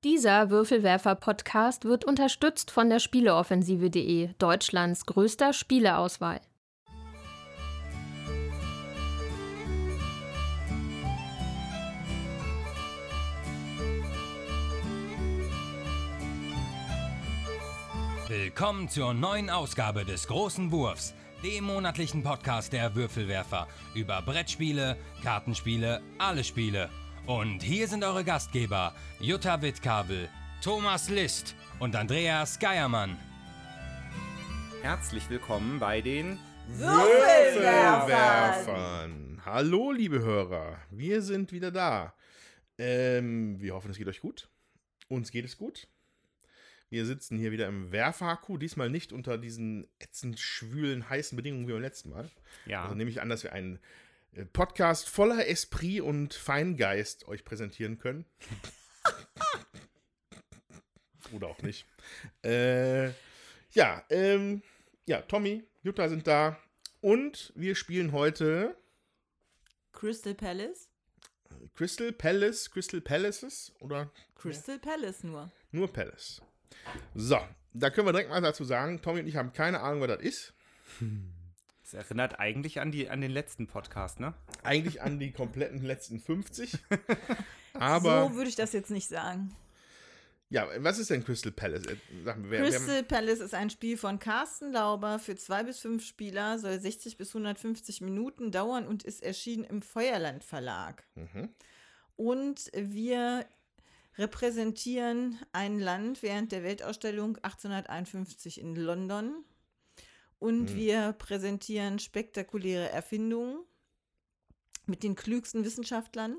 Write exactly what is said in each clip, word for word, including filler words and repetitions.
Dieser Würfelwerfer-Podcast wird unterstützt von der Spieleoffensive punkt de, Deutschlands größter Spieleauswahl. Willkommen zur neuen Ausgabe des Großen Wurfs, dem monatlichen Podcast der Würfelwerfer über Brettspiele, Kartenspiele, alle Spiele. Und hier sind eure Gastgeber Jutta Wittkabel, Thomas List und Andreas Geiermann. Herzlich willkommen bei den Würfelwerfern. Hallo liebe Hörer, wir sind wieder da. Ähm, wir hoffen, es geht euch gut. Uns geht es gut. Wir sitzen hier wieder im Werfer-Akku, diesmal nicht unter diesen ätzend schwülen, heißen Bedingungen wie beim letzten Mal. Ja. Also nehme ich an, dass wir einen Podcast voller Esprit und Feingeist euch präsentieren können. Oder auch nicht. Äh, ja, ähm, ja, Tommy, Jutta sind da und wir spielen heute Crystal Palace? Crystal Palace, Crystal Palaces oder? Crystal Palace nur. Nur Palace. So, da können wir direkt mal dazu sagen, Tommy und ich haben keine Ahnung, was das ist. Das erinnert eigentlich an, die, an den letzten Podcast, ne? Eigentlich an die kompletten letzten fünfzig. Aber so würde ich das jetzt nicht sagen. Ja, was ist denn Crystal Palace? Sag mir, wer, Crystal wer, Palace ist ein Spiel von Carsten Lauber für zwei bis fünf Spieler, soll sechzig bis hundertfünfzig Minuten dauern und ist erschienen im Feuerland Verlag. Mhm. Und wir repräsentieren ein Land während der Weltausstellung achtzehnhunderteinundfünfzig in London. Und Mhm. wir präsentieren spektakuläre Erfindungen mit den klügsten Wissenschaftlern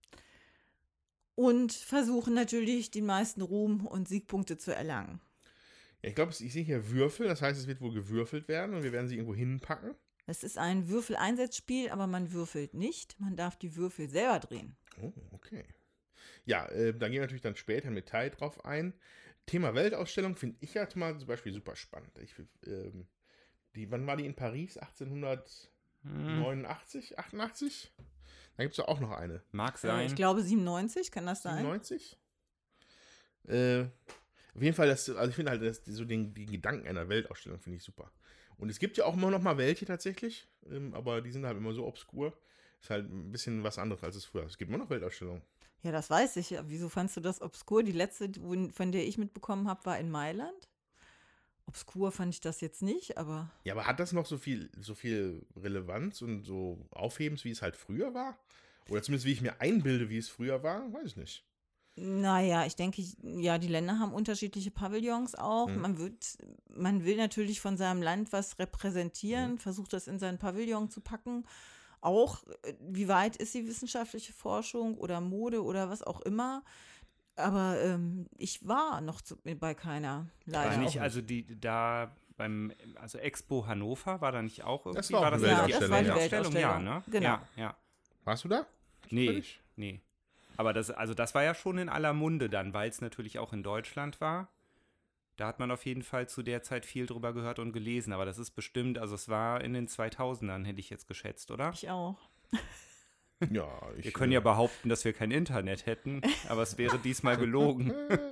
und versuchen natürlich, die meisten Ruhm- und Siegpunkte zu erlangen. Ja, ich glaube, ich sehe hier Würfel, das heißt, es wird wohl gewürfelt werden und wir werden sie irgendwo hinpacken. Es ist ein Würfeleinsatzspiel, aber man würfelt nicht. Man darf die Würfel selber drehen. Oh, okay. Ja, äh, da gehen wir natürlich dann später im Detail drauf ein. Thema Weltausstellung finde ich ja mal zum Beispiel super spannend. Ich, ähm, die, wann war die in Paris? achtzehnhundertneunundachtzig, achtundachtzig? Da gibt es ja auch noch eine. Mag Äh, sein. ich glaube siebenundneunzig, kann das sein? siebenundneunzig? Äh, auf jeden Fall, das, also ich finde halt, das, so den, die Gedanken einer Weltausstellung finde ich super. Und es gibt ja auch immer noch mal welche tatsächlich, ähm, aber die sind halt immer so obskur. Ist halt ein bisschen was anderes als es früher. Es gibt immer noch Weltausstellungen. Ja, das weiß ich. Wieso fandst du das obskur? Die letzte, von der ich mitbekommen habe, war in Mailand. Obskur fand ich das jetzt nicht, aber... Ja, aber hat das noch so viel, so viel Relevanz und so Aufhebens, wie es halt früher war? Oder zumindest wie ich mir einbilde, wie es früher war? Weiß ich nicht. Naja, ich denke, ja, die Länder haben unterschiedliche Pavillons auch. Mhm. Man wird, man will natürlich von seinem Land was repräsentieren, Mhm. versucht das in seinen Pavillon zu packen. Auch, wie weit ist die wissenschaftliche Forschung oder Mode oder was auch immer. Aber ähm, ich war noch zu, bei keiner, leider. War auch nicht, also die da beim, also Expo Hannover war da nicht auch irgendwie? Das war auch eine nicht Ja, Weltausstellung, das war die ja. Weltausstellung. Ja, ne? Genau. Ja, ja. Warst du da? Nee, Zufällig? nee. Aber das, also das war ja schon in aller Munde dann, weil es natürlich auch in Deutschland war. Da hat man auf jeden Fall zu der Zeit viel drüber gehört und gelesen. Aber das ist bestimmt, also es war in den zweitausendern, hätte ich jetzt geschätzt, oder? Ich auch. Ja, ich. Wir können ja behaupten, dass wir kein Internet hätten, aber es wäre diesmal gelogen.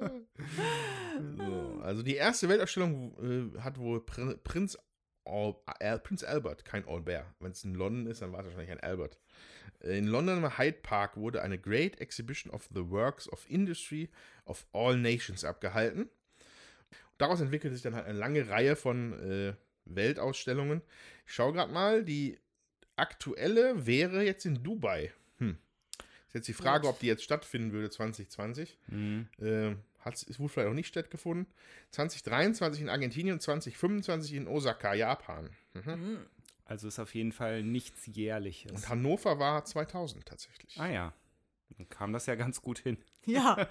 So, also die erste Weltausstellung äh, hat wohl Prin- Prinz, Al- Al- Prinz Albert, kein Albert. Wenn es in London ist, dann war es wahrscheinlich ein Albert. In London im Hyde Park wurde eine Great Exhibition of the Works of Industry of All Nations abgehalten. Daraus entwickelte sich dann halt eine lange Reihe von äh, Weltausstellungen. Ich schaue gerade mal, die aktuelle wäre jetzt in Dubai. Hm. Ist jetzt die Frage, ob die jetzt stattfinden würde zwanzig zwanzig. Mhm. Äh, hat, es wurde vielleicht auch nicht stattgefunden. zwanzig dreiundzwanzig in Argentinien und zwanzig fünfundzwanzig in Osaka, Japan. Mhm. Also ist auf jeden Fall nichts Jährliches. Und Hannover war zweitausend tatsächlich. Ah ja, dann kam das ja ganz gut hin. Ja.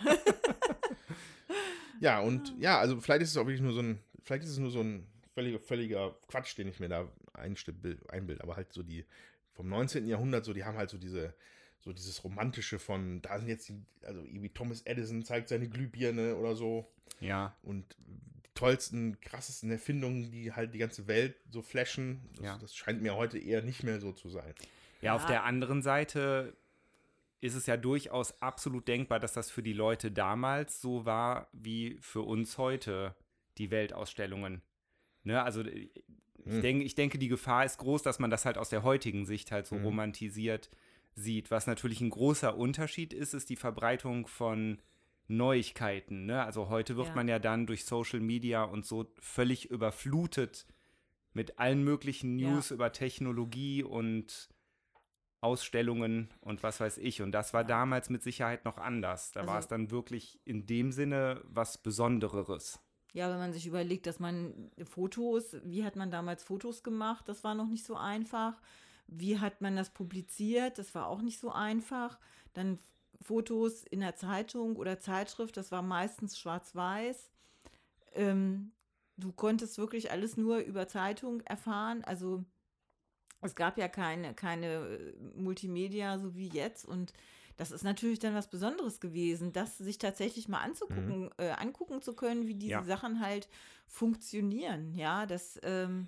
Ja, und ja, also vielleicht ist es auch wirklich nur so ein, vielleicht ist es nur so ein völliger, völliger Quatsch, den ich mir da einbilde, aber halt so die vom neunzehnten Jahrhundert, so die haben halt so diese, so dieses Romantische von, da sind jetzt die, also irgendwie Thomas Edison zeigt seine Glühbirne oder so Ja, und die tollsten, krassesten Erfindungen, die halt die ganze Welt so flashen, das, Ja. das scheint mir heute eher nicht mehr so zu sein. ja, auf Ja. der anderen Seite ist es ja durchaus absolut denkbar, dass das für die Leute damals so war, wie für uns heute die Weltausstellungen. Ne? Also ich, Hm. denke, ich denke, die Gefahr ist groß, dass man das halt aus der heutigen Sicht halt so Hm. romantisiert sieht. Was natürlich ein großer Unterschied ist, ist die Verbreitung von Neuigkeiten. Ne? Also heute wird Ja. man ja dann durch Social Media und so völlig überflutet mit allen möglichen News Ja. über Technologie und Ausstellungen und was weiß ich. Und das war Ja. damals mit Sicherheit noch anders. Da war Also- es dann wirklich in dem Sinne was Besondereres. Ja, wenn man sich überlegt, dass man Fotos, wie hat man damals Fotos gemacht, das war noch nicht so einfach. Wie hat man das publiziert, das war auch nicht so einfach. Dann Fotos in der Zeitung oder Zeitschrift, das war meistens schwarz-weiß. Ähm, du konntest wirklich alles nur über Zeitung erfahren. Also es gab ja keine, keine äh, Multimedia so wie jetzt und das ist natürlich dann was Besonderes gewesen, das sich tatsächlich mal anzugucken, äh, angucken zu können, wie diese Ja. Sachen halt funktionieren. Ja, das, ähm,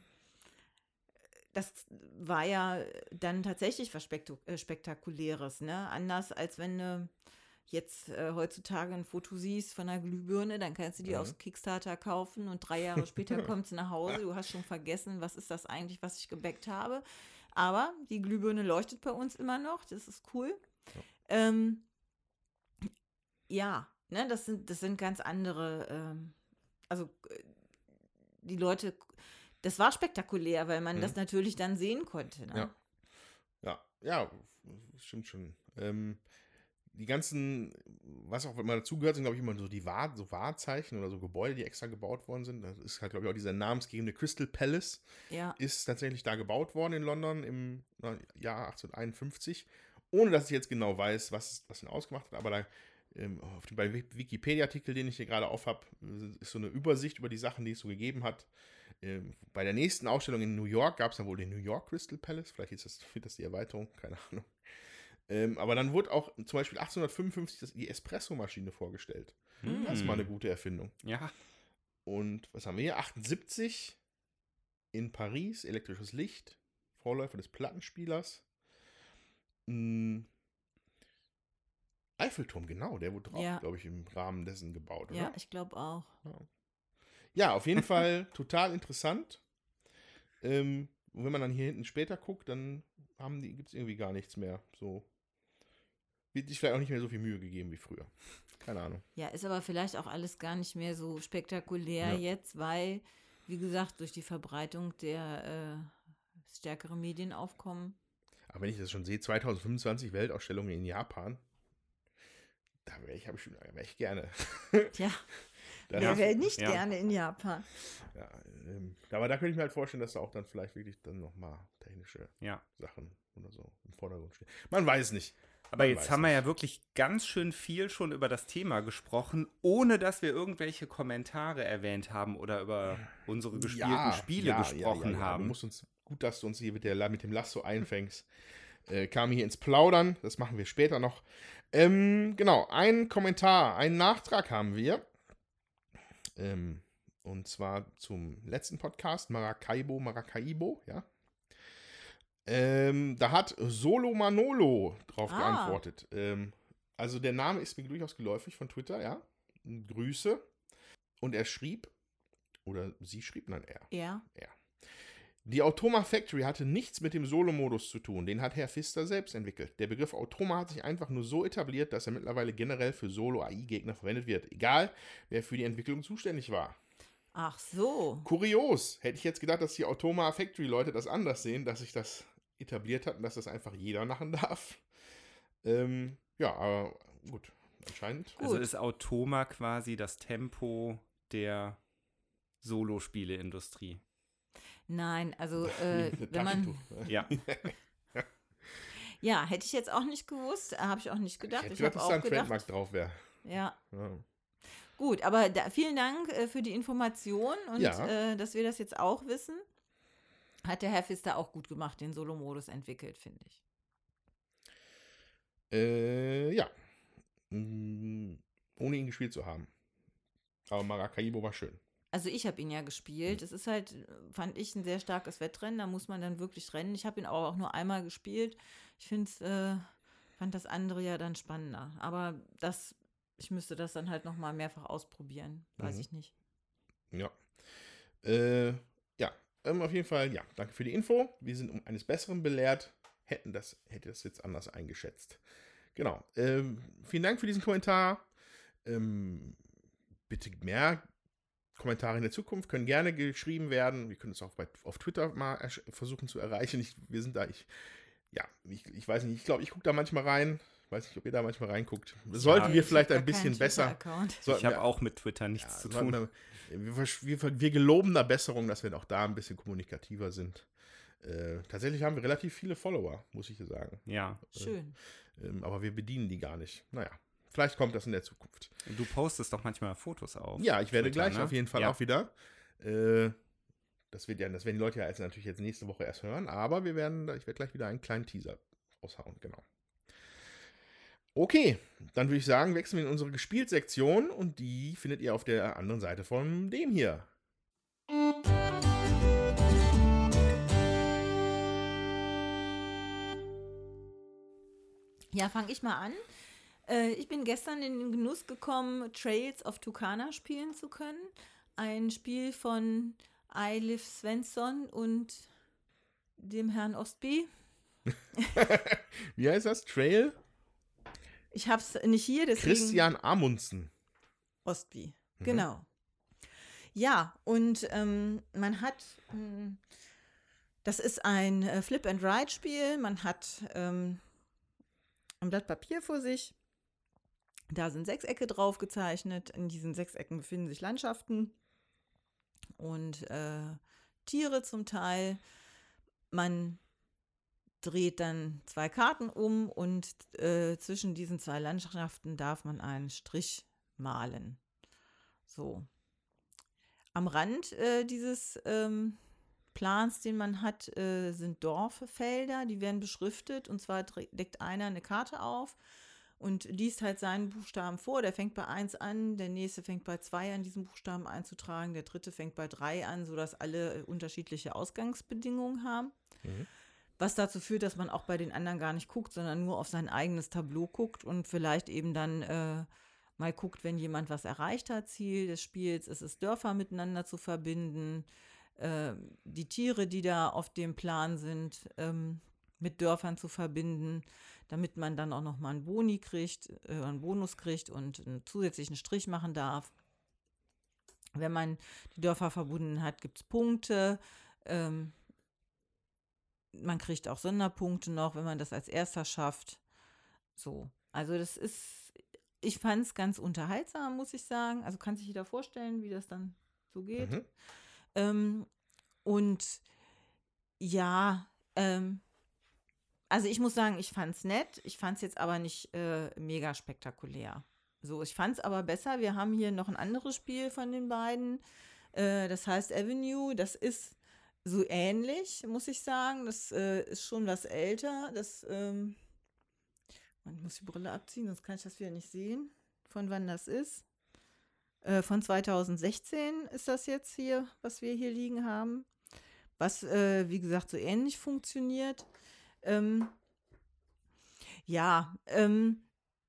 das war ja dann tatsächlich was Spektu äh, Spektakuläres, ne? Anders als wenn du jetzt äh, heutzutage ein Foto siehst von einer Glühbirne, dann kannst du die Mhm. auf Kickstarter kaufen und drei Jahre später kommt sie nach Hause. Du hast schon vergessen, was ist das eigentlich, was ich gebackt habe. Aber die Glühbirne leuchtet bei uns immer noch, das ist cool. Ähm, ja, ne, das sind, das sind ganz andere, ähm, also äh, die Leute, das war spektakulär, weil man Mhm. das natürlich dann sehen konnte. Ne? Ja. Ja, ja, stimmt schon. Ähm, die ganzen, was auch immer dazugehört, sind, glaube ich, immer so die Wahr, so Wahrzeichen oder so Gebäude, die extra gebaut worden sind. Das ist halt, glaube ich, auch dieser namensgebende Crystal Palace. Ja, Ist tatsächlich da gebaut worden in London im na, Jahr achtzehnhunderteinundfünfzig. Ohne dass ich jetzt genau weiß, was das denn ausgemacht hat, aber da ähm, auf dem, bei Wikipedia-Artikel, den ich hier gerade auf habe, ist so eine Übersicht über die Sachen, die es so gegeben hat. Ähm, bei der nächsten Ausstellung in New York gab es dann wohl den New York Crystal Palace. Vielleicht ist das, ist das die Erweiterung, keine Ahnung. Ähm, aber dann wurde auch zum Beispiel achtzehnhundertfünfundfünfzig das, die Espresso-Maschine vorgestellt. Hm. Das ist mal eine gute Erfindung. Ja, Und was haben wir hier? achtundsiebzig in Paris, elektrisches Licht, Vorläufer des Plattenspielers. Hm. Eiffelturm, genau, der wurde auch, Ja. glaube ich, im Rahmen dessen gebaut, oder? ja, ich glaube auch. Ja, auf jeden Fall total interessant. Ähm, und wenn man dann hier hinten später guckt, dann haben die, gibt es irgendwie gar nichts mehr. So. Wird sich vielleicht auch nicht mehr so viel Mühe gegeben wie früher. Keine Ahnung. Ja, ist aber vielleicht auch alles gar nicht mehr so spektakulär Ja. jetzt, weil, wie gesagt, durch die Verbreitung der äh, stärkeren Medienaufkommen. Aber wenn ich das schon sehe, zweitausendfünfundzwanzig Weltausstellungen in Japan, da wäre ich, habe ich schon, da wäre ich gerne. Tja, Das- wer wäre nicht ja. gerne in Japan? Ja, ähm, aber da könnte ich mir halt vorstellen, dass da auch dann vielleicht wirklich dann nochmal technische ja. Sachen oder so im Vordergrund stehen. Man weiß nicht. Aber Man jetzt weiß haben wir nicht. ja wirklich ganz schön viel schon über das Thema gesprochen, ohne dass wir irgendwelche Kommentare erwähnt haben oder über unsere gespielten Spiele gesprochen Du haben. musst uns, gut, dass du uns hier mit, der, mit dem Lasso einfängst. Äh, kam hier ins Plaudern. Das machen wir später noch. Ähm, genau, ein Kommentar, einen Nachtrag haben wir. Ähm, und zwar zum letzten Podcast, Maracaibo, Maracaibo, ja. Ähm, da hat Solo Manolo drauf Ah. geantwortet. Ähm, also der Name ist mir durchaus geläufig von Twitter, ja. Grüße. Und er schrieb, oder sie schrieb, nein, er. Ja, Die Automa Factory hatte nichts mit dem Solo-Modus zu tun. Den hat Herr Pfister selbst entwickelt. Der Begriff Automa hat sich einfach nur so etabliert, dass er mittlerweile generell für Solo-A I-Gegner verwendet wird. Egal, wer für die Entwicklung zuständig war. ach so. Kurios. Hätte ich jetzt gedacht, dass die Automa Factory-Leute das anders sehen, dass sich das etabliert hat und dass das einfach jeder machen darf. Ähm, ja, aber gut. Anscheinend. Also Gut. ist Automa quasi das Tempo der Solospieleindustrie. Nein, also äh, Wie ein wenn man, Taschentuch, ne? Ja, ja, hätte ich jetzt auch nicht gewusst, habe ich auch nicht Ich gedacht. hätte Ich gedacht, habe dass da auch ein gedacht, Trademark drauf wäre. ja, Ja. gut, aber da, vielen Dank äh, für die Information und Ja. äh, dass wir das jetzt auch wissen. Hat der Herr Pfister auch gut gemacht, den Solo-Modus entwickelt, finde ich. Äh, ja. Mm, ohne ihn gespielt zu haben. Aber Maracaibo war schön. Also ich habe ihn ja gespielt. Es ist halt, fand ich, ein sehr starkes Wettrennen. Da muss man dann wirklich rennen. Ich habe ihn aber auch nur einmal gespielt. Ich finde es, äh, fand das andere ja dann spannender. Aber das, ich müsste das dann halt nochmal mehrfach ausprobieren. Weiß Mhm. ich nicht. Ja. Äh, ja, ähm, auf jeden Fall, ja, danke für die Info. Wir sind um eines Besseren belehrt. Hätten das, hätte das jetzt anders eingeschätzt. Genau. Ähm, vielen Dank für diesen Kommentar. Ähm, bitte mehr Kommentare in der Zukunft können gerne geschrieben werden. Wir können es auch bei, auf Twitter mal ersch- versuchen zu erreichen. Ich, wir sind da, ich, ja, ich, ich weiß nicht, ich glaube, ich gucke da manchmal rein. Ich weiß nicht, ob ihr da manchmal reinguckt. Sollten Ja, wir Ich vielleicht hab ein gar keinen bisschen besser. Twitter-Account. Ich sollten habe wir- auch mit Twitter nichts ja, zu sollten tun. Wir, wir, wir, wir geloben da Besserung, dass wir auch da ein bisschen kommunikativer sind. Äh, tatsächlich haben wir relativ viele Follower, muss ich sagen. Ja. Schön. Ähm, aber wir bedienen die gar nicht. Naja, vielleicht kommt das in der Zukunft. Du postest doch manchmal Fotos auf. Ja, ich werde Twitter, gleich ne? auf jeden Fall Ja. auch wieder. Äh, das, wird ja, das werden die Leute ja jetzt natürlich jetzt nächste Woche erst hören, aber wir werden, ich werde gleich wieder einen kleinen Teaser raushauen, genau. Okay, dann würde ich sagen, wechseln wir in unsere Gespielt-Sektion und die findet ihr auf der anderen Seite von dem hier. Ja, fange ich mal an. Äh, ich bin gestern in den Genuss gekommen, Trails of Tucana spielen zu können. Ein Spiel von Eilif Svensson und dem Herrn Ostby. Wie heißt das? Trail? Ich habe es nicht hier, deswegen Christian Amundsen. Ostby. Mhm. Genau. Ja, und ähm, man hat, mh, das ist ein äh, Flip-and-Ride-Spiel. Man hat ähm, ein Blatt Papier vor sich. Da sind Sechsecke drauf gezeichnet. In diesen Sechsecken befinden sich Landschaften und äh, Tiere zum Teil. Man dreht dann zwei Karten um und äh, zwischen diesen zwei Landschaften darf man einen Strich malen. So. Am Rand äh, dieses ähm, Plans, den man hat, äh, sind Dorffelder, die werden beschriftet und zwar deckt einer eine Karte auf und liest halt seinen Buchstaben vor. Der fängt bei eins an, der nächste fängt bei zwei an, diesen Buchstaben einzutragen, der dritte fängt bei drei an, sodass alle äh, unterschiedliche Ausgangsbedingungen haben. Mhm. Was dazu führt, dass man auch bei den anderen gar nicht guckt, sondern nur auf sein eigenes Tableau guckt und vielleicht eben dann äh, mal guckt, wenn jemand was erreicht hat. Ziel des Spiels ist es, Dörfer miteinander zu verbinden, äh, die Tiere, die da auf dem Plan sind, ähm, mit Dörfern zu verbinden, damit man dann auch nochmal einen Boni kriegt, äh, einen Bonus kriegt und einen zusätzlichen Strich machen darf. Wenn man die Dörfer verbunden hat, gibt es Punkte. Ähm, man kriegt auch Sonderpunkte noch, wenn man das als erster schafft. So, also das ist, ich fand es ganz unterhaltsam, muss ich sagen. Also kann sich jeder vorstellen, wie das dann so geht. Mhm. Ähm, und ja, ähm, also ich muss sagen, ich fand es nett. Ich fand es jetzt aber nicht äh, mega spektakulär. So, ich fand es aber besser. Wir haben hier noch ein anderes Spiel von den beiden. Äh, das heißt Avenue. Das ist so ähnlich, muss ich sagen. Das äh, ist schon was älter. Das, ähm, ich muss die Brille abziehen, sonst kann ich das wieder nicht sehen, von wann das ist. Äh, von zweitausendsechzehn ist das jetzt hier, was wir hier liegen haben. Was, äh, wie gesagt, so ähnlich funktioniert. Ähm, ja, ähm,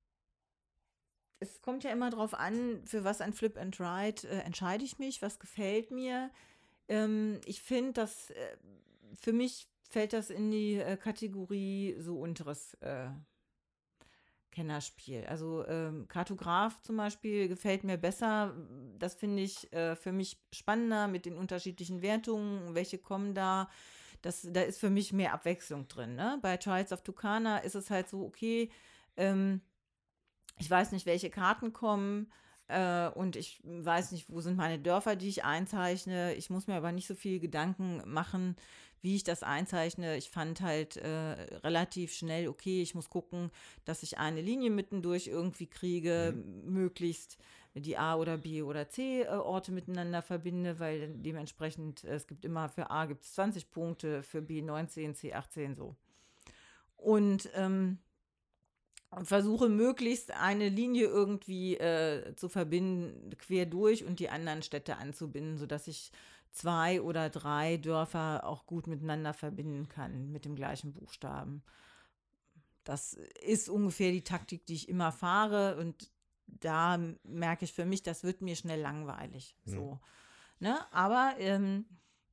es kommt ja immer drauf an, für was ein Flip and Ride äh, entscheide ich mich, was gefällt mir. Ähm, ich finde, dass äh, für mich fällt das in die äh, Kategorie so unteres äh, Kennerspiel. Also ähm, Kartograf zum Beispiel gefällt mir besser. Das finde ich äh, für mich spannender mit den unterschiedlichen Wertungen. Welche kommen da? Das, da ist für mich mehr Abwechslung drin. Ne? Bei Trials of Tucana ist es halt so, okay, ähm, ich weiß nicht, welche Karten kommen äh, und ich weiß nicht, wo sind meine Dörfer, die ich einzeichne. Ich muss mir aber nicht so viel Gedanken machen, wie ich das einzeichne. Ich fand halt äh, relativ schnell, okay, ich muss gucken, dass ich eine Linie mittendurch irgendwie kriege, mhm. möglichst die A- oder B- oder C-Orte miteinander verbinde, weil dementsprechend, es gibt immer, für A gibt es zwanzig Punkte, für B neunzehn, C achtzehn so. Und ähm, versuche möglichst eine Linie irgendwie äh, zu verbinden, quer durch und die anderen Städte anzubinden, sodass ich zwei oder drei Dörfer auch gut miteinander verbinden kann mit dem gleichen Buchstaben. Das ist ungefähr die Taktik, die ich immer fahre. Und da merke ich für mich, das wird mir schnell langweilig. Mhm. So. Ne? Aber ähm,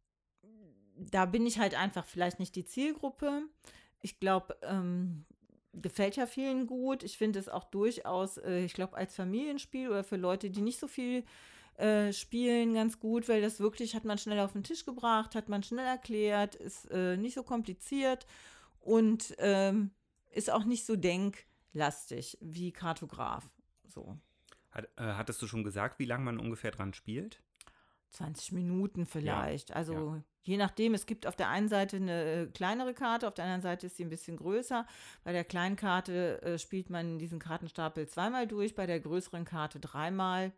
da bin ich halt einfach vielleicht nicht die Zielgruppe. Ich glaube, ähm, gefällt ja vielen gut. Ich finde es auch durchaus, äh, ich glaube, als Familienspiel oder für Leute, die nicht so viel äh, spielen, ganz gut, weil das wirklich hat man schnell auf den Tisch gebracht, hat man schnell erklärt, ist äh, nicht so kompliziert und ähm, ist auch nicht so denklastig wie Kartograf. So. Hat, äh, hattest du schon gesagt, wie lange man ungefähr dran spielt? zwanzig Minuten vielleicht. Ja, also ja. je nachdem, es gibt auf der einen Seite eine kleinere Karte, auf der anderen Seite ist sie ein bisschen größer. Bei der kleinen Karte äh, spielt man diesen Kartenstapel zweimal durch, bei der größeren Karte dreimal.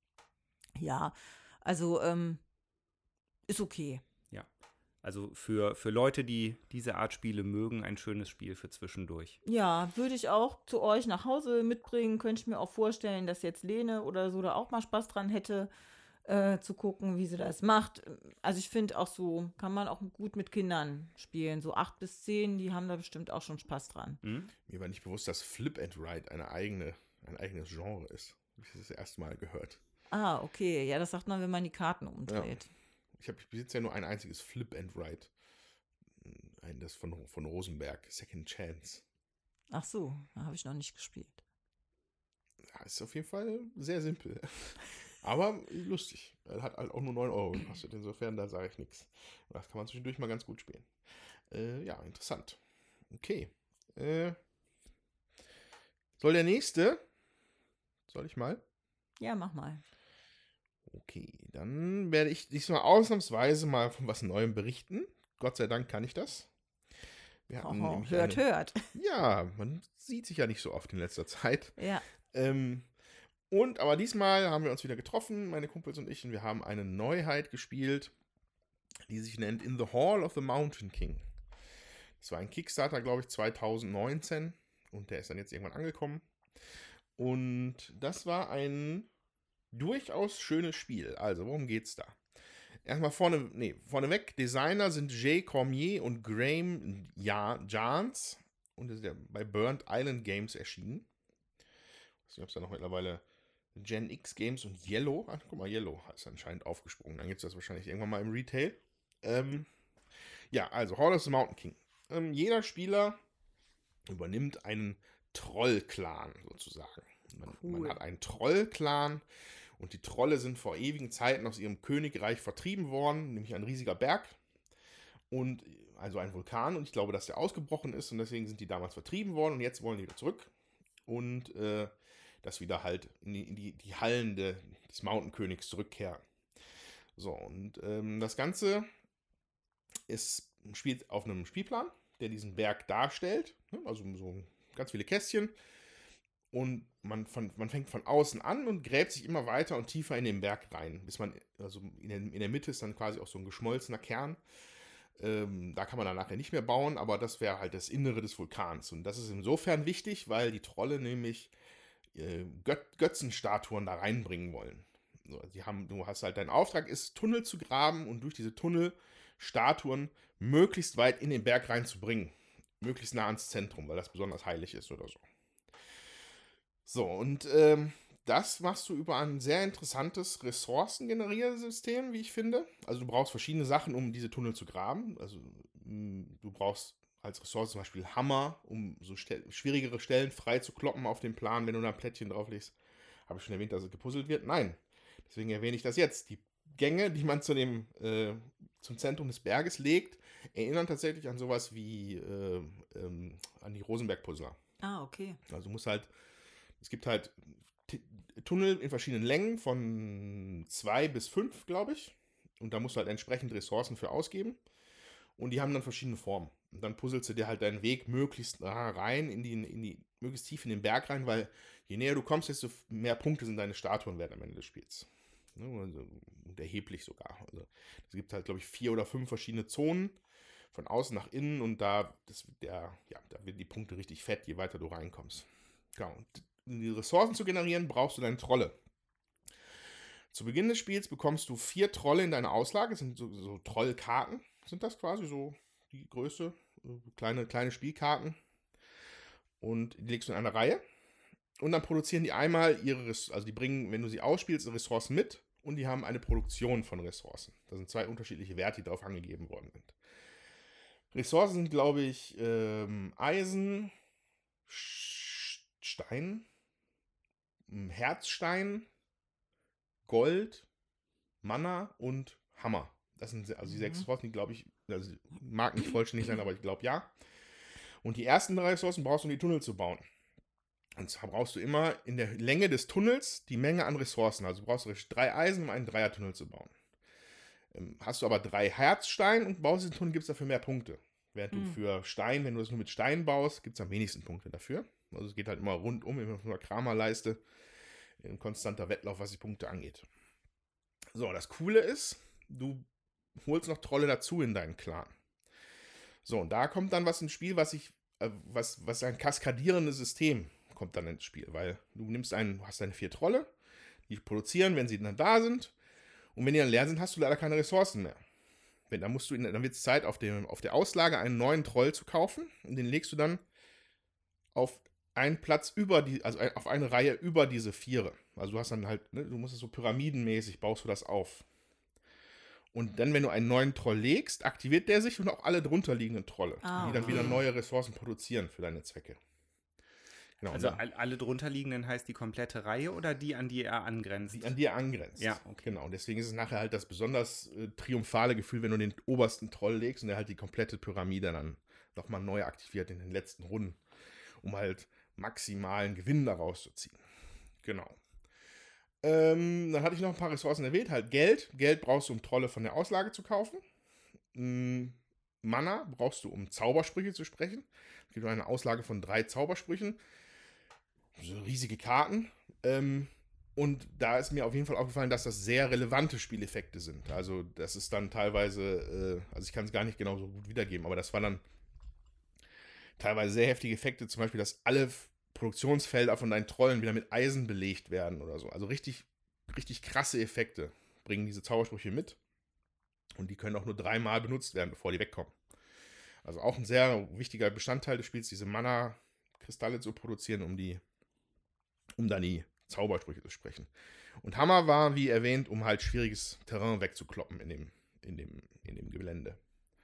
Ja, also ähm, ist okay. Ja, also für, für Leute, die diese Art Spiele mögen, ein schönes Spiel für zwischendurch. Ja, würde ich auch zu euch nach Hause mitbringen. Könnte ich mir auch vorstellen, dass jetzt Lene oder so da auch mal Spaß dran hätte, Äh, zu gucken, wie sie das macht. Also ich finde auch so, kann man auch gut mit Kindern spielen. So acht bis zehn, die haben da bestimmt auch schon Spaß dran. Mhm. Mir war nicht bewusst, dass Flip and Ride eine eigene, ein eigenes Genre ist. Habe ich das erste Mal gehört. Ah, okay. Ja, das sagt man, wenn man die Karten umdreht. Ja. Ich, hab, ich besitze ja nur ein einziges Flip and Ride. Ein, das von, von Rosenberg, Second Chance. Ach so, da habe ich noch nicht gespielt. Ja, ist auf jeden Fall sehr simpel. Aber lustig. Er hat halt auch nur neun Euro gekostet. Insofern, da sage ich nichts. Das kann man zwischendurch mal ganz gut spielen. Äh, ja, interessant. Okay. Äh, soll der nächste? Soll ich mal? Ja, mach mal. Okay, dann werde ich diesmal ausnahmsweise mal von was Neuem berichten. Gott sei Dank kann ich das. Wir hatten Oh, nämlich hört, eine, hört. Ja, man sieht sich ja nicht so oft in letzter Zeit. Ja. Ähm, Und, aber diesmal haben wir uns wieder getroffen, meine Kumpels und ich, und wir haben eine Neuheit gespielt, die sich nennt In the Hall of the Mountain King. Das war ein Kickstarter, glaube ich, zwanzig neunzehn und der ist dann jetzt irgendwann angekommen. Und das war ein durchaus schönes Spiel. Also, worum geht's da? Erstmal vorne, nee, vorneweg, Designer sind Jay Cormier und Graham Jans und ist ja bei Burnt Island Games erschienen. Ich weiß nicht, ob es da noch mittlerweile Gen X Games und Yellow. Ach, guck mal, Yellow ist anscheinend aufgesprungen. Dann gibt es das wahrscheinlich irgendwann mal im Retail. Ähm, ja, also Hall of the Mountain King. Ähm, jeder Spieler übernimmt einen Troll-Clan sozusagen. Man, Cool. man hat einen Troll-Clan und die Trolle sind vor ewigen Zeiten aus ihrem Königreich vertrieben worden, nämlich ein riesiger Berg und also ein Vulkan. Und ich glaube, dass der ausgebrochen ist und deswegen sind die damals vertrieben worden und jetzt wollen die wieder zurück. Und äh, das wieder halt in die, in die, die Hallen de, des Mountain-Königs zurückkehren. So, und ähm, das Ganze ist, spielt auf einem Spielplan, der diesen Berg darstellt. Ne? Also so ganz viele Kästchen. Und man, von, man fängt von außen an und gräbt sich immer weiter und tiefer in den Berg rein. Bis man, also in der, in der Mitte ist dann quasi auch so ein geschmolzener Kern. Ähm, da kann man dann nachher nicht mehr bauen, aber das wäre halt das Innere des Vulkans. Und das ist insofern wichtig, weil die Trolle nämlich äh, Gött- Götzenstatuen da reinbringen wollen. So, die haben, du hast halt, dein Auftrag ist, Tunnel zu graben und durch diese Tunnel Statuen möglichst weit in den Berg reinzubringen. Möglichst nah ans Zentrum, weil das besonders heilig ist oder so. So, und ähm, das machst du über ein sehr interessantes Ressourcengeneriersystem, wie ich finde. Also du brauchst verschiedene Sachen, um diese Tunnel zu graben. Also mh, du brauchst als Ressource zum Beispiel Hammer, um so stel- schwierigere Stellen frei zu kloppen auf dem Plan, wenn du da ein Plättchen drauflegst. Habe ich schon erwähnt, dass es gepuzzelt wird? Nein. Deswegen erwähne ich das jetzt. Die Gänge, die man zu dem, äh, zum Zentrum des Berges legt, erinnern tatsächlich an sowas wie äh, ähm, an die Rosenberg-Puzzler. Ah, okay. Also du musst halt, es gibt halt T- Tunnel in verschiedenen Längen von zwei bis fünf, glaube ich. Und da musst du halt entsprechend Ressourcen für ausgeben. Und die haben dann verschiedene Formen. Und dann puzzelst du dir halt deinen Weg möglichst nah rein, in die, in die, möglichst tief in den Berg rein, weil je näher du kommst, desto mehr Punkte sind deine Statuen wert am Ende des Spiels. Also, und erheblich sogar. Also, es gibt halt, glaube ich, vier oder fünf verschiedene Zonen, von außen nach innen, und da, das, der, ja, da werden die Punkte richtig fett, je weiter du reinkommst. Genau. Und um die Ressourcen zu generieren, brauchst du deine Trolle. Zu Beginn des Spiels bekommst du vier Trolle in deiner Auslage. Das sind so, so Trollkarten, sind das quasi, so die Größe, kleine, kleine Spielkarten. und die legst du in eine Reihe. Und dann produzieren die einmal ihre, also die bringen, wenn du sie ausspielst, Ressourcen mit und die haben eine Produktion von Ressourcen. Das sind zwei unterschiedliche Werte, die darauf angegeben worden sind. Ressourcen sind, glaube ich, ähm, Eisen, Stein, Herzstein, Gold, Mana und Hammer. Das sind also die sechs Ressourcen, die, glaube ich, also mag nicht vollständig sein, aber ich glaube ja. Und die ersten drei Ressourcen brauchst du, um die Tunnel zu bauen. Und zwar brauchst du immer in der Länge des Tunnels die Menge an Ressourcen. Also brauchst du drei Eisen, um einen Dreiertunnel zu bauen. Ähm, hast du aber drei Herzstein und baust diesen Tunnel, gibt es dafür mehr Punkte. Während mhm. du für Stein, wenn du das nur mit Stein baust, gibt es am wenigsten Punkte dafür. Also es geht halt immer rundum, immer von der Kramerleiste, ein konstanter Wettlauf, was die Punkte angeht. So, das Coole ist, du holst noch Trolle dazu in deinen Clan. So, und da kommt dann was ins Spiel, was ich, äh, was, was ein kaskadierendes System kommt dann ins Spiel, weil du nimmst einen, du hast deine vier Trolle, die produzieren, wenn sie dann da sind, und wenn die dann leer sind, hast du leider keine Ressourcen mehr. Wenn, dann musst du, dann wird es Zeit, auf, dem, auf der Auslage einen neuen Troll zu kaufen, und den legst du dann auf einen Platz über die, also auf eine Reihe über diese Viere. Also du hast dann halt, ne, du musst es so pyramidenmäßig, baust du das auf. Und dann, wenn du einen neuen Troll legst, aktiviert der sich und auch alle drunter liegenden Trolle, ah, die dann okay. wieder neue Ressourcen produzieren für deine Zwecke. Genau, also all, alle drunterliegenden heißt die komplette Reihe oder die, an die er angrenzt? Die an die er angrenzt. Ja, okay. Genau, und deswegen ist es nachher halt das besonders äh, triumphale Gefühl, wenn du den obersten Troll legst und der halt die komplette Pyramide dann nochmal neu aktiviert in den letzten Runden, um halt maximalen Gewinn daraus zu ziehen. Genau. Ähm, dann hatte ich noch ein paar Ressourcen erwähnt, halt Geld. Geld brauchst du, um Trolle von der Auslage zu kaufen. Ähm, Mana brauchst du, um Zaubersprüche zu sprechen. Es gibt eine Auslage von drei Zaubersprüchen. So riesige Karten. Ähm, und da ist mir auf jeden Fall aufgefallen, dass das sehr relevante Spieleffekte sind. Also das ist dann teilweise, äh, also ich kann es gar nicht genau so gut wiedergeben, aber das waren dann teilweise sehr heftige Effekte, zum Beispiel, dass alle Produktionsfelder von deinen Trollen wieder mit Eisen belegt werden oder so. Also richtig, richtig krasse Effekte bringen diese Zaubersprüche mit. Und die können auch nur dreimal benutzt werden, bevor die wegkommen. Also auch ein sehr wichtiger Bestandteil des Spiels, diese Mana-Kristalle zu produzieren, um die, um dann die Zaubersprüche zu sprechen. Und Hammer war, wie erwähnt, um halt schwieriges Terrain wegzukloppen in dem, in dem, in dem Gelände.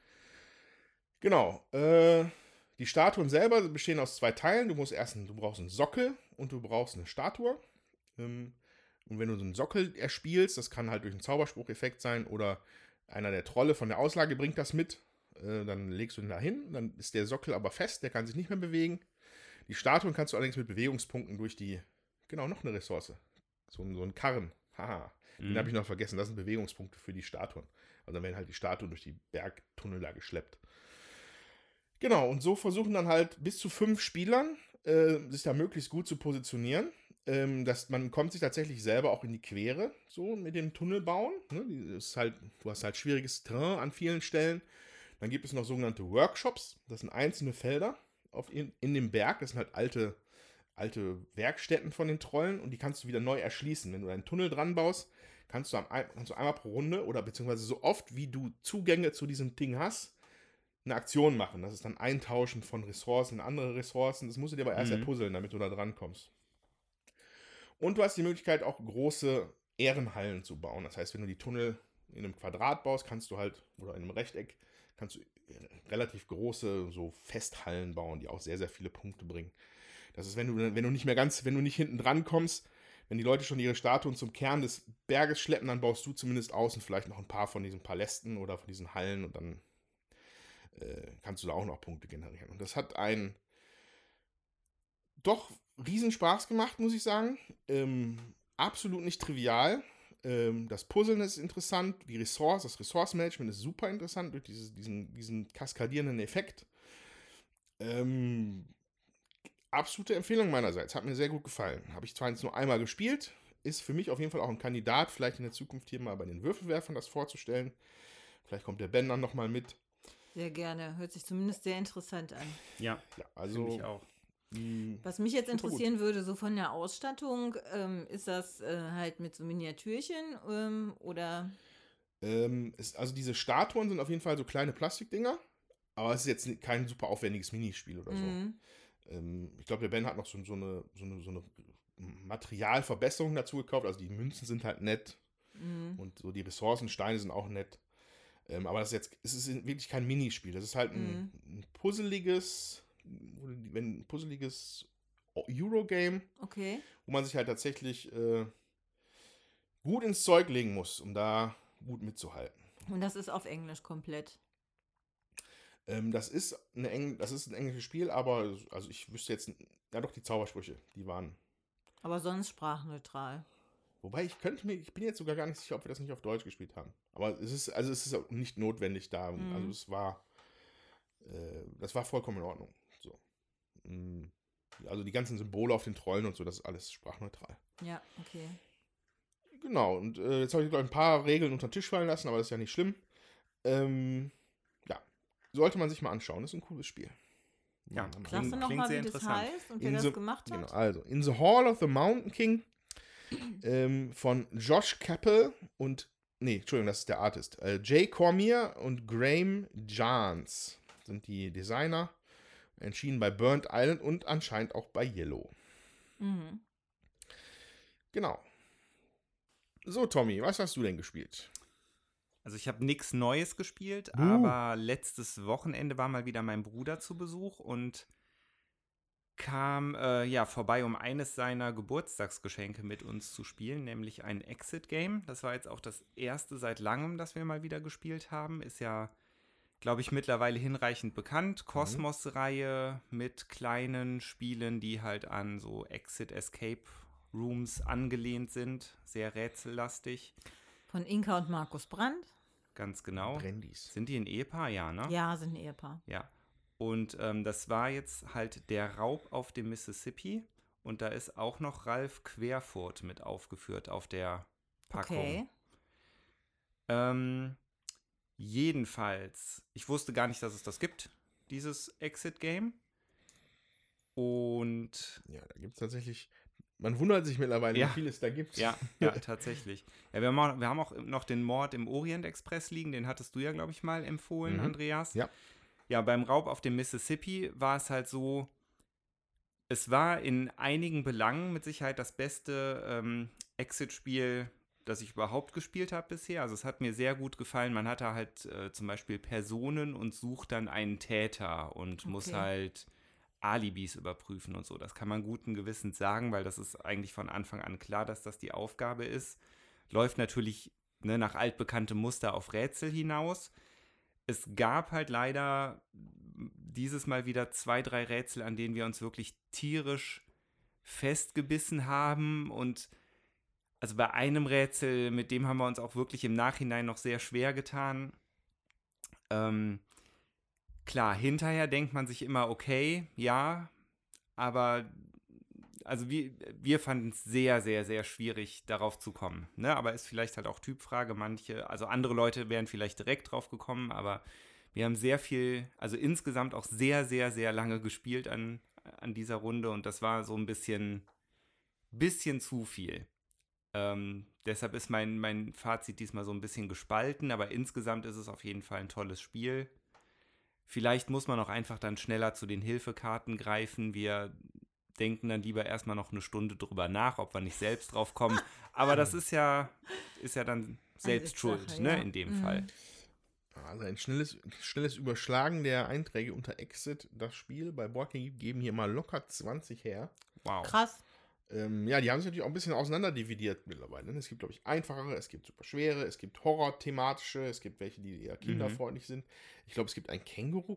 Genau, äh, die Statuen selber bestehen aus zwei Teilen. Du musst erst, einen, du brauchst einen Sockel und du brauchst eine Statue. Und wenn du so einen Sockel erspielst, das kann halt durch einen Zauberspruch-Effekt sein oder einer der Trolle von der Auslage bringt das mit. Dann legst du ihn da hin, dann ist der Sockel aber fest, der kann sich nicht mehr bewegen. Die Statuen kannst du allerdings mit Bewegungspunkten durch die, genau, noch eine Ressource. So, so ein Karren. Haha, mhm. Den habe ich noch vergessen. Das sind Bewegungspunkte für die Statuen. Also dann werden halt die Statuen durch die Bergtunnel da geschleppt. Genau, und so versuchen dann halt bis zu fünf Spielern, äh, sich da möglichst gut zu positionieren. Ähm, dass man kommt sich tatsächlich selber auch in die Quere, so mit dem Tunnelbauen. Ne? Das ist halt, du hast halt schwieriges Terrain an vielen Stellen. Dann gibt es noch sogenannte Workshops. Das sind einzelne Felder auf in, in dem Berg. Das sind halt alte, alte Werkstätten von den Trollen und die kannst du wieder neu erschließen. Wenn du einen Tunnel dran baust, kannst du, am, kannst du einmal pro Runde oder beziehungsweise so oft, wie du Zugänge zu diesem Ding hast, eine Aktion machen. Das ist dann Eintauschen von Ressourcen in andere Ressourcen. Das musst du dir aber erst mhm. erpuzzeln, damit du da dran kommst. Und du hast die Möglichkeit, auch große Ehrenhallen zu bauen. Das heißt, wenn du die Tunnel in einem Quadrat baust, kannst du halt, oder in einem Rechteck, kannst du relativ große so Festhallen bauen, die auch sehr, sehr viele Punkte bringen. Das ist, wenn du, wenn du nicht mehr ganz, wenn du nicht hinten dran kommst, wenn die Leute schon ihre Statuen zum Kern des Berges schleppen, dann baust du zumindest außen vielleicht noch ein paar von diesen Palästen oder von diesen Hallen und dann äh, kannst du da auch noch Punkte generieren. Und das hat einen doch riesen Spaß gemacht, muss ich sagen. Ähm, absolut nicht trivial. Ähm, das Puzzeln ist interessant, die Ressource, das Ressource-Management ist super interessant durch dieses, diesen, diesen kaskadierenden Effekt. Ähm, absolute Empfehlung meinerseits, hat mir sehr gut gefallen. Habe ich zwar jetzt nur einmal gespielt, ist für mich auf jeden Fall auch ein Kandidat, vielleicht in der Zukunft hier mal bei den Würfelwerfern das vorzustellen. Vielleicht kommt der Ben dann nochmal mit. Sehr gerne, hört sich zumindest sehr interessant an. Ja, ja also ich auch. Was mich jetzt interessieren gut. würde, so von der Ausstattung, ähm, ist das äh, halt mit so Miniatürchen ähm, oder? Ähm, ist, also diese Statuen sind auf jeden Fall so kleine Plastikdinger, aber es ist jetzt kein super aufwendiges Minispiel oder so. Mhm. Ähm, ich glaube, der Ben hat noch so, so, eine, so, eine, so eine Materialverbesserung dazu gekauft. Also die Münzen sind halt nett. Mhm. Und so die Ressourcensteine sind auch nett. Ähm, aber das ist jetzt, es ist wirklich kein Minispiel. Das ist halt ein, Mhm. ein puzzeliges, wenn ein puzzeliges Eurogame, Okay. wo man sich halt tatsächlich äh, gut ins Zeug legen muss, um da gut mitzuhalten. Und das ist auf Englisch komplett. Ähm, das, ist eine Eng das ist ein englisches Spiel, aber also ich wüsste jetzt, ja doch, die Zaubersprüche, die waren. Aber sonst sprachneutral. Wobei ich könnte mir, ich bin jetzt sogar gar nicht sicher, ob wir das nicht auf Deutsch gespielt haben. Aber es ist, also es ist auch nicht notwendig da. Mhm. Also es war, äh, das war vollkommen in Ordnung. So. Mm, Also die ganzen Symbole auf den Trollen und so, das ist alles sprachneutral. Ja, okay. Genau, und äh, jetzt habe ich, glaube ich, ein paar Regeln unter den Tisch fallen lassen, aber das ist ja nicht schlimm. Ähm, ja, sollte man sich mal anschauen. Das ist ein cooles Spiel. Ja, Man- Sagst du Klingt- noch klingt mal, sehr wie das interessant. heißt und wer In das the- gemacht hat? Genau, also In the Hall of the Mountain King ähm, von Josh Capel und, nee, Entschuldigung, das ist der Artist. Äh, Jay Cormier und Graham Jans sind die Designer. Entschieden bei Burnt Island und anscheinend auch bei Yellow. Mhm. Genau. So, Tommy, was hast du denn gespielt? Also ich habe nichts Neues gespielt, Uh. aber letztes Wochenende war mal wieder mein Bruder zu Besuch und kam äh, ja vorbei, um eines seiner Geburtstagsgeschenke mit uns zu spielen, nämlich ein Exit-Game. Das war jetzt auch das erste seit langem, das wir mal wieder gespielt haben. Ist ja, glaube ich, mittlerweile hinreichend bekannt. Kosmos-Reihe mit kleinen Spielen, die halt an so Exit-Escape-Rooms angelehnt sind. Sehr rätsellastig. Von Inka und Markus Brandt. Ganz genau. Brandys. Sind die ein Ehepaar? Ja, ne? Ja, sind ein Ehepaar. Ja. Und ähm, das war jetzt halt der Raub auf dem Mississippi. Und da ist auch noch Ralf Querfurt mit aufgeführt auf der Packung. Okay. Ähm, jedenfalls, ich wusste gar nicht, dass es das gibt, dieses Exit-Game. Und Ja, da gibt es tatsächlich, man wundert sich mittlerweile, Ja. wie viel es da gibt. ja, ja, tatsächlich. Ja, wir haben, auch, wir haben auch noch den Mord im Orient Express liegen, den hattest du ja, glaube ich, mal empfohlen, Mhm. Andreas. Ja. Ja, beim Raub auf dem Mississippi war es halt so, es war in einigen Belangen mit Sicherheit das beste ähm, Exit-Spiel, das ich überhaupt gespielt habe bisher. Also es hat mir sehr gut gefallen. Man hat da halt äh, zum Beispiel Personen und sucht dann einen Täter und muss Okay. halt Alibis überprüfen und so. Das kann man guten Gewissens sagen, weil das ist eigentlich von Anfang an klar, dass das die Aufgabe ist. Läuft natürlich ne, nach altbekanntem Muster auf Rätsel hinaus. Es gab halt leider dieses Mal wieder zwei, drei Rätsel, an denen wir uns wirklich tierisch festgebissen haben. Und also bei einem Rätsel, mit dem haben wir uns auch wirklich im Nachhinein noch sehr schwer getan. Ähm, klar, hinterher denkt man sich immer, okay, ja, aber also wir, wir fanden es sehr, sehr, sehr schwierig, darauf zu kommen. Ne? Aber ist vielleicht halt auch Typfrage. Manche, also andere Leute wären vielleicht direkt drauf gekommen, aber wir haben sehr viel, also insgesamt auch sehr, sehr, sehr lange gespielt an, an dieser Runde und das war so ein bisschen, bisschen zu viel. Ähm, deshalb ist mein, mein Fazit diesmal so ein bisschen gespalten, aber insgesamt ist es auf jeden Fall ein tolles Spiel. Vielleicht muss man auch einfach dann schneller zu den Hilfekarten greifen. Wir denken dann lieber erstmal noch eine Stunde drüber nach, ob wir nicht selbst drauf kommen. Aber das ist ja, ist ja dann selbst schuld, Ansichtssache, ne, ja. in dem Mhm. Fall. Also ein schnelles, schnelles Überschlagen der Einträge unter Exit, das Spiel bei Boardgame geben hier mal locker zwanzig her. Wow. Krass. Ähm, ja, die haben sich natürlich auch ein bisschen auseinanderdividiert mittlerweile. Ne? Es gibt, glaube ich, einfachere, es gibt super schwere, es gibt Horror-thematische, es gibt welche, die eher kinderfreundlich sind. Ich glaube, es gibt einen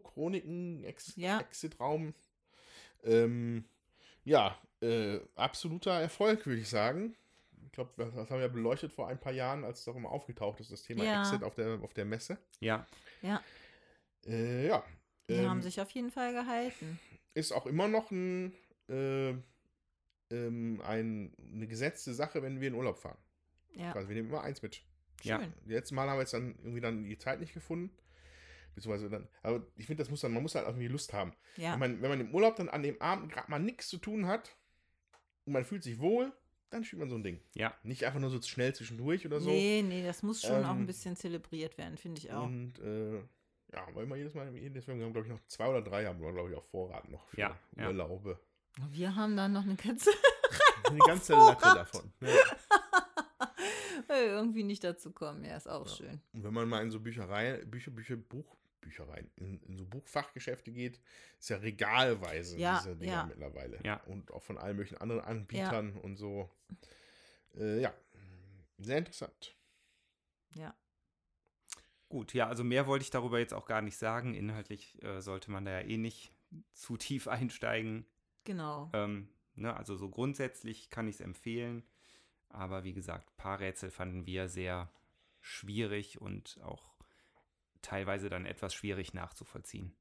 Känguru-Chroniken-Exit-Raum. Ja. Ähm, ja, äh, absoluter Erfolg, würde ich sagen. Ich glaube, das das haben wir beleuchtet vor ein paar Jahren, als es darum aufgetaucht ist, das Thema Ja. Exit auf der, auf der Messe. Ja, Ja, Äh, ja. die ähm, haben sich auf jeden Fall gehalten. ist auch immer noch ein, äh, ähm, ein, eine gesetzte Sache, wenn wir in Urlaub fahren. Ja, Also wir nehmen immer eins mit. Ja. schön. Letztes Mal haben wir jetzt dann irgendwie dann die Zeit nicht gefunden. Beziehungsweise dann, aber ich finde, das muss dann, man muss halt irgendwie Lust haben. Ja, Wenn, man, wenn man im Urlaub dann an dem Abend gerade mal nichts zu tun hat und man fühlt sich wohl, dann spielt man so ein Ding. ja. Nicht einfach nur so schnell zwischendurch oder so. nee, nee, das muss schon auch Ähm, ein bisschen zelebriert werden, finde ich auch. Und äh, Ja, weil wir jedes Mal, deswegen haben glaube ich noch zwei oder drei haben wir, glaube ich, auf Vorrat noch für Ja, ja. Urlaube. Wir haben dann noch eine ganze Eine ganze Latte davon. Ja. irgendwie nicht dazu kommen. Ja, ist auch Ja. schön. Und wenn man mal in so Büchereien, Bücher, Bücher, Buch, Büchereien, in, in so Buchfachgeschäfte geht, ist ja regalweise Ja, diese Dinger ja. mittlerweile. Ja. Und auch von allen möglichen anderen Anbietern und so. Äh, ja, sehr interessant. Ja. Gut, ja, also mehr wollte ich darüber jetzt auch gar nicht sagen. Inhaltlich äh, sollte man da ja eh nicht zu tief einsteigen. Genau. Ähm, ne, also so grundsätzlich kann ich es empfehlen. Aber wie gesagt, ein paar Rätsel fanden wir sehr schwierig und auch teilweise dann etwas schwierig nachzuvollziehen.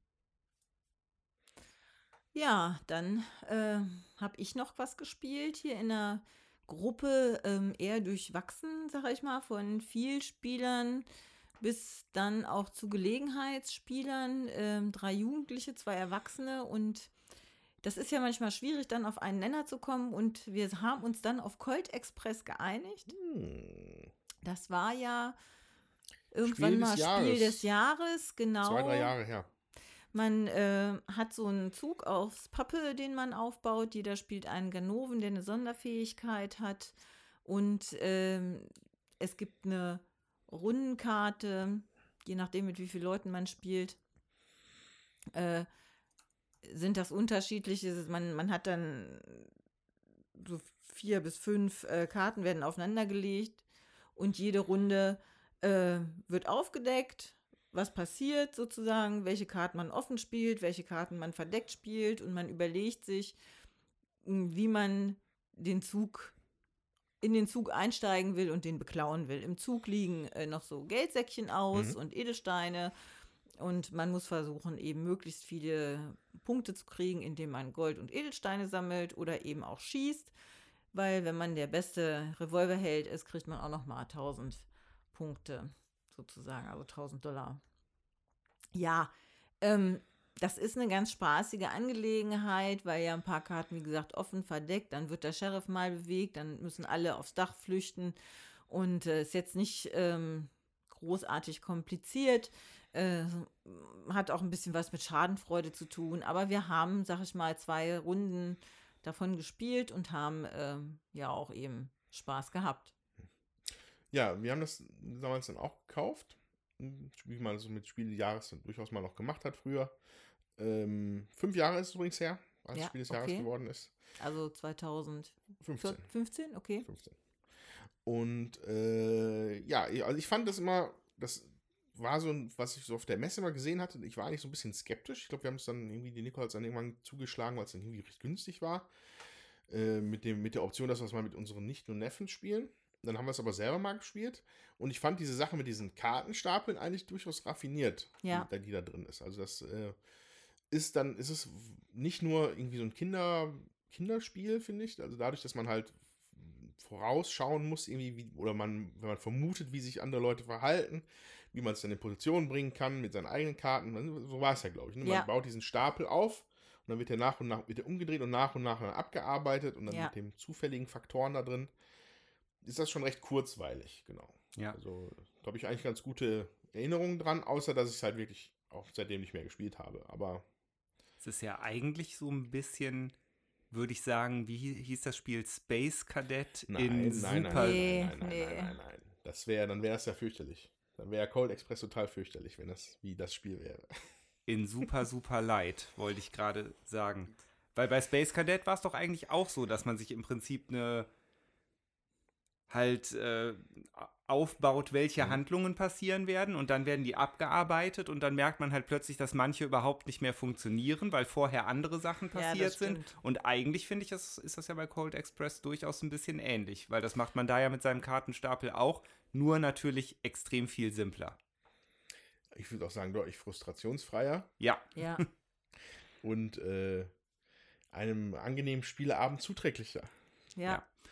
Ja, dann äh, habe ich noch was gespielt hier in einer Gruppe, ähm, eher durchwachsen, sag ich mal, von Vielspielern bis dann auch zu Gelegenheitsspielern, ähm, drei Jugendliche, zwei Erwachsene, und das ist ja manchmal schwierig, dann auf einen Nenner zu kommen, und wir haben uns dann auf Colt Express geeinigt. Hm. Das war ja irgendwann Spiel des mal Jahres. Spiel des Jahres, genau. Zwei, drei Jahre her. Man äh, hat so einen Zug aufs Pappe, den man aufbaut. Jeder spielt einen Ganoven, der eine Sonderfähigkeit hat. Und ähm, es gibt eine Rundenkarte, je nachdem, mit wie vielen Leuten man spielt. Äh, sind das unterschiedliche. Man, man hat dann so vier bis fünf äh, Karten werden aufeinander gelegt. Und jede Runde äh, wird aufgedeckt, was passiert sozusagen, welche Karten man offen spielt, welche Karten man verdeckt spielt, und man überlegt sich, wie man den Zug in den Zug einsteigen will und den beklauen will. Im Zug liegen äh, noch so Geldsäckchen aus Mhm. und Edelsteine, und man muss versuchen, eben möglichst viele Punkte zu kriegen, indem man Gold und Edelsteine sammelt oder eben auch schießt, weil wenn man der beste Revolverheld ist, kriegt man auch noch mal tausend Punkte sozusagen, also tausend Dollar. Ja, ähm, das ist eine ganz spaßige Angelegenheit, weil ja ein paar Karten, wie gesagt, offen verdeckt, dann wird der Sheriff mal bewegt, dann müssen alle aufs Dach flüchten, und es äh, ist jetzt nicht ähm, großartig kompliziert, äh, hat auch ein bisschen was mit Schadenfreude zu tun, aber wir haben, sag ich mal, zwei Runden davon gespielt und haben ähm, ja auch eben Spaß gehabt. Ja, wir haben das damals dann auch gekauft, wie man so mit Spiel des Jahres durchaus mal noch gemacht hat früher. Ähm, fünf Jahre ist es übrigens her, als Ja, Spiel des Jahres okay. geworden ist. Also zwanzig fünfzehn. fünfzehn, okay. fünfzehn. Und äh, ja, also ich fand das immer, das war so ein, was ich so auf der Messe mal gesehen hatte. Ich war eigentlich so ein bisschen skeptisch. Ich glaube, wir haben es dann irgendwie, die Nico hat es dann irgendwann zugeschlagen, weil es dann irgendwie recht günstig war. Äh, mit, dem, mit der Option, dass wir es mal mit unseren Nichten und Neffen spielen. Dann haben wir es aber selber mal gespielt. Und ich fand diese Sache mit diesen Kartenstapeln eigentlich durchaus raffiniert, Ja. die, die da drin ist. Also das äh, ist dann, ist es nicht nur irgendwie so ein Kinder, Kinderspiel, finde ich. Also dadurch, dass man halt vorausschauen muss, irgendwie, wie, oder man, wenn man vermutet, wie sich andere Leute verhalten, wie man es dann in Position bringen kann mit seinen eigenen Karten. So war es ja, glaube ich. Ne? Man Ja. baut diesen Stapel auf und dann wird der nach und nach wird der umgedreht und nach und nach dann abgearbeitet, und dann Ja. mit den zufälligen Faktoren da drin ist das schon recht kurzweilig, genau. Ja. Also da habe ich eigentlich ganz gute Erinnerungen dran, außer dass ich es halt wirklich auch seitdem nicht mehr gespielt habe. Aber Es ist ja eigentlich so ein bisschen, würde ich sagen, wie hie- hieß das Spiel? Space Cadet nein, in nein, Super... nein, nein, Nee, nein, nein, nee. nein, nein, nein. Das wäre, dann wäre es ja fürchterlich. Dann wäre Cold Express total fürchterlich, wenn das wie das Spiel wäre. In Super, Super Light, wollte ich gerade sagen. Weil bei Space Cadet war es doch eigentlich auch so, dass man sich im Prinzip eine halt äh, aufbaut, welche Mhm. Handlungen passieren werden, und dann werden die abgearbeitet, und dann merkt man halt plötzlich, dass manche überhaupt nicht mehr funktionieren, weil vorher andere Sachen Ja, das passiert sind. stimmt. Und eigentlich finde ich, das, ist das ja bei Cold Express durchaus ein bisschen ähnlich, weil das macht man da ja mit seinem Kartenstapel auch, nur natürlich extrem viel simpler. Ich würde auch sagen, deutlich frustrationsfreier Ja, Ja, und äh, einem angenehmen Spieleabend zuträglicher. ja.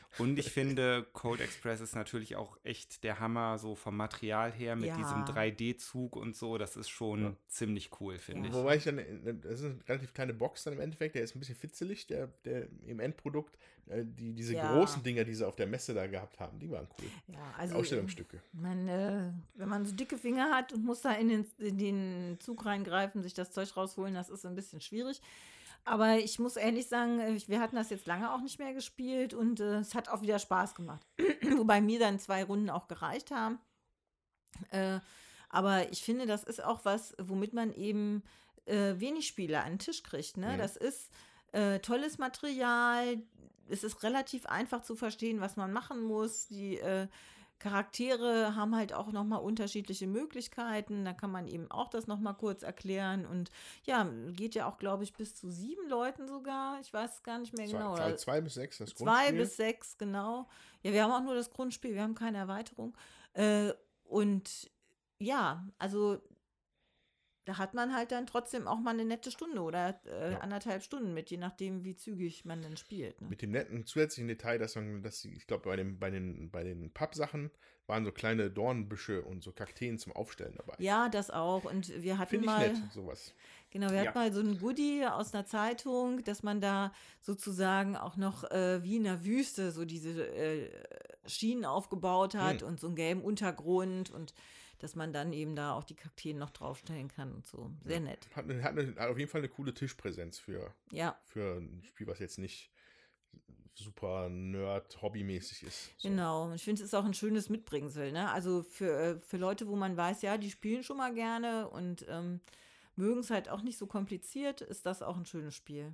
Und ich finde, Cold Express ist natürlich auch echt der Hammer, so vom Material her, mit Ja. diesem drei D-Zug und so. Das ist schon Ja. ziemlich cool, finde Ja. ich. Wobei ich dann, das ist eine relativ kleine Box dann im Endeffekt, der ist ein bisschen fitzelig, der, der im Endprodukt. Äh, die, diese Ja. großen Dinger, die sie auf der Messe da gehabt haben, die waren cool. Ja, Die also Ausstellungsstücke. man, äh, wenn man so dicke Finger hat und muss da in den, in den Zug reingreifen, sich das Zeug rausholen, das ist ein bisschen schwierig. Aber ich muss ehrlich sagen, äh, wir hatten das jetzt lange auch nicht mehr gespielt und äh, es hat auch wieder Spaß gemacht. Wobei mir dann zwei Runden auch gereicht haben. Äh, aber ich finde, das ist auch was, womit man eben äh, wenig Spiele an den Tisch kriegt. Ne? Mhm. Das ist äh, tolles Material. Es ist relativ einfach zu verstehen, was man machen muss. Die äh, Charaktere haben halt auch nochmal unterschiedliche Möglichkeiten. Da kann man eben auch das nochmal kurz erklären. Und ja, geht ja auch, glaube ich, bis zu sieben Leuten sogar. Ich weiß gar nicht mehr genau. Zwei, Oder zwei bis sechs, das Zwei Grundspiel. bis sechs, genau. Ja, wir haben auch nur das Grundspiel, wir haben keine Erweiterung. Äh, und ja, also da hat man halt dann trotzdem auch mal eine nette Stunde oder äh, Ja. anderthalb Stunden mit, je nachdem, wie zügig man dann spielt. Ne? Mit dem netten zusätzlichen Detail, dass man, dass sie, ich glaube, bei, dem, bei den, bei den Pappsachen waren so kleine Dornbüsche und so Kakteen zum Aufstellen dabei. Ja, das auch. Und wir hatten Finde ich mal. nett, sowas. Genau, wir Ja. hatten mal so ein Goodie aus einer Zeitung, dass man da sozusagen auch noch äh, wie in der Wüste so diese äh, Schienen aufgebaut hat Hm. und so einen gelben Untergrund und dass man dann eben da auch die Kakteen noch draufstellen kann und so. Sehr nett. Hat, eine, hat, eine, hat auf jeden Fall eine coole Tischpräsenz für, Ja, für ein Spiel, was jetzt nicht super nerd-hobbymäßig ist. So. genau. Und ich finde, es ist auch ein schönes Mitbringsel. Ne? Also für, äh, für Leute, wo man weiß, ja, die spielen schon mal gerne und ähm, mögen es halt auch nicht so kompliziert, ist das auch ein schönes Spiel.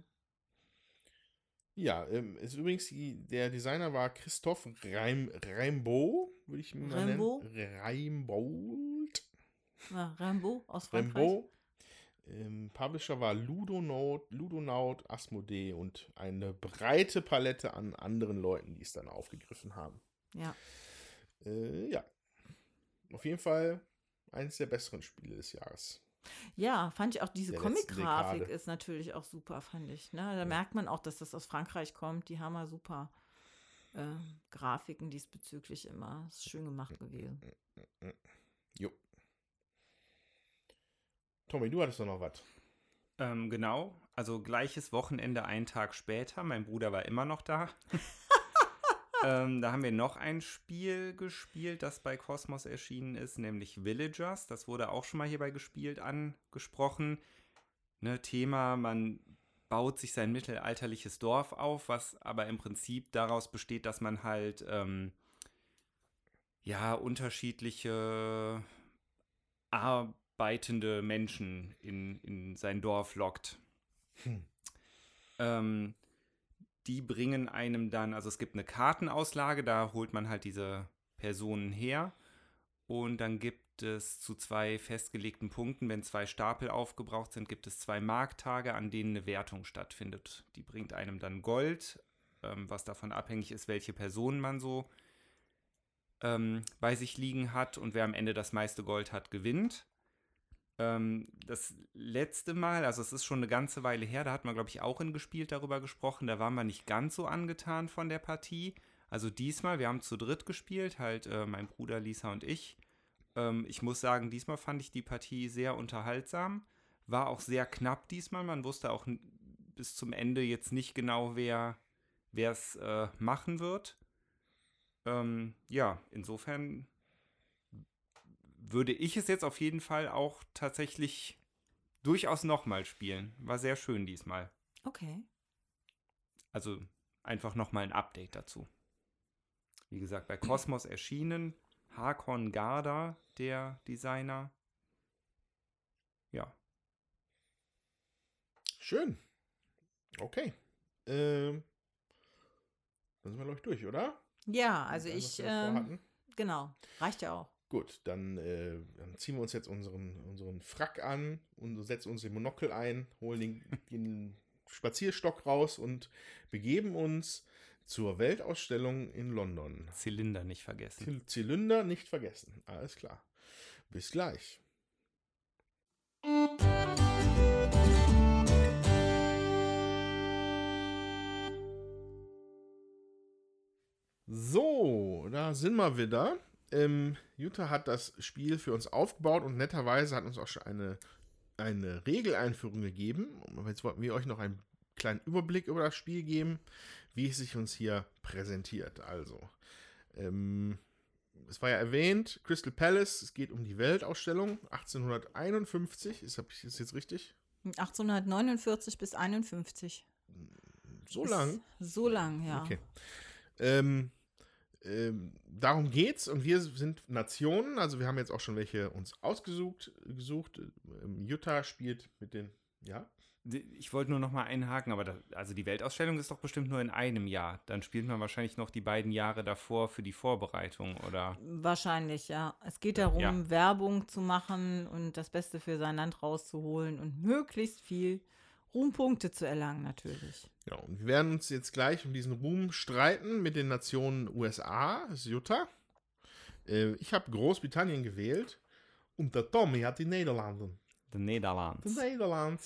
Ja, ähm, ist übrigens, die, der Designer war Christoph Reim, Reimbaud, würde ich ihn mal Reimbaud? nennen. Reimbaud. Ja, Rimbaud aus Frankreich. Reimbaud. Ähm, Publisher war Ludonaut, Ludonaut, Asmodee und eine breite Palette an anderen Leuten, die es dann aufgegriffen haben. Ja. Äh, ja. Auf jeden Fall eines der besseren Spiele des Jahres. Ja, fand ich auch, diese Der letzten Comic-Grafik Dekade. ist natürlich auch super, fand ich. Ne? Da merkt man auch, dass das aus Frankreich kommt. Die haben ja super äh, Grafiken diesbezüglich immer. Ist schön gemacht gewesen. Jo. Tommy, du hattest doch noch was. Ähm, genau, also gleiches Wochenende, einen Tag später. Mein Bruder war immer noch da. ähm, da haben wir noch ein Spiel gespielt, das bei Cosmos erschienen ist, nämlich Villagers. Das wurde auch schon mal hierbei gespielt, angesprochen. Ne, Thema, man baut sich sein mittelalterliches Dorf auf, was aber im Prinzip daraus besteht, dass man halt ähm, ja unterschiedliche arbeitende Menschen in, in sein Dorf lockt. Hm. Ähm, die bringen einem dann, also es gibt eine Kartenauslage, da holt man halt diese Personen her und dann gibt es zu zwei festgelegten Punkten, wenn zwei Stapel aufgebraucht sind, gibt es zwei Markttage, an denen eine Wertung stattfindet. Die bringt einem dann Gold, ähm, was davon abhängig ist, welche Personen man so ähm, bei sich liegen hat und wer am Ende das meiste Gold hat, gewinnt. Ähm, das letzte Mal, also es ist schon eine ganze Weile her, da hat man, glaube ich, auch in Gespielt darüber gesprochen, da waren wir nicht ganz so angetan von der Partie. Also diesmal, wir haben zu dritt gespielt, halt äh, mein Bruder, Lisa und ich. Ähm, ich muss sagen, diesmal fand ich die Partie sehr unterhaltsam, war auch sehr knapp diesmal, man wusste auch n- bis zum Ende jetzt nicht genau, wer es äh, machen wird. Ähm, ja, insofern würde ich es jetzt auf jeden Fall auch tatsächlich durchaus nochmal spielen. War sehr schön diesmal. Okay. Also einfach nochmal ein Update dazu. Wie gesagt, bei Cosmos erschienen. Hakon Garda, der Designer. Ja. Schön. Okay. Ähm, dann sind wir, glaube ich, durch, oder? Ja, also Mit allem, was ich, wir davor ähm, hatten. genau, reicht ja auch. Gut, dann, äh, dann ziehen wir uns jetzt unseren, unseren Frack an und setzen uns den Monokel ein, holen den, den Spazierstock raus und begeben uns zur Weltausstellung in London. Zylinder nicht vergessen. Zy- Zylinder nicht vergessen. Alles klar. Bis gleich. So, da sind wir wieder. Ähm, Jutta hat das Spiel für uns aufgebaut und netterweise hat uns auch schon eine, eine Regeleinführung gegeben. Und jetzt wollten wir euch noch einen kleinen Überblick über das Spiel geben, wie es sich uns hier präsentiert. Also, ähm, es war ja erwähnt, Crystal Palace, es geht um die Weltausstellung achtzehnhunderteinundfünfzig. Ist das jetzt richtig? achtzehnhundertneunundvierzig bis einundfünfzig. So Ist lang? So lang, ja. Okay. Ähm, ähm, darum geht's und wir sind Nationen, also wir haben jetzt auch schon welche uns ausgesucht. Gesucht. Ähm, Jutta spielt mit den, ja? Ich wollte nur noch mal einhaken, aber das, also die Weltausstellung ist doch bestimmt nur in einem Jahr. Dann spielt man wahrscheinlich noch die beiden Jahre davor für die Vorbereitung, oder? Wahrscheinlich, ja. Es geht darum, Ja. Werbung zu machen und das Beste für sein Land rauszuholen und möglichst viel Ruhmpunkte zu erlangen, natürlich. Ja, und wir werden uns jetzt gleich um diesen Ruhm streiten mit den Nationen U S A, das ist Jutta. Äh, ich habe Großbritannien gewählt und der Tommy hat die Niederlande. The Netherlands. Die Niederlande.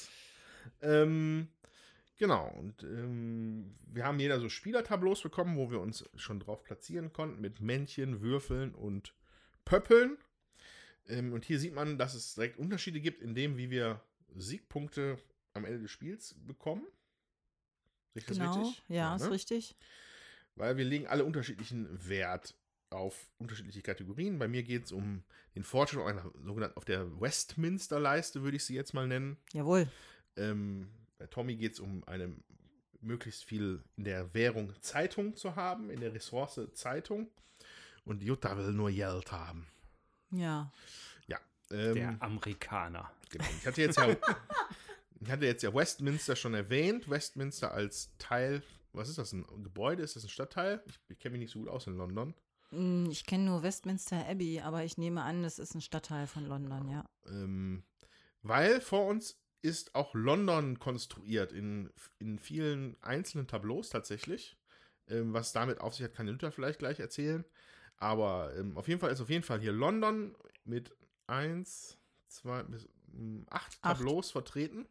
Ähm, genau, und ähm, wir haben jeder so Spielertableaus bekommen, wo wir uns schon drauf platzieren konnten, mit Männchen, Würfeln und Pöppeln. Ähm, und hier sieht man, dass es direkt Unterschiede gibt, in dem, wie wir Siegpunkte am Ende des Spiels bekommen. Sehe ich das Genau, richtig? ja, ist ne? richtig. Weil wir legen alle unterschiedlichen Wert auf unterschiedliche Kategorien. Bei mir geht es um den Fortschritt auf einer sogenannten, auf der Westminster-Leiste, würde ich sie jetzt mal nennen. Jawohl. Ähm, bei Tommy geht es um eine möglichst viel in der Währung Zeitung zu haben, in der Ressource Zeitung. Und Jutta will nur Geld haben. Ja. Ja. Ähm, Der Amerikaner. genau. Ich hatte jetzt ja, ich hatte jetzt ja Westminster schon erwähnt. Westminster als Teil, was ist das, ein Gebäude? Ist das ein Stadtteil? Ich, ich kenne mich nicht so gut aus in London. Hm, Ich kenne nur Westminster Abbey, aber ich nehme an, das ist ein Stadtteil von London, ja. Ähm, weil vor uns ist auch London konstruiert in, in vielen einzelnen Tableaus tatsächlich. Ähm, was damit auf sich hat, kann Jutta vielleicht gleich erzählen. Aber ähm, auf jeden Fall ist auf jeden Fall hier London mit eins, zwei bis ähm, acht Tableaus vertreten,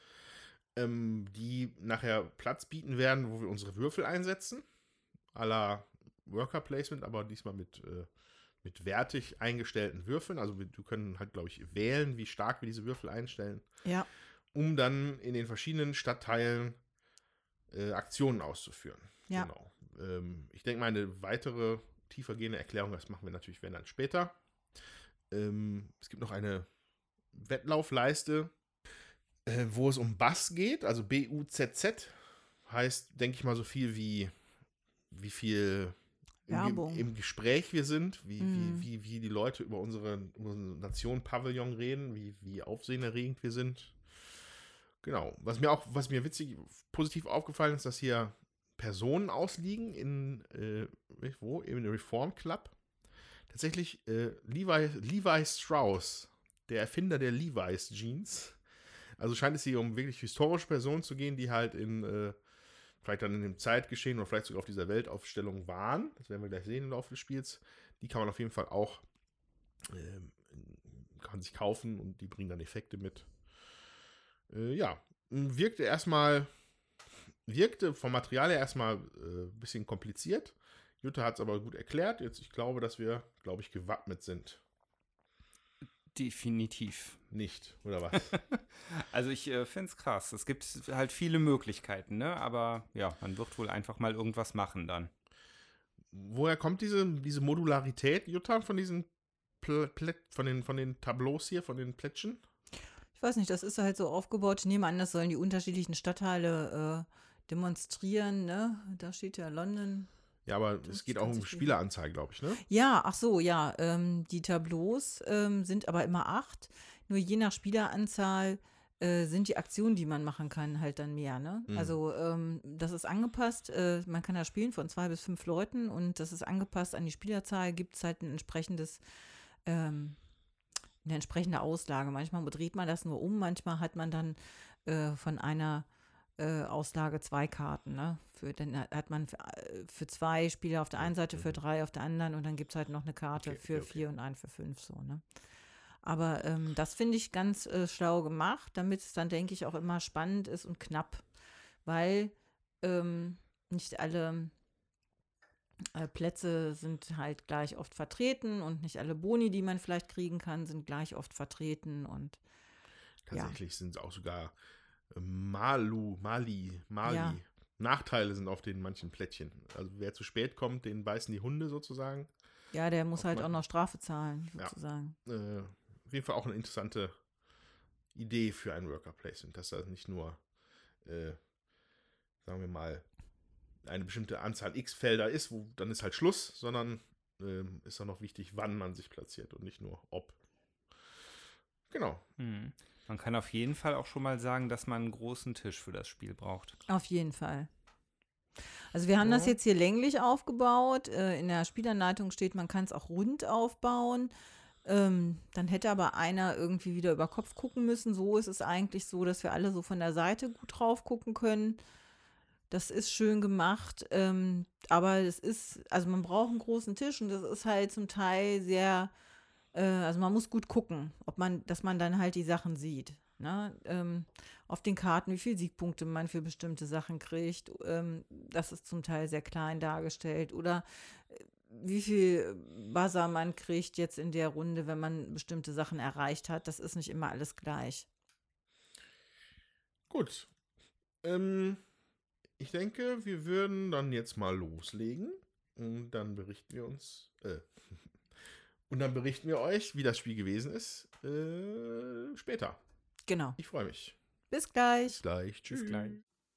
ähm, die nachher Platz bieten werden, wo wir unsere Würfel einsetzen. À la Worker Placement, aber diesmal mit, äh, mit wertig eingestellten Würfeln. Also wir, du können halt, glaube ich, wählen, wie stark wir diese Würfel einstellen, Ja. um dann in den verschiedenen Stadtteilen äh, Aktionen auszuführen. Ja. Genau. Ähm, ich denke mal, eine weitere tiefergehende Erklärung, das machen wir natürlich, wenn dann später. Ähm, es gibt noch eine Wettlaufleiste, äh, wo es um Buzz geht, also B U Z Z. Heißt, denke ich mal, so viel wie wie viel im, Werbung. im Gespräch wir sind, wie, Mhm. wie, wie, wie die Leute über unsere, unsere Nation Pavillon reden, wie, wie aufsehenerregend wir sind. Genau. Was mir auch, was mir witzig, positiv aufgefallen ist, dass hier Personen ausliegen in, äh, wo? Im Reform Club. Tatsächlich äh, Levi, Levi Strauss, der Erfinder der Levi's Jeans. Also scheint es hier um wirklich historische Personen zu gehen, die halt in äh, vielleicht dann in dem Zeitgeschehen oder vielleicht sogar auf dieser Weltaufstellung waren. Das werden wir gleich sehen im Laufe des Spiels. Die kann man auf jeden Fall auch ähm, kann man sich kaufen und die bringen dann Effekte mit. Äh, ja, wirkte erstmal, wirkte vom Material her erstmal ein äh, bisschen kompliziert. Jutta hat es aber gut erklärt. Jetzt, ich glaube, dass wir, glaube ich, gewappnet sind. Definitiv. Nicht, oder was? Also ich äh, finde es krass. Es gibt halt viele Möglichkeiten, ne? Aber ja, man wird wohl einfach mal irgendwas machen dann. Woher kommt diese, diese Modularität, Jutta, von diesen Pl Pl von den, von den Tableaus hier, von den Plättchen? Ich weiß nicht, das ist halt so aufgebaut. Ich nehme an, das sollen die unterschiedlichen Stadtteile äh, demonstrieren, ne? Da steht ja London. Ja, aber Das es geht kann auch um sich Spieleranzahl, glaube ich, ne? Ja, ach so, ja. Ähm, die Tableaus ähm, sind aber immer acht. Nur je nach Spieleranzahl äh, sind die Aktionen, die man machen kann, halt dann mehr. Ne? Mhm. Also ähm, das ist angepasst. Äh, man kann da spielen von zwei bis fünf Leuten und das ist angepasst an die Spielerzahl. Gibt es halt ein entsprechendes, ähm, eine entsprechende Auslage. Manchmal dreht man das nur um, manchmal hat man dann äh, von einer äh, Auslage zwei Karten. Ne? Für, dann hat man für, für zwei Spieler auf der einen Seite, für drei auf der anderen und dann gibt es halt noch eine Karte Okay, für okay, okay. vier und einen für fünf. So, ne? Aber ähm, das finde ich ganz äh, schlau gemacht, damit es dann, denke ich, auch immer spannend ist und knapp. Weil ähm, nicht alle Äh, Plätze sind halt gleich oft vertreten und nicht alle Boni, die man vielleicht kriegen kann, sind gleich oft vertreten und Tatsächlich ja. sind es auch sogar Malu, Mali, Mali. Ja. Nachteile sind auf den manchen Plättchen. Also wer zu spät kommt, den beißen die Hunde sozusagen. Ja, der muss Auf halt manchen. auch noch Strafe zahlen, sozusagen. Ja. Äh, auf jeden Fall auch eine interessante Idee für ein Worker Placement, dass das nicht nur, äh, sagen wir mal, eine bestimmte Anzahl X Felder ist, wo dann ist halt Schluss, sondern äh, ist auch noch wichtig, wann man sich platziert und nicht nur ob. Genau. Hm. Man kann auf jeden Fall auch schon mal sagen, dass man einen großen Tisch für das Spiel braucht. Auf jeden Fall. Also wir haben Ja. das jetzt hier länglich aufgebaut. Äh, in der Spielanleitung steht, man kann es auch rund aufbauen. Ähm, dann hätte aber einer irgendwie wieder über Kopf gucken müssen. So ist es eigentlich so, dass wir alle so von der Seite gut drauf gucken können. Das ist schön gemacht. Ähm, aber es ist, also man braucht einen großen Tisch und das ist halt zum Teil sehr, äh, also man muss gut gucken, ob man, dass man dann halt die Sachen sieht. Ne? Ähm, auf den Karten, wie viele Siegpunkte man für bestimmte Sachen kriegt. Ähm, das ist zum Teil sehr klein dargestellt. Oder äh, wie viel Buzzer man kriegt jetzt in der Runde, wenn man bestimmte Sachen erreicht hat. Das ist nicht immer alles gleich. Gut. Ähm, ich denke, wir würden dann jetzt mal loslegen. Und dann berichten wir uns, äh, und dann berichten wir euch, wie das Spiel gewesen ist, äh, später. Genau. Ich freue mich. Bis gleich. Bis gleich. Tschüss. Bis gleich.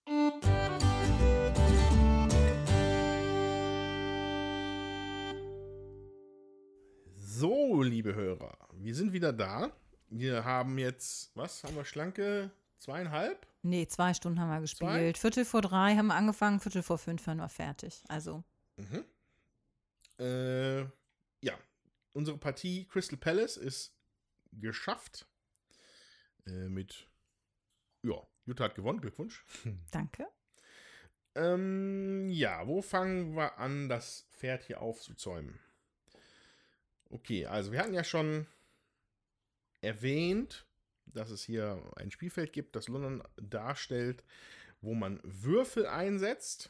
So, liebe Hörer, wir sind wieder da. Wir haben jetzt, was haben wir, schlanke zweieinhalb? Nee, zwei Stunden haben wir gespielt. Zwei? Viertel vor drei haben wir angefangen, Viertel vor fünf waren wir fertig. Also. Mhm. Äh, ja, unsere Partie Crystal Palace ist geschafft. Äh, mit, ja, Jutta hat gewonnen, Glückwunsch. Danke. Ähm, ja, wo fangen wir an, das Pferd hier aufzuzäumen? Okay, also wir hatten ja schon erwähnt, dass es hier ein Spielfeld gibt, das London darstellt, wo man Würfel einsetzt.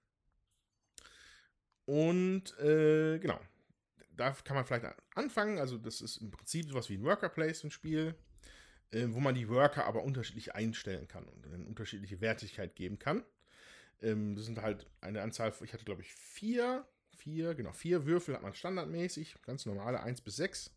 Und äh, genau, da kann man vielleicht anfangen. Also das ist im Prinzip sowas wie ein Worker Placement-Spiel, äh, wo man die Worker aber unterschiedlich einstellen kann und eine unterschiedliche Wertigkeit geben kann. Ähm, das sind halt eine Anzahl, ich hatte glaube ich vier, vier, genau, vier Würfel hat man standardmäßig, ganz normale eins bis sechs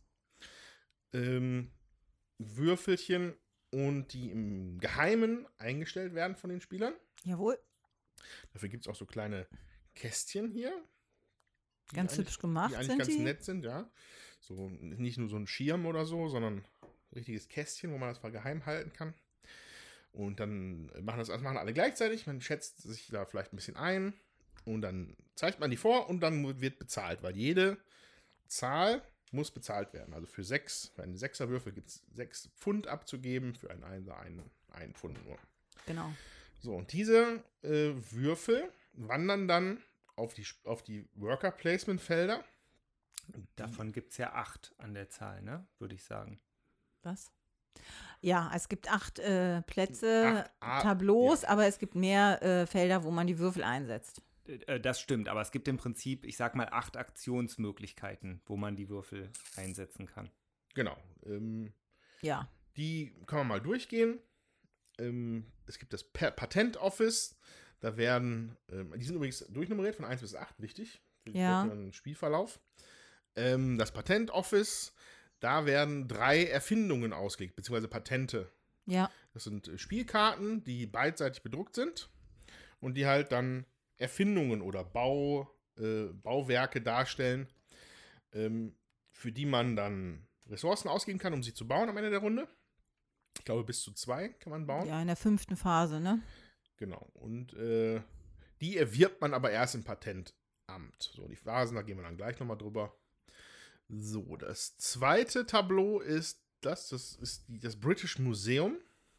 ähm, Würfelchen und die im Geheimen eingestellt werden von den Spielern. Jawohl. Dafür gibt es auch so kleine Kästchen hier. die Ganz eigentlich- hübsch gemacht Die eigentlich sind ganz die. nett sind, ja. So, nicht nur so ein Schirm oder so, sondern ein richtiges Kästchen, wo man das mal geheim halten kann. Und dann machen das machen alle gleichzeitig. Man schätzt sich da vielleicht ein bisschen ein. Und dann zeigt man die vor und dann wird bezahlt, weil jede Zahl muss bezahlt werden. Also für sechs, für einen Sechserwürfel gibt es sechs Pfund abzugeben, für einen Einser einen, einen Pfund nur. Genau. So, und diese äh, Würfel wandern dann auf die, auf die Worker-Placement-Felder. Davon gibt es ja acht an der Zahl, ne? Würde ich sagen. Was? Ja, es gibt acht äh, Plätze, Acht A- Tableaus, aber es gibt mehr äh, Felder, wo man die Würfel einsetzt. Äh, Das stimmt, aber es gibt im Prinzip, ich sag mal, acht Aktionsmöglichkeiten, wo man die Würfel einsetzen kann. Genau. Ähm, Ja. die kann man mal durchgehen. Ähm, es gibt das Pa- Patent Office. Da werden, ähm, die sind übrigens durchnummeriert von eins bis acht, wichtig. Für Ja. für den Spielverlauf. Ähm, das Patent Office, da werden drei Erfindungen ausgelegt, beziehungsweise Patente. Ja. Das sind äh, Spielkarten, die beidseitig bedruckt sind und die halt dann Erfindungen oder Bau, äh, Bauwerke darstellen, ähm, für die man dann Ressourcen ausgeben kann, um sie zu bauen am Ende der Runde. Ich glaube, bis zu zwei kann man bauen. Ja, in der fünften Phase, ne? Genau. Und äh, die erwirbt man aber erst im Patentamt. So, die Phasen, da gehen wir dann gleich nochmal drüber. So, das zweite Tableau ist das, das ist die, das British Museum.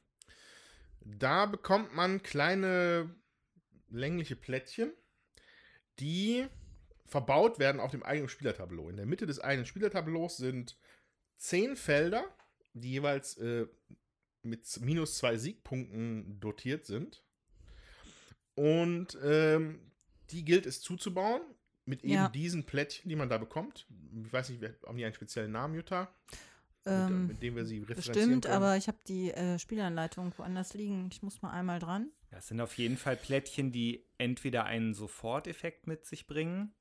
Da bekommt man kleine längliche Plättchen, die verbaut werden auf dem eigenen Spielertableau. In der Mitte des eigenen Spielertableaus sind zehn Felder, die jeweils äh, mit minus zwei Siegpunkten dotiert sind. Und ähm, die gilt es zuzubauen mit eben Ja. diesen Plättchen, die man da bekommt. Ich weiß nicht, haben die einen speziellen Namen, Jutta? Ähm, mit, mit dem wir sie referenzieren Bestimmt, können. aber ich habe die äh, Spielanleitung woanders liegen. Ich muss mal einmal dran. Das sind auf jeden Fall Plättchen, die entweder einen Soforteffekt mit sich bringen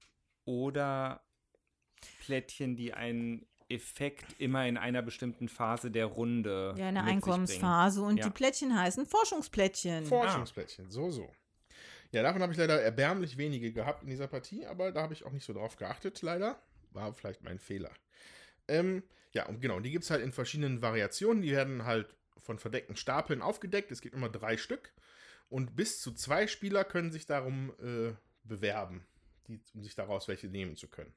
oder Plättchen, die einen Effekt immer in einer bestimmten Phase der Runde Ja, eine mit sich Einkommensphase. Und Ja. die Plättchen heißen Forschungsplättchen. Forschungsplättchen, so, so. Ja, davon habe ich leider erbärmlich wenige gehabt in dieser Partie, aber da habe ich auch nicht so drauf geachtet, leider. War vielleicht mein Fehler. Ähm, ja, und genau, die gibt es halt in verschiedenen Variationen. Die werden halt von verdeckten Stapeln aufgedeckt. Es gibt immer drei Stück. Und bis zu zwei Spieler können sich darum äh, bewerben, die, um sich daraus welche nehmen zu können.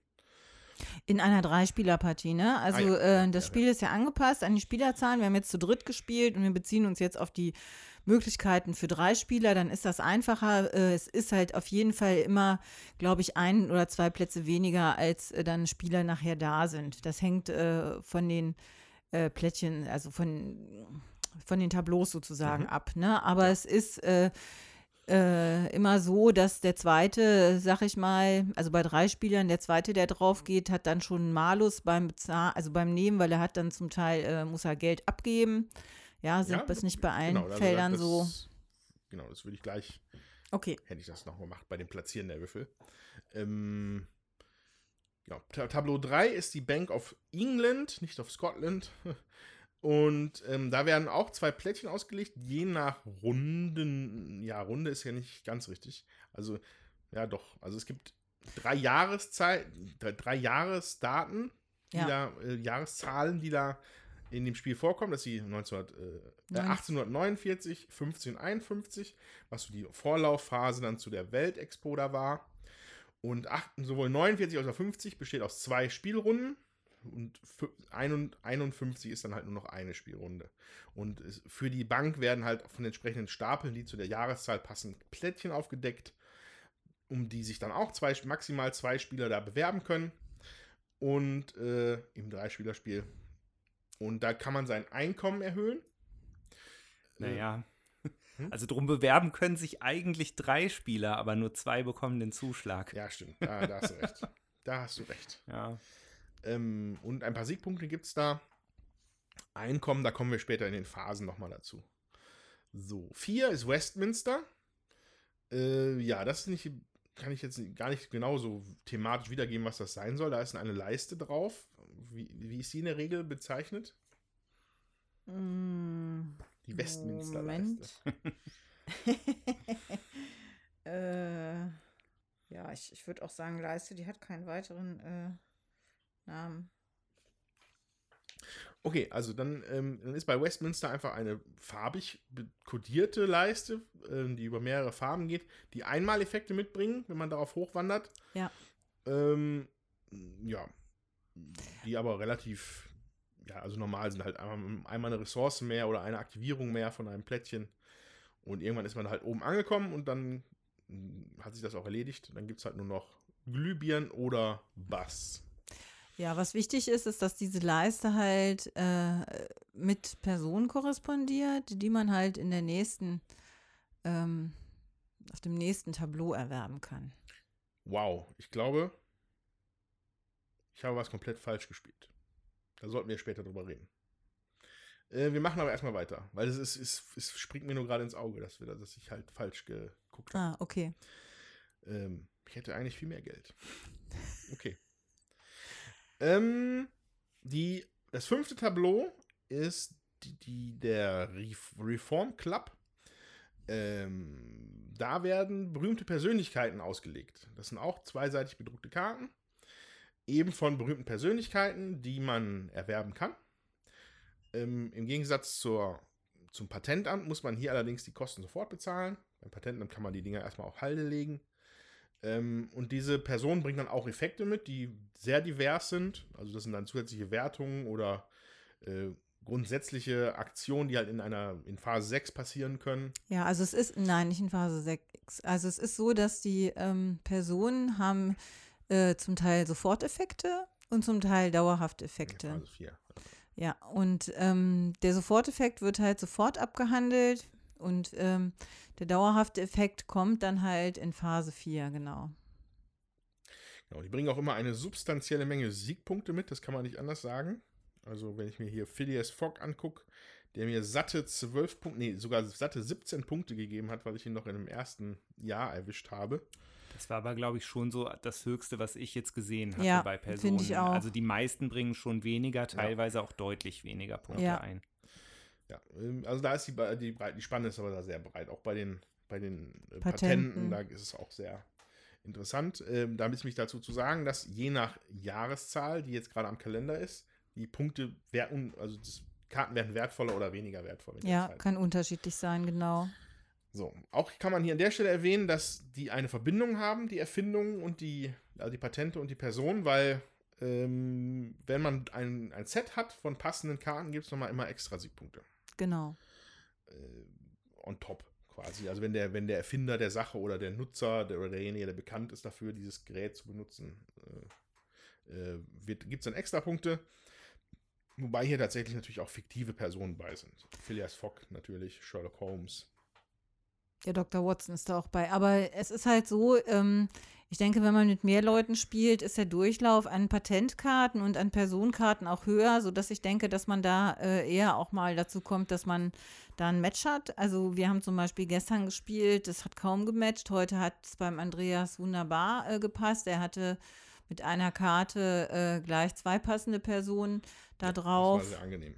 In einer Dreispielerpartie, ne? Also Ah, ja. äh, das Ja, Spiel ist ja angepasst an die Spielerzahlen. Wir haben jetzt zu dritt gespielt und wir beziehen uns jetzt auf die Möglichkeiten für drei Spieler. Dann ist das einfacher. Äh, es ist halt auf jeden Fall immer, glaube ich, ein oder zwei Plätze weniger, als äh, dann Spieler nachher da sind. Das hängt äh, von den äh, Plättchen, also von, von den Tableaus sozusagen Mhm. ab, ne? Aber es ist äh, äh, immer so, dass der zweite, sag ich mal, also bei drei Spielern, der zweite, der drauf geht, hat dann schon einen Malus beim Bezahlen, also beim Nehmen, weil er hat dann zum Teil, äh, muss er Geld abgeben. Ja, sind Ja, das nicht bei allen genau, also Feldern das, so? Genau, das würde ich gleich, Okay. hätte ich das noch gemacht, bei dem Platzieren der Würfel. Ähm, genau, Ta- Tableau drei ist die Bank of England, nicht of Scotland. Und ähm, da werden auch zwei Plättchen ausgelegt, je nach Runden. Ja, Runde ist ja nicht ganz richtig. Also, ja doch. Also es gibt drei Jahreszeit, drei, drei Jahresdaten, die Ja. da, äh, Jahreszahlen, die da in dem Spiel vorkommen. Das ist die neunzehnhundert, äh, Neun- achtzehnhundertneunundvierzig, fünfzehnhunderteinundfünfzig, was so die Vorlaufphase dann zu der Weltexpo da war. Und acht, sowohl neunundvierzig als auch fünfzig besteht aus zwei Spielrunden. Und einundfünfzig ist dann halt nur noch eine Spielrunde. Und es, für die Bank werden halt von den entsprechenden Stapeln, die zu der Jahreszahl passen, Plättchen aufgedeckt, um die sich dann auch zwei, maximal zwei Spieler da bewerben können. Und äh, im Dreispielerspiel. Und da kann man sein Einkommen erhöhen. Naja. Hm? Also drum bewerben können sich eigentlich drei Spieler, aber nur zwei bekommen den Zuschlag. Ja, stimmt. Da, da hast du recht. Da hast du recht. Ja. Ähm, und ein paar Siegpunkte gibt es da. Einkommen, da kommen wir später in den Phasen nochmal dazu. So, vier ist Westminster. Äh, ja, das ist nicht, kann ich jetzt gar nicht genau so thematisch wiedergeben, was das sein soll. Da ist eine Leiste drauf. Wie, wie ist die in der Regel bezeichnet? Mm, Die Westminster-Leiste. Moment. äh, ja, ich, ich würde auch sagen, Leiste, die hat keinen weiteren äh, Namen. Okay, also dann, ähm, dann ist bei Westminster einfach eine farbig kodierte Leiste, ähm, die über mehrere Farben geht, die Einmaleffekte mitbringen, wenn man darauf hochwandert. Ja. Ähm, ja, die aber relativ, ja, also normal sind halt einmal, einmal eine Ressource mehr oder eine Aktivierung mehr von einem Plättchen. Und irgendwann ist man halt oben angekommen und dann mh, hat sich das auch erledigt. Dann gibt es halt nur noch Glühbirnen oder Bass. Ja, was wichtig ist, ist, dass diese Leiste halt äh, mit Personen korrespondiert, die man halt in der nächsten, ähm, auf dem nächsten Tableau erwerben kann. Wow, ich glaube, ich habe was komplett falsch gespielt. Da sollten wir später drüber reden. Äh, wir machen aber erstmal weiter, weil es, ist, es, es springt mir nur gerade ins Auge, dass, wir, dass ich halt falsch geguckt habe. Ah, okay. Ähm, ich hätte eigentlich viel mehr Geld. Okay. ähm, die, das fünfte Tableau ist die, die, der Reform Club. Ähm, da werden berühmte Persönlichkeiten ausgelegt. Das sind auch zweiseitig bedruckte Karten. Eben von berühmten Persönlichkeiten, die man erwerben kann. Ähm, Im Gegensatz zur, zum Patentamt muss man hier allerdings die Kosten sofort bezahlen. Beim Patentamt kann man die Dinger erstmal auf Halde legen. Ähm, und diese Person bringt dann auch Effekte mit, die sehr divers sind. Also das sind dann zusätzliche Wertungen oder äh, grundsätzliche Aktionen, die halt in einer in Phase sechs passieren können. Ja, also es ist, nein, nicht in Phase sechs. Also es ist so, dass die ähm, Personen haben äh, zum Teil Soforteffekte und zum Teil dauerhafte Effekte. In Phase vier. Ja, und ähm, der Soforteffekt wird halt sofort abgehandelt und ähm, der dauerhafte Effekt kommt dann halt in Phase vier, genau. Ja, die bringen auch immer eine substanzielle Menge Siegpunkte mit, das kann man nicht anders sagen. Also wenn ich mir hier Phileas Fogg angucke, der mir satte zwölf Punkte, nee, sogar satte siebzehn Punkte gegeben hat, weil ich ihn noch in dem ersten Jahr erwischt habe. Das war aber, glaube ich, schon so das Höchste, was ich jetzt gesehen hatte Ja, bei Personen. finde ich auch. Also die meisten bringen schon weniger, teilweise ja. auch deutlich weniger Punkte ja. ein. Ja, also da ist die, die, die Spanne ist aber da sehr breit. Auch bei den, bei den Patenten. Patenten, da ist es auch sehr interessant. Ähm, da ist mich dazu zu sagen, dass je nach Jahreszahl, die jetzt gerade am Kalender ist, die Punkte werden, also das Karten werden wertvoller oder weniger wertvoll. Ja, kann unterschiedlich sein, genau. So, auch kann man hier an der Stelle erwähnen, dass die eine Verbindung haben, die Erfindungen und die, also die Patente und die Person, weil ähm, wenn man ein, ein Set hat von passenden Karten, gibt es nochmal immer extra Siegpunkte. Genau. Äh, on top quasi. Also wenn der, wenn der Erfinder der Sache oder der Nutzer der, oder derjenige, der bekannt ist dafür, dieses Gerät zu benutzen, äh, äh, gibt es dann extra Punkte. Wobei hier tatsächlich natürlich auch fiktive Personen bei sind. Phileas Fogg natürlich, Sherlock Holmes. Der Doktor Watson ist da auch bei. Aber es ist halt so, ähm, ich denke, wenn man mit mehr Leuten spielt, ist der Durchlauf an Patentkarten und an Personenkarten auch höher, sodass ich denke, dass man da äh, eher auch mal dazu kommt, dass man da ein Match hat. Also wir haben zum Beispiel gestern gespielt, das hat kaum gematcht. Heute hat es beim Andreas wunderbar äh, gepasst. Er hatte mit einer Karte äh, gleich zwei passende Personen da ja, drauf. Das war sehr angenehm.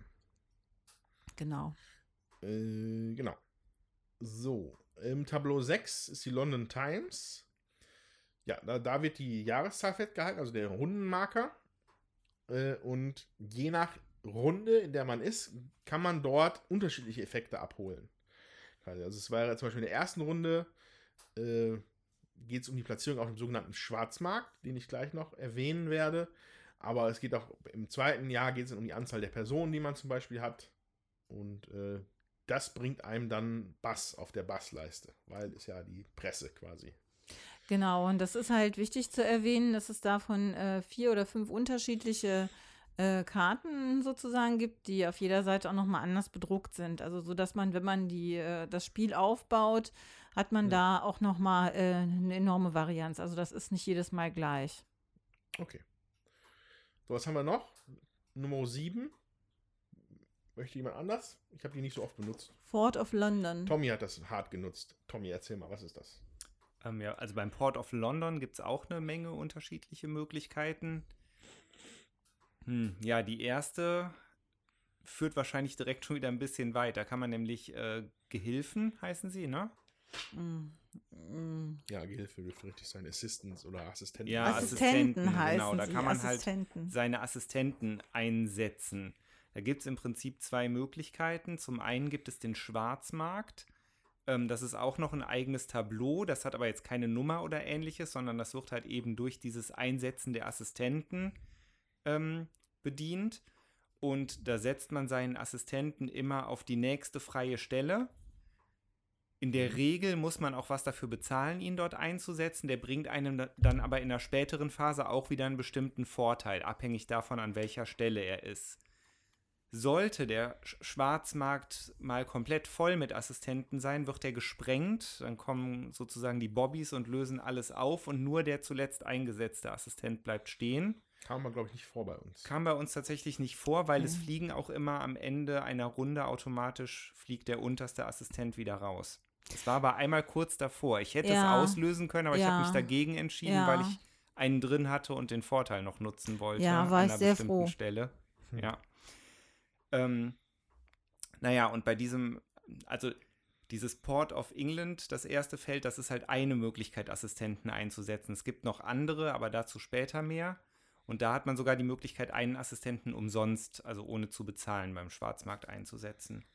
Genau. Äh, genau. So, im Tableau sechs ist die London Times. Ja, da, da wird die Jahreszahl festgehalten, also der Rundenmarker. Äh, und je nach Runde, in der man ist, kann man dort unterschiedliche Effekte abholen. Also es war zum Beispiel in der ersten Runde, äh, geht es um die Platzierung auf dem sogenannten Schwarzmarkt, den ich gleich noch erwähnen werde. Aber es geht auch im zweiten Jahr geht es um die Anzahl der Personen, die man zum Beispiel hat. Und äh, das bringt einem dann Bass auf der Bassleiste, weil es ja die Presse quasi. Genau, und das ist halt wichtig zu erwähnen, dass es davon äh, vier oder fünf unterschiedliche äh, Karten sozusagen gibt, die auf jeder Seite auch nochmal anders bedruckt sind. Also so, dass man, wenn man die, äh, das Spiel aufbaut, hat man ja. da auch nochmal äh, eine enorme Varianz. Also das ist nicht jedes Mal gleich. Okay. So, was haben wir noch? Nummer sieben. Möchte jemand anders? Ich habe die nicht so oft benutzt. Fort of London. Tommy hat das hart genutzt. Tommy, erzähl mal, was ist das? Ähm, ja, also beim Port of London gibt es auch eine Menge unterschiedliche Möglichkeiten. Hm, ja, die erste führt wahrscheinlich direkt schon wieder ein bisschen weit. Da kann man nämlich äh, Gehilfen, heißen sie, ne? Mm, mm. Ja, Gehilfe dürfte richtig sein. Assistants oder Assistenten. Ja, Assistenten, Assistenten heißen genau. Da sie. kann man Assistenten. halt seine Assistenten einsetzen. Da gibt es im Prinzip zwei Möglichkeiten. Zum einen gibt es den Schwarzmarkt. Ähm, das ist auch noch ein eigenes Tableau. Das hat aber jetzt keine Nummer oder ähnliches, sondern das wird halt eben durch dieses Einsetzen der Assistenten ähm, bedient. Und da setzt man seinen Assistenten immer auf die nächste freie Stelle. In der Regel muss man auch was dafür bezahlen, ihn dort einzusetzen. Der bringt einem dann aber in der späteren Phase auch wieder einen bestimmten Vorteil, abhängig davon, an welcher Stelle er ist. Sollte der Schwarzmarkt mal komplett voll mit Assistenten sein, wird er gesprengt. Dann kommen sozusagen die Bobbys und lösen alles auf und nur der zuletzt eingesetzte Assistent bleibt stehen. Kam mal, glaube ich, nicht vor bei uns. Kam bei uns tatsächlich nicht vor, weil Mhm. es fliegen auch immer am Ende einer Runde automatisch, fliegt der unterste Assistent wieder raus. Das war aber einmal kurz davor. Ich hätte Ja. es auslösen können, aber ich Ja. habe mich dagegen entschieden, Ja. weil ich einen drin hatte und den Vorteil noch nutzen wollte Ja, war an ich einer sehr bestimmten froh. Stelle. Hm. Ja. Ähm, naja, und bei diesem, also dieses Port of England, das erste Feld, das ist halt eine Möglichkeit, Assistenten einzusetzen. Es gibt noch andere, aber dazu später mehr. Und da hat man sogar die Möglichkeit, einen Assistenten umsonst, also ohne zu bezahlen, beim Schwarzmarkt einzusetzen.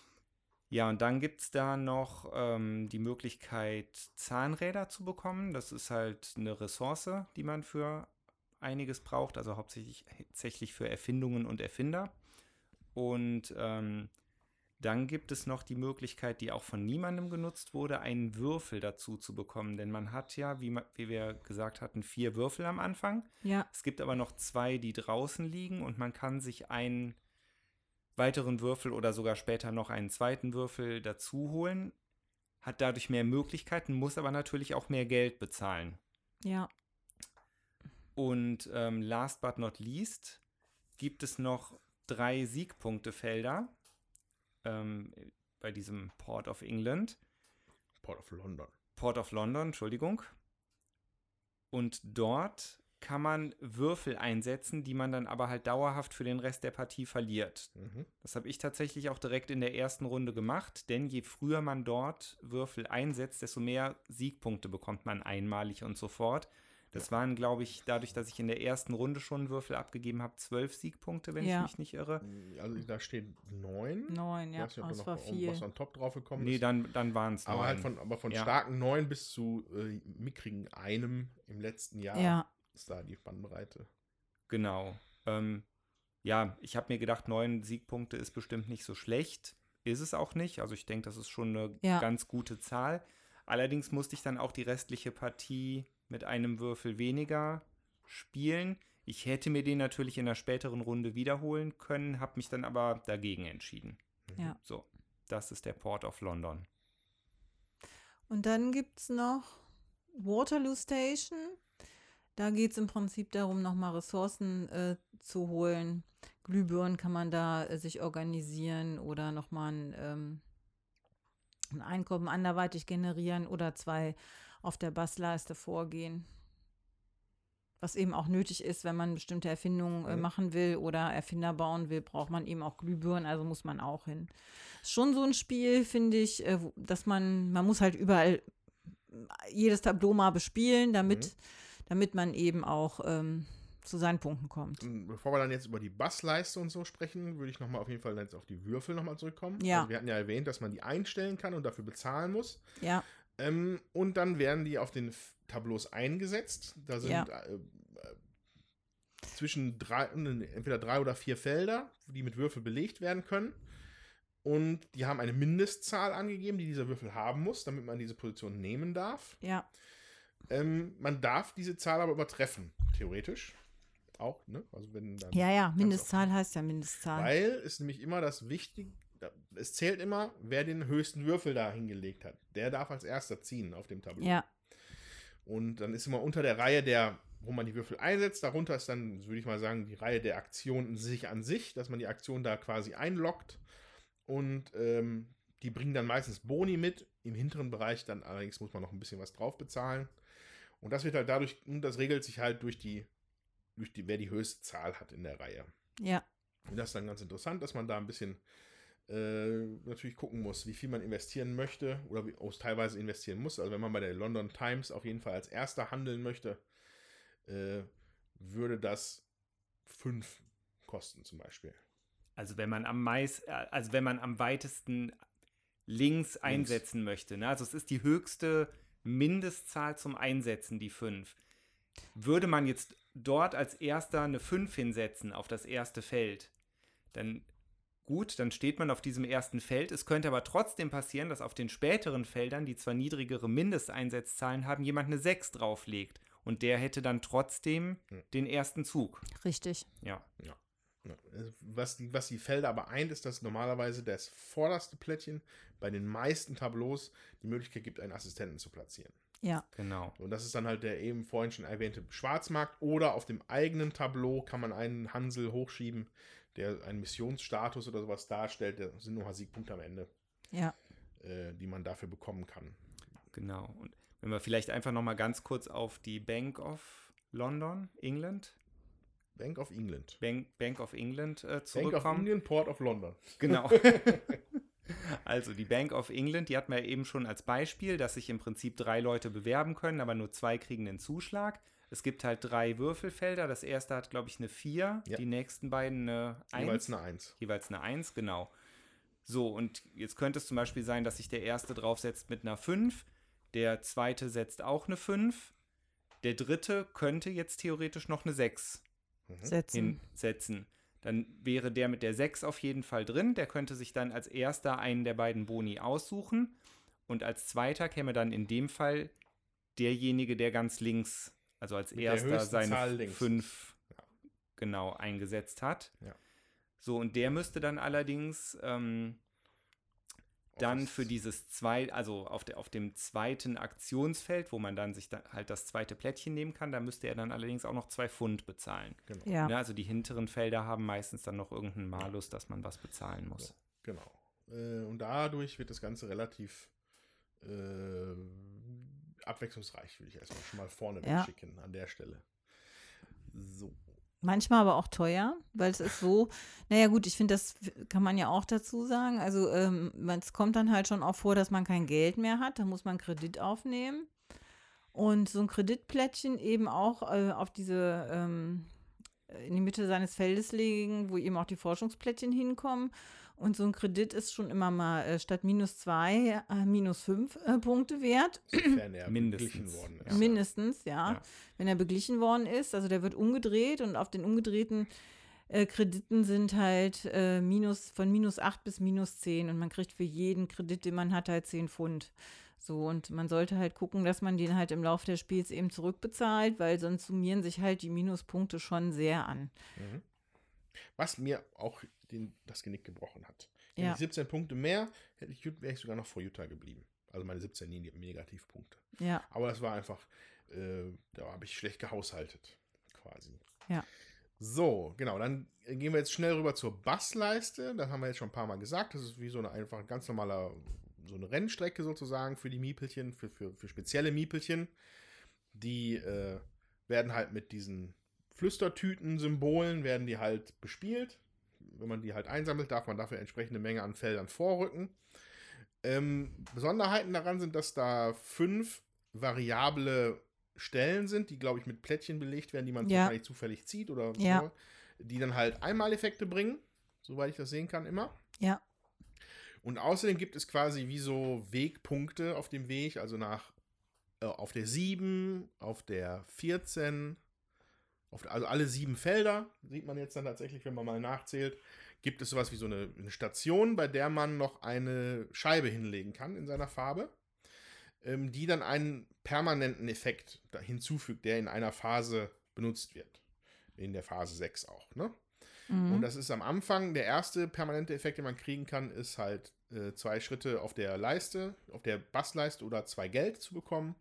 Ja, und dann gibt es da noch ähm, die Möglichkeit, Zahnräder zu bekommen. Das ist halt eine Ressource, die man für einiges braucht, also hauptsächlich hauptsächlich für Erfindungen und Erfinder. Und ähm, dann gibt es noch die Möglichkeit, die auch von niemandem genutzt wurde, einen Würfel dazu zu bekommen. Denn man hat ja, wie, ma- wie wir gesagt hatten, vier Würfel am Anfang. Ja, Es gibt aber noch zwei, die draußen liegen und man kann sich einen weiteren Würfel oder sogar später noch einen zweiten Würfel dazu holen. Hat dadurch mehr Möglichkeiten, muss aber natürlich auch mehr Geld bezahlen. ja. Und ähm, last but not least gibt es noch drei Siegpunktefelder ähm, bei diesem Port of England. Port of London. Port of London, Entschuldigung. Und dort kann man Würfel einsetzen, die man dann aber halt dauerhaft für den Rest der Partie verliert. Mhm. Das habe ich tatsächlich auch direkt in der ersten Runde gemacht, denn je früher man dort Würfel einsetzt, desto mehr Siegpunkte bekommt man einmalig und sofort. Das ja. waren, glaube ich, dadurch, dass ich in der ersten Runde schon Würfel abgegeben habe, zwölf Siegpunkte, wenn ja. ich mich nicht irre. Also da steht neun. Neun, ja, ich weiß nicht, ob das da war noch viel. was on top drauf gekommen nee, ist. dann, dann waren es neun. Aber halt von, aber von ja. starken neun bis zu äh, mickrigen einem im letzten Jahr ja. ist da die Spannbreite. Genau. Ähm, ja, ich habe mir gedacht, neun Siegpunkte ist bestimmt nicht so schlecht. Ist es auch nicht. Also ich denke, das ist schon eine ja. ganz gute Zahl. Allerdings musste ich dann auch die restliche Partie mit einem Würfel weniger spielen. Ich hätte mir den natürlich in einer späteren Runde wiederholen können, habe mich dann aber dagegen entschieden. Ja. So, das ist der Port of London. Und dann gibt es noch Waterloo Station. Da geht es im Prinzip darum, nochmal Ressourcen äh, zu holen. Glühbirnen kann man da äh, sich organisieren oder nochmal ein, ähm, ein Einkommen anderweitig generieren oder zwei auf der Bassleiste vorgehen. Was eben auch nötig ist, wenn man bestimmte Erfindungen äh, machen will oder Erfinder bauen will, braucht man eben auch Glühbirnen, also muss man auch hin. Ist schon so ein Spiel, finde ich, äh, dass man, man muss halt überall jedes Tableau mal bespielen, damit, mhm. damit man eben auch ähm, zu seinen Punkten kommt. Bevor wir dann jetzt über die Bassleiste und so sprechen, würde ich nochmal auf jeden Fall jetzt auf die Würfel nochmal zurückkommen. Ja. Also wir hatten ja erwähnt, dass man die einstellen kann und dafür bezahlen muss. Ja. Ähm, und dann werden die auf den F- Tableaus eingesetzt. Da sind ja. äh, zwischen drei, entweder drei oder vier Felder, die mit Würfel belegt werden können. Und die haben eine Mindestzahl angegeben, die dieser Würfel haben muss, damit man diese Position nehmen darf. Ja. Ähm, man darf diese Zahl aber übertreffen, theoretisch. Auch, ne? Also wenn dann ja, ja, Mindestzahl heißt ja Mindestzahl. Weil es nämlich immer das Wichtige, es zählt immer, wer den höchsten Würfel da hingelegt hat. Der darf als erster ziehen auf dem Tableau. Ja. Und dann ist immer unter der Reihe der, wo man die Würfel einsetzt, darunter ist dann, würde ich mal sagen, die Reihe der Aktionen sich an sich, dass man die Aktion da quasi einloggt. Und ähm, die bringen dann meistens Boni mit. Im hinteren Bereich dann allerdings muss man noch ein bisschen was drauf bezahlen. Und das wird halt dadurch, und das regelt sich halt durch die, durch die, wer die höchste Zahl hat in der Reihe. Ja. Und das ist dann ganz interessant, dass man da ein bisschen äh, natürlich gucken muss, wie viel man investieren möchte oder wie auch teilweise investieren muss. Also wenn man bei der London Times auf jeden Fall als erster handeln möchte, äh, würde das fünf kosten zum Beispiel. Also wenn man am meist, also wenn man am weitesten links, links. einsetzen möchte. Ne? Also es ist die höchste Mindestzahl zum Einsetzen, die fünf. Würde man jetzt dort als erster eine fünf hinsetzen auf das erste Feld, dann gut, dann steht man auf diesem ersten Feld. Es könnte aber trotzdem passieren, dass auf den späteren Feldern, die zwar niedrigere Mindesteinsatzzahlen haben, jemand eine sechs drauflegt. Und der hätte dann trotzdem hm. den ersten Zug. Richtig. Ja. Ja. Was die, was die Felder aber eint, ist, dass normalerweise das vorderste Plättchen bei den meisten Tableaus die Möglichkeit gibt, einen Assistenten zu platzieren. Ja. Genau. Und das ist dann halt der eben vorhin schon erwähnte Schwarzmarkt. Oder auf dem eigenen Tableau kann man einen Hansel hochschieben, der einen Missionsstatus oder sowas darstellt. Da sind nur Siegpunkte am Ende, ja. äh, die man dafür bekommen kann. Genau. Und wenn wir vielleicht einfach noch mal ganz kurz auf die Bank of London, England. Bank of England. Bank, Bank of England äh, zurückkommen. Bank of England, Port of London. Genau. Also die Bank of England, die hatten wir eben schon als Beispiel, dass sich im Prinzip drei Leute bewerben können, aber nur zwei kriegen den Zuschlag. Es gibt halt drei Würfelfelder. Das erste hat, glaube ich, eine vier, ja. Die nächsten beiden eine eins. Jeweils eine eins. Jeweils eine eins, genau. So, und jetzt könnte es zum Beispiel sein, dass sich der erste draufsetzt mit einer fünf, der zweite setzt auch eine fünf, der dritte könnte jetzt theoretisch noch eine sechs setzen. hinsetzen. Dann wäre der mit der sechs auf jeden Fall drin. Der könnte sich dann als erster einen der beiden Boni aussuchen. Und als zweiter käme dann in dem Fall derjenige, der ganz links, also als mit erster seine fünf ja. genau eingesetzt hat. Ja. So, und der müsste dann allerdings ähm, dann für dieses zwei, also auf, der, auf dem zweiten Aktionsfeld, wo man dann sich da halt das zweite Plättchen nehmen kann, da müsste er dann allerdings auch noch zwei Pfund bezahlen. Genau. Ja. Ne, also die hinteren Felder haben meistens dann noch irgendeinen Malus, dass man was bezahlen muss. So, genau. Äh, und dadurch wird das Ganze relativ äh, abwechslungsreich, würde ich erstmal schon mal vorne Ja. wegschicken an der Stelle. So. Manchmal aber auch teuer, weil es ist so, naja gut, ich finde, das kann man ja auch dazu sagen. Also ähm, es kommt dann halt schon auch vor, dass man kein Geld mehr hat, da muss man Kredit aufnehmen. Und so ein Kreditplättchen eben auch äh, auf diese, ähm, in die Mitte seines Feldes legen, wo eben auch die Forschungsplättchen hinkommen. Und so ein Kredit ist schon immer mal äh, statt minus zwei, äh, minus fünf äh, Punkte wert. Sofern er Mindestens. beglichen worden ist. Ja. Mindestens, ja. Ja. Wenn er beglichen worden ist, also der wird umgedreht und auf den umgedrehten äh, Krediten sind halt äh, minus, von minus acht bis minus zehn und man kriegt für jeden Kredit, den man hat, halt zehn Pfund. So, und man sollte halt gucken, dass man den halt im Laufe des Spiels eben zurückbezahlt, weil sonst summieren sich halt die Minuspunkte schon sehr an. Mhm. Was mir auch den, das Genick gebrochen hat. Hätte Ja. ich siebzehn Punkte mehr, hätte ich, wäre ich sogar noch vor Utah geblieben. Also meine siebzehn Negativpunkte. Ja, Aber das war einfach, äh, da habe ich schlecht gehaushaltet, quasi. Ja. So, genau, dann gehen wir jetzt schnell rüber zur Bassleiste. Das haben wir jetzt schon ein paar Mal gesagt. Das ist wie so eine einfach ganz normaler, so eine Rennstrecke sozusagen für die Miepelchen, für, für, für spezielle Miepelchen. Die äh, werden halt mit diesen Flüstertüten-Symbolen, werden die halt bespielt. Wenn man die halt einsammelt, darf man dafür entsprechende Menge an Feldern vorrücken. Ähm, Besonderheiten daran sind, dass da fünf variable Stellen sind, die, glaube ich, mit Plättchen belegt werden, die man Ja. wahrscheinlich zufällig zieht oder Ja. so, die dann halt Einmaleffekte bringen, soweit ich das sehen kann, immer. ja, Und außerdem gibt es quasi wie so Wegpunkte auf dem Weg, also nach äh, auf der sieben, auf der vierzehn, auf der, also alle sieben Felder, sieht man jetzt dann tatsächlich, wenn man mal nachzählt, gibt es sowas wie so eine, eine Station, bei der man noch eine Scheibe hinlegen kann in seiner Farbe, ähm, die dann einen permanenten Effekt da hinzufügt, der in einer Phase benutzt wird. In der Phase sechs auch, ne? mhm. Und das ist am Anfang, der erste permanente Effekt, den man kriegen kann, ist halt äh, zwei Schritte auf der Leiste, auf der Bassleiste oder zwei Geld zu bekommen.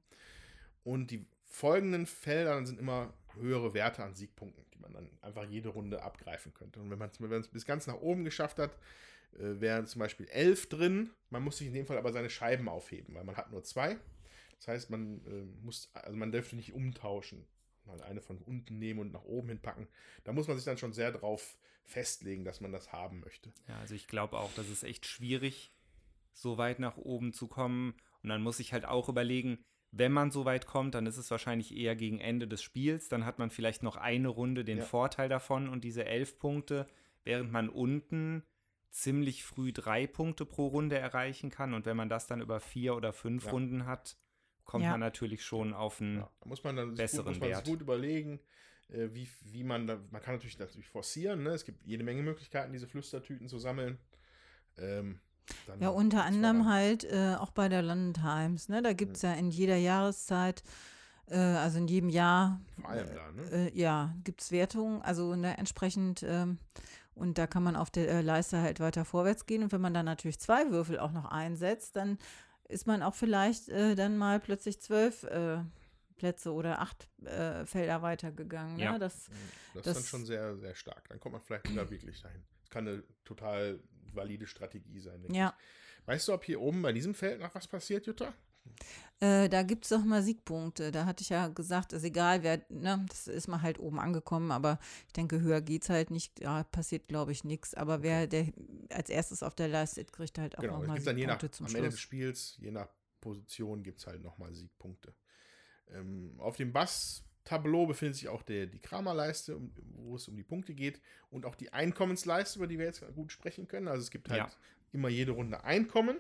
Und die folgenden Felder sind immer höhere Werte an Siegpunkten, die man dann einfach jede Runde abgreifen könnte. Und wenn man es bis ganz nach oben geschafft hat, äh, wären zum Beispiel elf drin. Man muss sich in dem Fall aber seine Scheiben aufheben, weil man hat nur zwei. Das heißt, man äh, muss, also man dürfte nicht umtauschen. Mal eine von unten nehmen und nach oben hinpacken. Da muss man sich dann schon sehr drauf festlegen, dass man das haben möchte. Ja, also ich glaube auch, das ist echt schwierig, so weit nach oben zu kommen. Und dann muss ich halt auch überlegen, wenn man so weit kommt, dann ist es wahrscheinlich eher gegen Ende des Spiels. Dann hat man vielleicht noch eine Runde den Ja. Vorteil davon und diese elf Punkte, während man unten ziemlich früh drei Punkte pro Runde erreichen kann. Und wenn man das dann über vier oder fünf Ja. Runden hat, kommt Ja. man natürlich schon auf einen Ja, da muss man dann sich besseren gut, muss man Wert. sich gut überlegen, äh, wie, wie man da, man kann natürlich, natürlich forcieren, ne? Es gibt jede Menge Möglichkeiten, diese Flüstertüten zu sammeln. Ähm, dann Ja, unter geht's anderem voran. halt äh, auch bei der London Times. Ne? Da gibt es ja in jeder Jahreszeit, äh, also in jedem Jahr, Vor allem da, ne? äh, ja, gibt es Wertungen, also ne, entsprechend, ähm, und da kann man auf der äh, Leiste halt weiter vorwärts gehen. Und wenn man dann natürlich zwei Würfel auch noch einsetzt, dann ist man auch vielleicht äh, dann mal plötzlich zwölf äh, Plätze oder acht äh, Felder weitergegangen. Ne? Ja. Das, Das, das- ist dann schon sehr, sehr stark. Dann kommt man vielleicht wieder wirklich dahin. Das kann eine total valide Strategie sein, denke ja. ich. Weißt du, ob hier oben bei diesem Feld noch was passiert, Jutta? Äh, da gibt es doch mal Siegpunkte. Da hatte ich ja gesagt, ist egal, wer, ne, das ist mal halt oben angekommen, aber ich denke, höher geht's halt nicht. Da passiert, glaube ich, nichts. Aber wer der als erstes auf der Leiste ist, kriegt halt auch Genau, es nochmal gibt dann je nach, Siegpunkte zum am Ende des Schluss. Spiels, je nach Position, gibt es halt nochmal Siegpunkte. Ähm, auf dem Bass-Tableau befindet sich auch der, die Kramerleiste, um, wo es um die Punkte geht, und auch die Einkommensleiste, über die wir jetzt gut sprechen können. Also es gibt halt Ja. immer jede Runde Einkommen.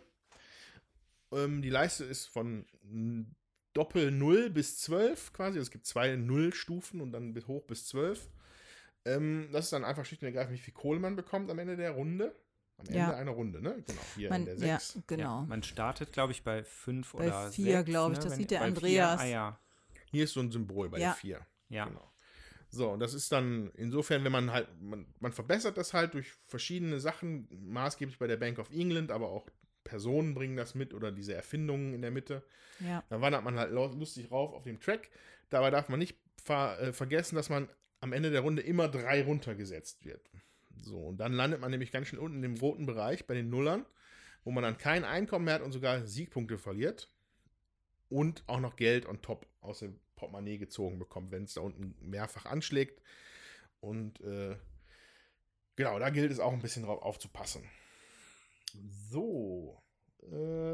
Ähm, die Leiste ist von n- Doppel null bis zwölf quasi. Es gibt zwei Nullstufen und dann bis hoch bis zwölf. Ähm, das ist dann einfach schlicht und ergreifend, wie viel Kohle man bekommt am Ende der Runde. Am Ende Ja. einer Runde, ne? Genau, hier Man, in der ja, sechs. genau. Ja, man startet, glaube ich, bei fünf Bei oder vier, sechs, glaub ich, ne? das Wenn- sieht der bei Andreas. Vier, ah, ja. Hier ist so ein Symbol bei Ja. der vier. Ja. Genau. So, und das ist dann insofern, wenn man halt, man, man verbessert das halt durch verschiedene Sachen, maßgeblich bei der Bank of England, aber auch Personen bringen das mit oder diese Erfindungen in der Mitte. Ja. Da wandert man halt lustig rauf auf dem Track. Dabei darf man nicht ver äh, vergessen, dass man am Ende der Runde immer drei runtergesetzt wird. So, und dann landet man nämlich ganz schön unten im roten Bereich bei den Nullern, wo man dann kein Einkommen mehr hat und sogar Siegpunkte verliert und auch noch Geld on top aus dem Portemonnaie gezogen bekommt, wenn es da unten mehrfach anschlägt. Und äh, genau, da gilt es auch ein bisschen drauf aufzupassen. So. Äh,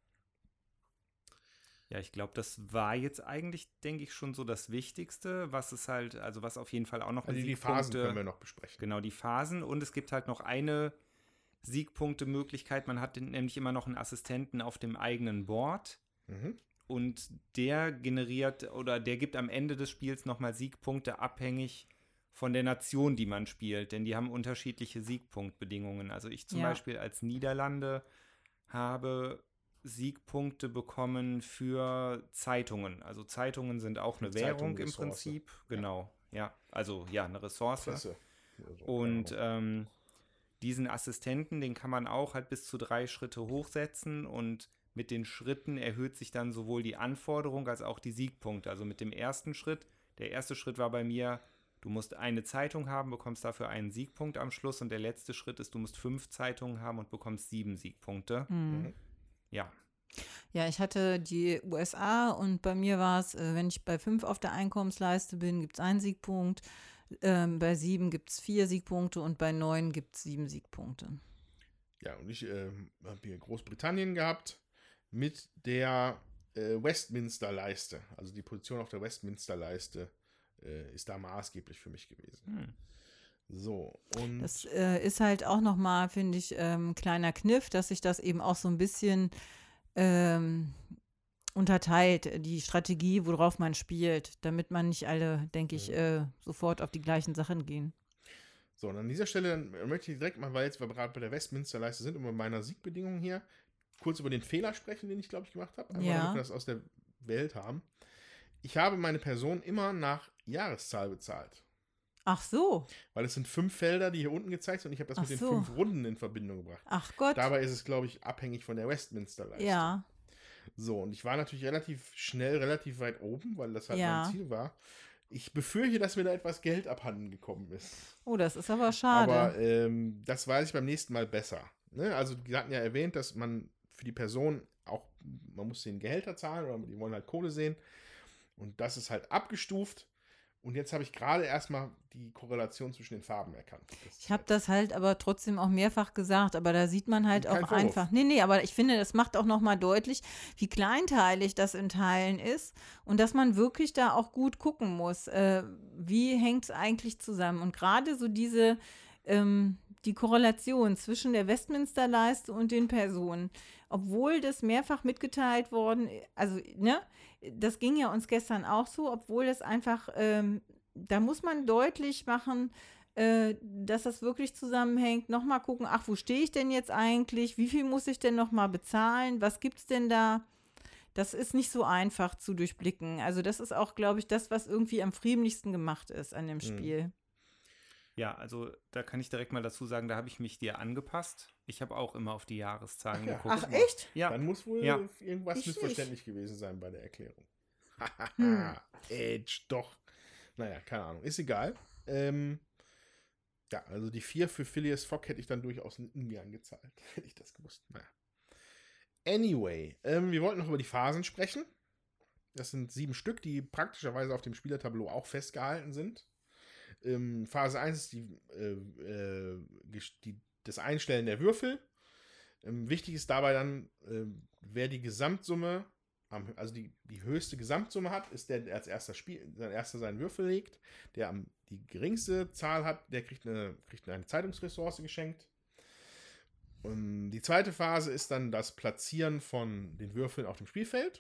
Ja, ich glaube, das war jetzt eigentlich, denke ich, schon so das Wichtigste, was es halt, also was auf jeden Fall auch noch also die Phasen können wir noch besprechen. Genau, die Phasen. Und es gibt halt noch eine Siegpunkte-Möglichkeit. Man hat nämlich immer noch einen Assistenten auf dem eigenen Board. Mhm. Und der generiert oder der gibt am Ende des Spiels nochmal Siegpunkte abhängig von der Nation, die man spielt. Denn die haben unterschiedliche Siegpunktbedingungen. Also ich zum Ja. Beispiel als Niederlande habe Siegpunkte bekommen für Zeitungen. Also Zeitungen sind auch eine Für Zeitungen, Währung im Ressource. Prinzip. Genau, ja. Also ja, eine Ressource. Presse. Also, Und keine Ahnung. ähm, diesen Assistenten, den kann man auch halt bis zu drei Schritte hochsetzen und mit den Schritten erhöht sich dann sowohl die Anforderung als auch die Siegpunkte. Also mit dem ersten Schritt, der erste Schritt war bei mir, du musst eine Zeitung haben, bekommst dafür einen Siegpunkt am Schluss und der letzte Schritt ist, du musst fünf Zeitungen haben und bekommst sieben Siegpunkte. Mhm. Ja, Ja, ich hatte die U S A und bei mir war es, äh, wenn ich bei fünf auf der Einkommensleiste bin, gibt es einen Siegpunkt, ähm, bei sieben gibt es vier Siegpunkte und bei neun gibt es sieben Siegpunkte. Ja, und ich äh, habe hier Großbritannien gehabt mit der äh, Westminster-Leiste. Also die Position auf der Westminster-Leiste äh, ist da maßgeblich für mich gewesen. Hm. So, und Das äh, ist halt auch nochmal, finde ich, ähm, kleiner Kniff, dass sich das eben auch so ein bisschen ähm, unterteilt, die Strategie, worauf man spielt, damit man nicht alle, denke ich, äh, sofort auf die gleichen Sachen gehen. so, und an dieser Stelle dann möchte ich direkt mal, weil jetzt wir gerade bei der Westminster-Leiste sind und bei meiner Siegbedingung hier, kurz über den Fehler sprechen, den ich, glaube ich, gemacht habe. Einfach, Ja. damit wir das aus der Welt haben. Ich habe meine Person immer nach Jahreszahl bezahlt. Ach so, Weil es sind fünf Felder, die hier unten gezeigt sind und ich habe das Ach mit den so. fünf Runden in Verbindung gebracht. ach Gott. Dabei ist es, glaube ich, abhängig von der Westminster-Leiste. Ja, So, und ich war natürlich relativ schnell, relativ weit oben, weil das halt Ja. mein Ziel war. Ich befürchte, dass mir da etwas Geld abhanden gekommen ist. oh, das ist aber schade. Aber ähm, das weiß ich beim nächsten Mal besser. Ne? Also, die hatten ja erwähnt, dass man für die Person auch, man muss den Gehälter zahlen oder die wollen halt Kohle sehen. Und das ist halt abgestuft. Und jetzt habe ich gerade erstmal die Korrelation zwischen den Farben erkannt. Das Ich habe das halt aber trotzdem auch mehrfach gesagt, aber da sieht man halt Kein auch Vorwurf. einfach. Nee, nee, aber ich finde, das macht auch nochmal deutlich, wie kleinteilig das in Teilen ist und dass man wirklich da auch gut gucken muss, äh, wie hängt es eigentlich zusammen. Und gerade so diese, ähm, die Korrelation zwischen der Westminster-Leiste und den Personen, obwohl das mehrfach mitgeteilt worden, also, ne, das ging ja uns gestern auch so, obwohl das einfach, ähm, da muss man deutlich machen, äh, dass das wirklich zusammenhängt. Nochmal gucken, ach, wo stehe ich denn jetzt eigentlich? Wie viel muss ich denn nochmal bezahlen? Was gibt es denn da? Das ist nicht so einfach zu durchblicken. Also das ist auch, glaube ich, das, was irgendwie am friemlichsten gemacht ist an dem Spiel. Ja, also da kann ich direkt mal dazu sagen, da habe ich mich dir angepasst. Ich habe auch immer auf die Jahreszahlen Ach ja. geguckt. Ach, echt? Ja, Dann muss wohl Ja. irgendwas Ich missverständlich gewesen sein bei der Erklärung. Hm. Edge, doch. Naja, keine Ahnung. Ist egal. Ähm, ja, also die vier für Phileas Fogg hätte ich dann durchaus ungern gezahlt. Hätte ich das gewusst. Naja. Anyway, ähm, wir wollten noch über die Phasen sprechen. Das sind sieben Stück, die praktischerweise auf dem Spielertableau auch festgehalten sind. Ähm, Phase eins ist die, äh, äh, die, das Einstellen der Würfel. Ähm, wichtig ist dabei dann, äh, wer die Gesamtsumme, am, also die, die höchste Gesamtsumme hat, ist der, der als erster Spiel, sein erster seinen Würfel legt. Der am, die geringste Zahl hat, der kriegt eine, kriegt eine Zeitungsressource geschenkt. Und die zweite Phase ist dann das Platzieren von den Würfeln auf dem Spielfeld.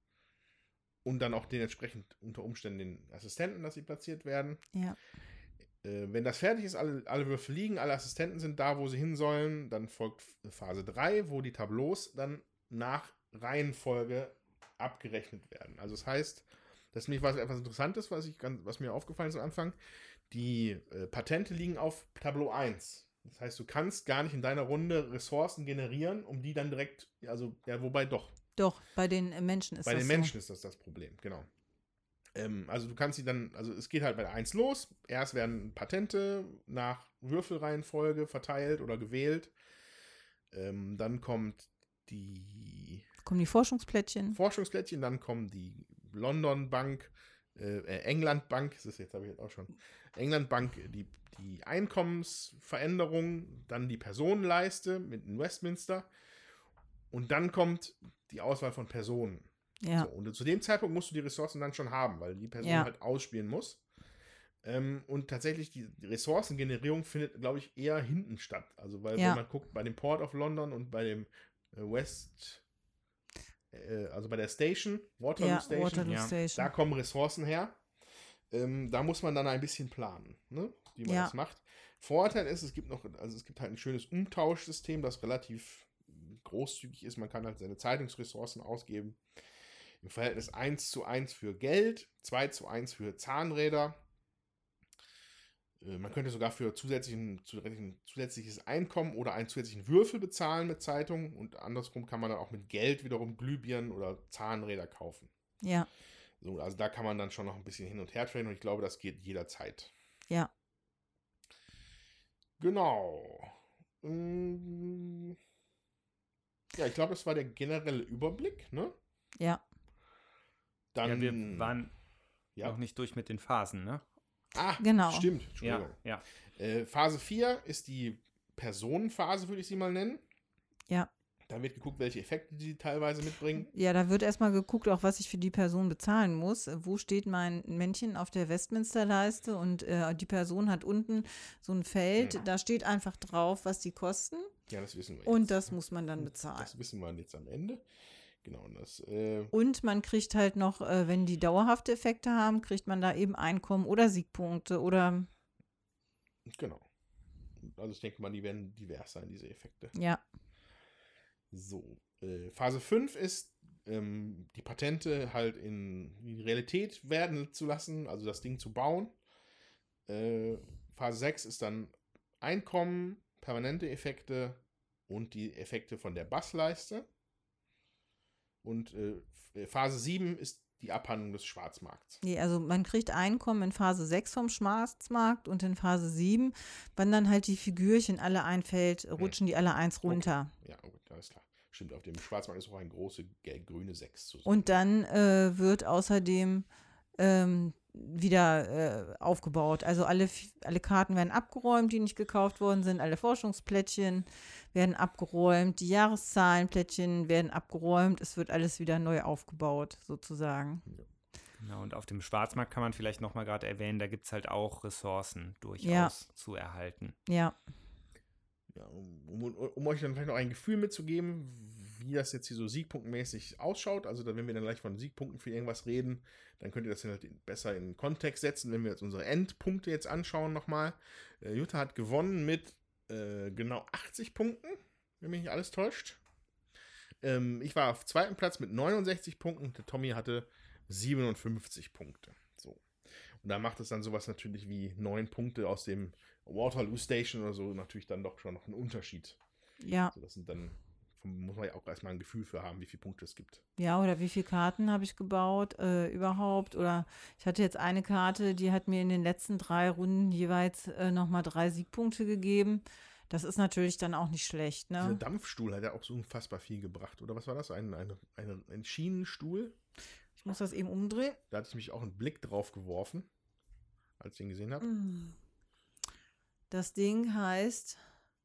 Und dann auch den entsprechend unter Umständen den Assistenten, dass sie platziert werden. Ja. Äh, wenn das fertig ist, alle, alle Würfel liegen, alle Assistenten sind da, wo sie hin sollen, dann folgt Phase drei, wo die Tableaus dann nach Reihenfolge abgerechnet werden. Also das heißt, das ist nämlich was etwas Interessantes, was, ich ganz, was mir aufgefallen ist am Anfang. Die äh, Patente liegen auf Tableau eins. Das heißt, du kannst gar nicht in deiner Runde Ressourcen generieren, um die dann direkt, also, ja, wobei doch. Doch, bei den äh, Menschen ist Bei das den so. Menschen ist das das Problem, genau. Ähm, also du kannst sie dann, also es geht halt bei der eins los. Erst werden Patente nach Würfelreihenfolge verteilt oder gewählt. Ähm, dann kommt die Kommen die Forschungsplättchen. Forschungsplättchen, dann kommen die London Bank, äh, äh, England Bank, das ist jetzt habe ich jetzt auch schon, England Bank, die, die Einkommensveränderung, dann die Personenleiste mit in Westminster und dann kommt die Auswahl von Personen. Ja. So, und zu dem Zeitpunkt musst du die Ressourcen dann schon haben, weil die Person Ja. halt ausspielen muss. Ähm, und tatsächlich, die, die Ressourcengenerierung findet, glaube ich, eher hinten statt. Also, weil Ja. wenn man guckt, bei dem Port of London und bei dem äh, West, äh, also bei der Station, Waterloo Ja, Station, Waterloo ja. Station. da kommen Ressourcen her. Ähm, da muss man dann ein bisschen planen, ne? Wie man Ja. das macht. Vorteil ist, es gibt noch, also es gibt halt ein schönes Umtauschsystem, das relativ großzügig ist. Man kann halt seine Zeitungsressourcen ausgeben. Im Verhältnis eins zu eins für Geld, zwei zu eins für Zahnräder. Äh, Man könnte sogar für zusätzlichen, zusätzlichen, zusätzliches Einkommen oder einen zusätzlichen Würfel bezahlen mit Zeitungen. Und andersrum kann man dann auch mit Geld wiederum Glühbirnen oder Zahnräder kaufen. Ja, So, also da kann man dann schon noch ein bisschen hin und her traden und ich glaube, das geht jederzeit. ja. Genau. Ähm, Ja, ich glaube, das war der generelle Überblick, ne? Ja. Dann, Ja, wir waren ja. noch nicht durch mit den Phasen, ne? Ah, Genau. stimmt. Entschuldigung. Ja, ja. Äh, Phase vier ist die Personenphase, würde ich sie mal nennen. Ja. Da wird geguckt, welche Effekte die teilweise mitbringen. Ja, da wird erstmal geguckt, auch was ich für die Person bezahlen muss. Wo steht mein Männchen auf der Westminster-Leiste und äh, die Person hat unten so ein Feld, Mhm. da steht einfach drauf, was die kosten Ja, das wissen wir und jetzt. das muss man dann bezahlen. Das wissen wir jetzt am Ende. Genau, und das, äh, Und man kriegt halt noch, äh, wenn die dauerhafte Effekte haben, kriegt man da eben Einkommen oder Siegpunkte oder, genau. Also ich denke mal, die werden divers sein, diese Effekte. ja, So, äh, Phase fünf ist, ähm, die Patente halt in die Realität werden zu lassen, also das Ding zu bauen. Äh, Phase sechs ist dann Einkommen, permanente Effekte und die Effekte von der Bassleiste. Und äh, Phase sieben ist die Abhandlung des Schwarzmarkts. nee, also man kriegt Einkommen in Phase sechs vom Schwarzmarkt und in Phase sieben, wenn dann halt die Figürchen alle ein Feld, rutschen die alle eins runter. Ja, gut, alles klar. Stimmt, auf dem Schwarzmarkt ist auch eine große gelb-grüne sechs zu sehen. Und dann äh, wird außerdem ähm, wieder äh, aufgebaut. Also alle, F- alle Karten werden abgeräumt, die nicht gekauft worden sind. Alle Forschungsplättchen werden abgeräumt. Die Jahreszahlenplättchen werden abgeräumt. Es wird alles wieder neu aufgebaut, sozusagen. Genau, und auf dem Schwarzmarkt kann man vielleicht nochmal gerade erwähnen, da gibt es halt auch Ressourcen durchaus Ja. zu erhalten. Ja, Ja, um, um, um euch dann vielleicht noch ein Gefühl mitzugeben, wie das jetzt hier so siegpunktmäßig ausschaut, also dann, wenn wir dann gleich von Siegpunkten für irgendwas reden, dann könnt ihr das dann halt besser in den Kontext setzen, wenn wir jetzt unsere Endpunkte jetzt anschauen nochmal. Äh, Jutta hat gewonnen mit äh, genau achtzig Punkten, wenn mich nicht alles täuscht. Ähm, ich war auf zweiten Platz mit neunundsechzig Punkten, der Tommy hatte siebenundfünfzig Punkte. So. Und da macht es dann sowas natürlich wie neun Punkte aus dem Waterloo Station oder so natürlich dann doch schon noch einen Unterschied. ja, Also das sind dann, muss man ja auch erstmal ein Gefühl für haben, wie viele Punkte es gibt. ja, oder wie viele Karten habe ich gebaut äh, überhaupt? Oder ich hatte jetzt eine Karte, die hat mir in den letzten drei Runden jeweils äh, nochmal drei Siegpunkte gegeben. Das ist natürlich dann auch nicht schlecht, Dieser ne? Dampfstuhl hat ja auch so unfassbar viel gebracht. Oder was war das? Ein, ein, ein, ein Schienenstuhl? Ich muss das eben umdrehen. Da hatte ich mich auch einen Blick drauf geworfen, als ich den gesehen habe. Das Ding heißt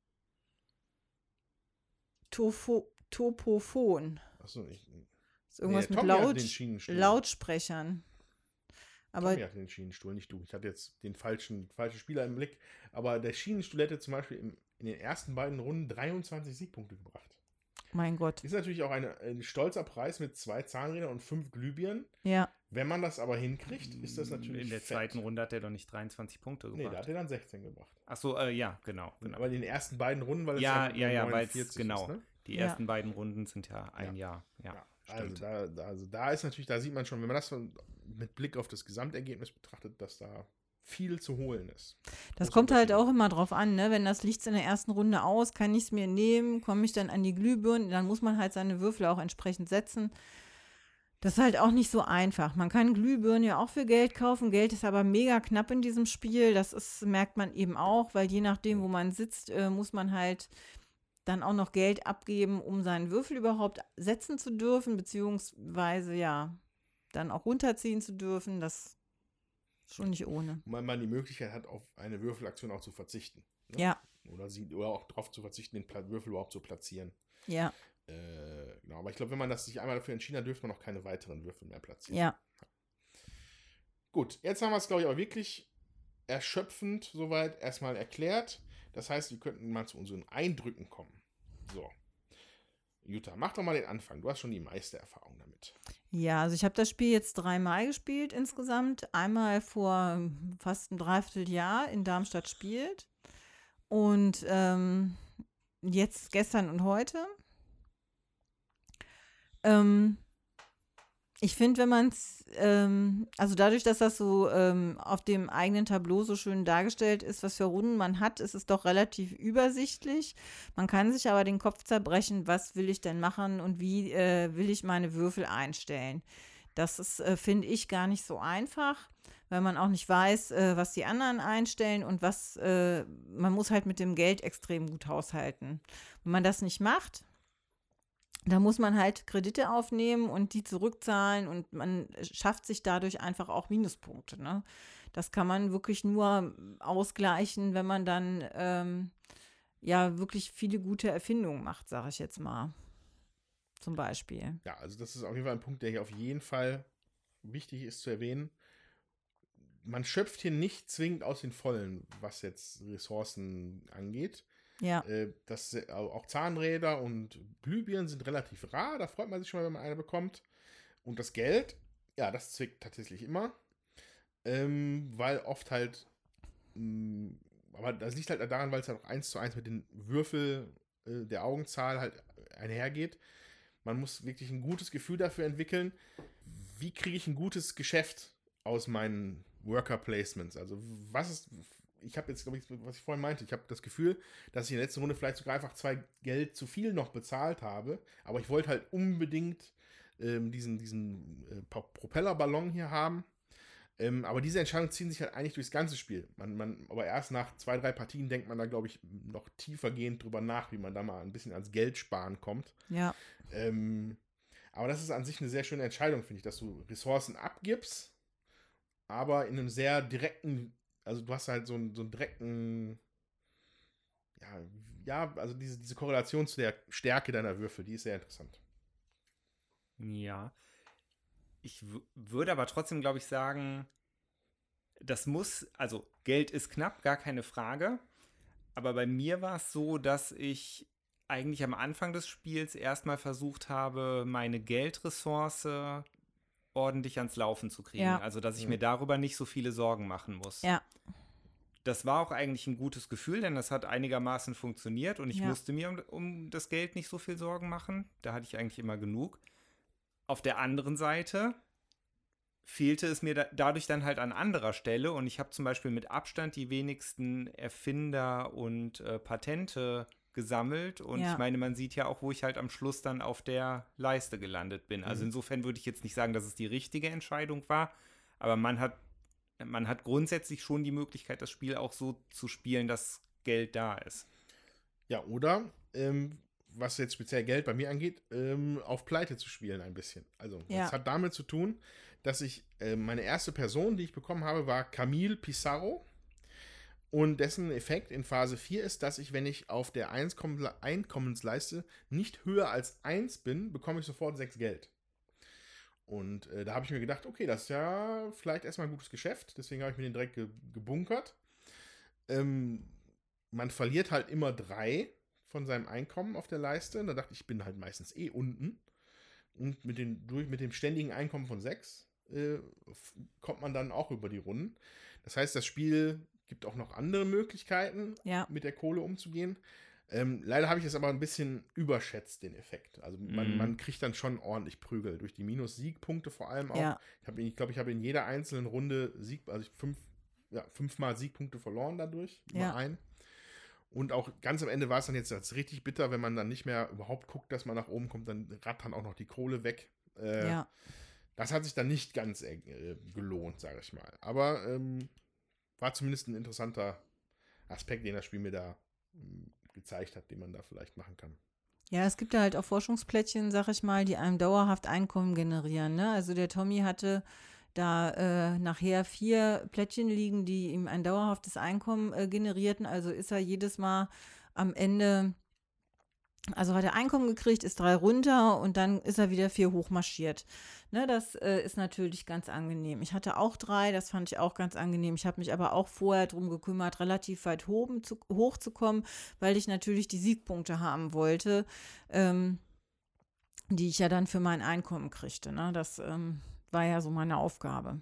Tofo Topophon. Achso, ich. Ist irgendwas Nee, mit Tommy hatte Laut den Schienenstuhl. Lautsprechern. Aber Tommy hatte den Schienenstuhl, nicht du. Ich hatte jetzt den falschen, falschen Spieler im Blick. Aber der Schienenstuhl hätte zum Beispiel im, in den ersten beiden Runden dreiundzwanzig Siegpunkte gebracht. mein Gott. Ist natürlich auch eine, ein stolzer Preis mit zwei Zahnrädern und fünf Glühbirnen. Ja, Wenn man das aber hinkriegt, ist das natürlich In der fett. zweiten Runde hat er doch nicht dreiundzwanzig Punkte Nee, da gebracht. hat er dann sechzehn gebracht. Ach so, äh, ja, genau. genau. Aber in den ersten beiden Runden, weil es Ja, dann ja, ja, weil neunundvierzig es genau. ist, ne? Die Ja. ersten beiden Runden sind ja ein Jahr. Ja, Ja, also stimmt. da, da, also da ist natürlich, da sieht man schon, wenn man das von, mit Blick auf das Gesamtergebnis betrachtet, dass da viel zu holen ist. Das Großer kommt halt Unterschied. auch immer drauf an, ne? Wenn das Licht in der ersten Runde aus, kann ich es mir nehmen, komme ich dann an die Glühbirnen, dann muss man halt seine Würfel auch entsprechend setzen. Das ist halt auch nicht so einfach. Man kann Glühbirnen ja auch für Geld kaufen. Geld ist aber mega knapp in diesem Spiel. Das ist, merkt man eben auch, weil je nachdem, wo man sitzt, äh, muss man halt dann auch noch Geld abgeben, um seinen Würfel überhaupt setzen zu dürfen, beziehungsweise ja, dann auch runterziehen zu dürfen. Das ist schon nicht ohne. Weil man die Möglichkeit hat, auf eine Würfelaktion auch zu verzichten. Ne? Ja, Oder, sie, oder auch darauf zu verzichten, den Pla- Würfel überhaupt zu platzieren. ja, Äh, genau, aber ich glaube, wenn man das sich einmal dafür entschieden hat, dürfte man auch keine weiteren Würfel mehr platzieren. ja. Gut, jetzt haben wir es, glaube ich, aber wirklich erschöpfend soweit erstmal erklärt. Das heißt, wir könnten mal zu unseren Eindrücken kommen. So. Jutta, mach doch mal den Anfang. Du hast schon die meiste Erfahrung damit. Ja, also ich habe das Spiel jetzt dreimal gespielt insgesamt. Einmal vor fast einem Dreivierteljahr in Darmstadt spielt. Und ähm, jetzt gestern und heute. Ähm, ich finde, wenn man es, ähm, also dadurch, dass das so ähm, auf dem eigenen Tableau so schön dargestellt ist, was für Runden man hat, ist es doch relativ übersichtlich. Man kann sich aber den Kopf zerbrechen, was will ich denn machen und wie äh, will ich meine Würfel einstellen. Das ist, äh, finde ich, gar nicht so einfach, weil man auch nicht weiß, äh, was die anderen einstellen und was, äh, man muss halt mit dem Geld extrem gut haushalten. Wenn man das nicht macht, da muss man halt Kredite aufnehmen und die zurückzahlen und man schafft sich dadurch einfach auch Minuspunkte. Ne? Das kann man wirklich nur ausgleichen, wenn man dann ähm, ja wirklich viele gute Erfindungen macht, sage ich jetzt mal. Zum Beispiel. Ja, also das ist auf jeden Fall ein Punkt, der hier auf jeden Fall wichtig ist zu erwähnen. Man schöpft hier nicht zwingend aus den Vollen, was jetzt Ressourcen angeht. Ja. Äh, das, auch Zahnräder und Glühbirnen sind relativ rar. Da freut man sich schon mal, wenn man eine bekommt. Und das Geld, ja, das zwickt tatsächlich immer. Ähm, weil oft halt, mh, aber das liegt halt daran, weil es halt auch eins zu eins mit den Würfel äh, der Augenzahl halt einhergeht. Man muss wirklich ein gutes Gefühl dafür entwickeln, wie kriege ich ein gutes Geschäft aus meinen Worker Placements. Also was ist, ich habe jetzt, glaube ich, was ich vorhin meinte, ich habe das Gefühl, dass ich in der letzten Runde vielleicht sogar einfach zwei Geld zu viel noch bezahlt habe, aber ich wollte halt unbedingt ähm, diesen, diesen äh, Propellerballon hier haben. Ähm, aber diese Entscheidungen ziehen sich halt eigentlich durchs ganze Spiel. Man, man, aber erst nach zwei, drei Partien denkt man da, glaube ich, noch tiefergehend drüber nach, wie man da mal ein bisschen ans Geld sparen kommt. Ja. Ähm, aber das ist an sich eine sehr schöne Entscheidung, finde ich, dass du Ressourcen abgibst, aber in einem sehr direkten, also du hast halt so einen, so einen direkten, ja, ja, also diese, diese Korrelation zu der Stärke deiner Würfel, die ist sehr interessant. Ja. Ich w- würde aber trotzdem, glaube ich, sagen, das muss, also Geld ist knapp, gar keine Frage. Aber bei mir war es so, dass ich eigentlich am Anfang des Spiels erstmal versucht habe, meine Geldressource ordentlich ans Laufen zu kriegen. Ja. Also, dass ich Mhm. mir darüber nicht so viele Sorgen machen muss. Ja. Das war auch eigentlich ein gutes Gefühl, denn das hat einigermaßen funktioniert und ich Ja. musste mir um, um das Geld nicht so viel Sorgen machen. Da hatte ich eigentlich immer genug. Auf der anderen Seite fehlte es mir da, dadurch dann halt an anderer Stelle und ich habe zum Beispiel mit Abstand die wenigsten Erfinder und äh, Patente gesammelt und Ja. ich meine, man sieht ja auch, wo ich halt am Schluss dann auf der Leiste gelandet bin. Also Mhm. insofern würde ich jetzt nicht sagen, dass es die richtige Entscheidung war, aber man hat, man hat grundsätzlich schon die Möglichkeit, das Spiel auch so zu spielen, dass Geld da ist. Ja, oder, ähm, was jetzt speziell Geld bei mir angeht, ähm, auf Pleite zu spielen ein bisschen. Also, Ja. das hat damit zu tun, dass ich, äh, meine erste Person, die ich bekommen habe, war Camille Pissarro. Und dessen Effekt in Phase vier ist, dass ich, wenn ich auf der Einkommens- Einkommensleiste nicht höher als eins bin, bekomme ich sofort sechs Geld. Und äh, da habe ich mir gedacht, okay, das ist ja vielleicht erstmal ein gutes Geschäft. Deswegen habe ich mir den direkt ge gebunkert. Ähm, man verliert halt immer drei von seinem Einkommen auf der Leiste. Und da dachte ich, ich bin halt meistens eh unten. Und mit, den, durch, mit dem ständigen Einkommen von sechs äh, kommt man dann auch über die Runden. Das heißt, das Spiel gibt auch noch andere Möglichkeiten, Ja. mit der Kohle umzugehen. Ähm, leider habe ich es aber ein bisschen überschätzt, den Effekt. Also man, Mhm. man kriegt dann schon ordentlich Prügel durch die Minus-Siegpunkte vor allem auch. Ja. Ich glaube, ich, glaub, ich habe in jeder einzelnen Runde Sieg, also ich fünf ja, fünfmal Siegpunkte verloren dadurch, immer Ja. ein. Und auch ganz am Ende war es dann jetzt, jetzt richtig bitter, wenn man dann nicht mehr überhaupt guckt, dass man nach oben kommt, dann rattern auch noch die Kohle weg. Äh, Ja. Das hat sich dann nicht ganz äh, gelohnt, sage ich mal. Aber ähm, war zumindest ein interessanter Aspekt, den das Spiel mir da ähm, gezeigt hat, den man da vielleicht machen kann. Ja, es gibt da halt auch Forschungsplättchen, sag ich mal, die einem dauerhaft Einkommen generieren. Ne? Also der Tommy hatte da äh, nachher vier Plättchen liegen, die ihm ein dauerhaftes Einkommen äh, generierten. Also ist er jedes Mal am Ende, also hat er Einkommen gekriegt, ist drei runter und dann ist er wieder vier hochmarschiert. Ne, das äh, ist natürlich ganz angenehm. Ich hatte auch drei, das fand ich auch ganz angenehm. Ich habe mich aber auch vorher darum gekümmert, relativ weit hoben zu, hochzukommen, weil ich natürlich die Siegpunkte haben wollte, ähm, die ich ja dann für mein Einkommen kriegte. Ne? Das ähm, war ja so meine Aufgabe.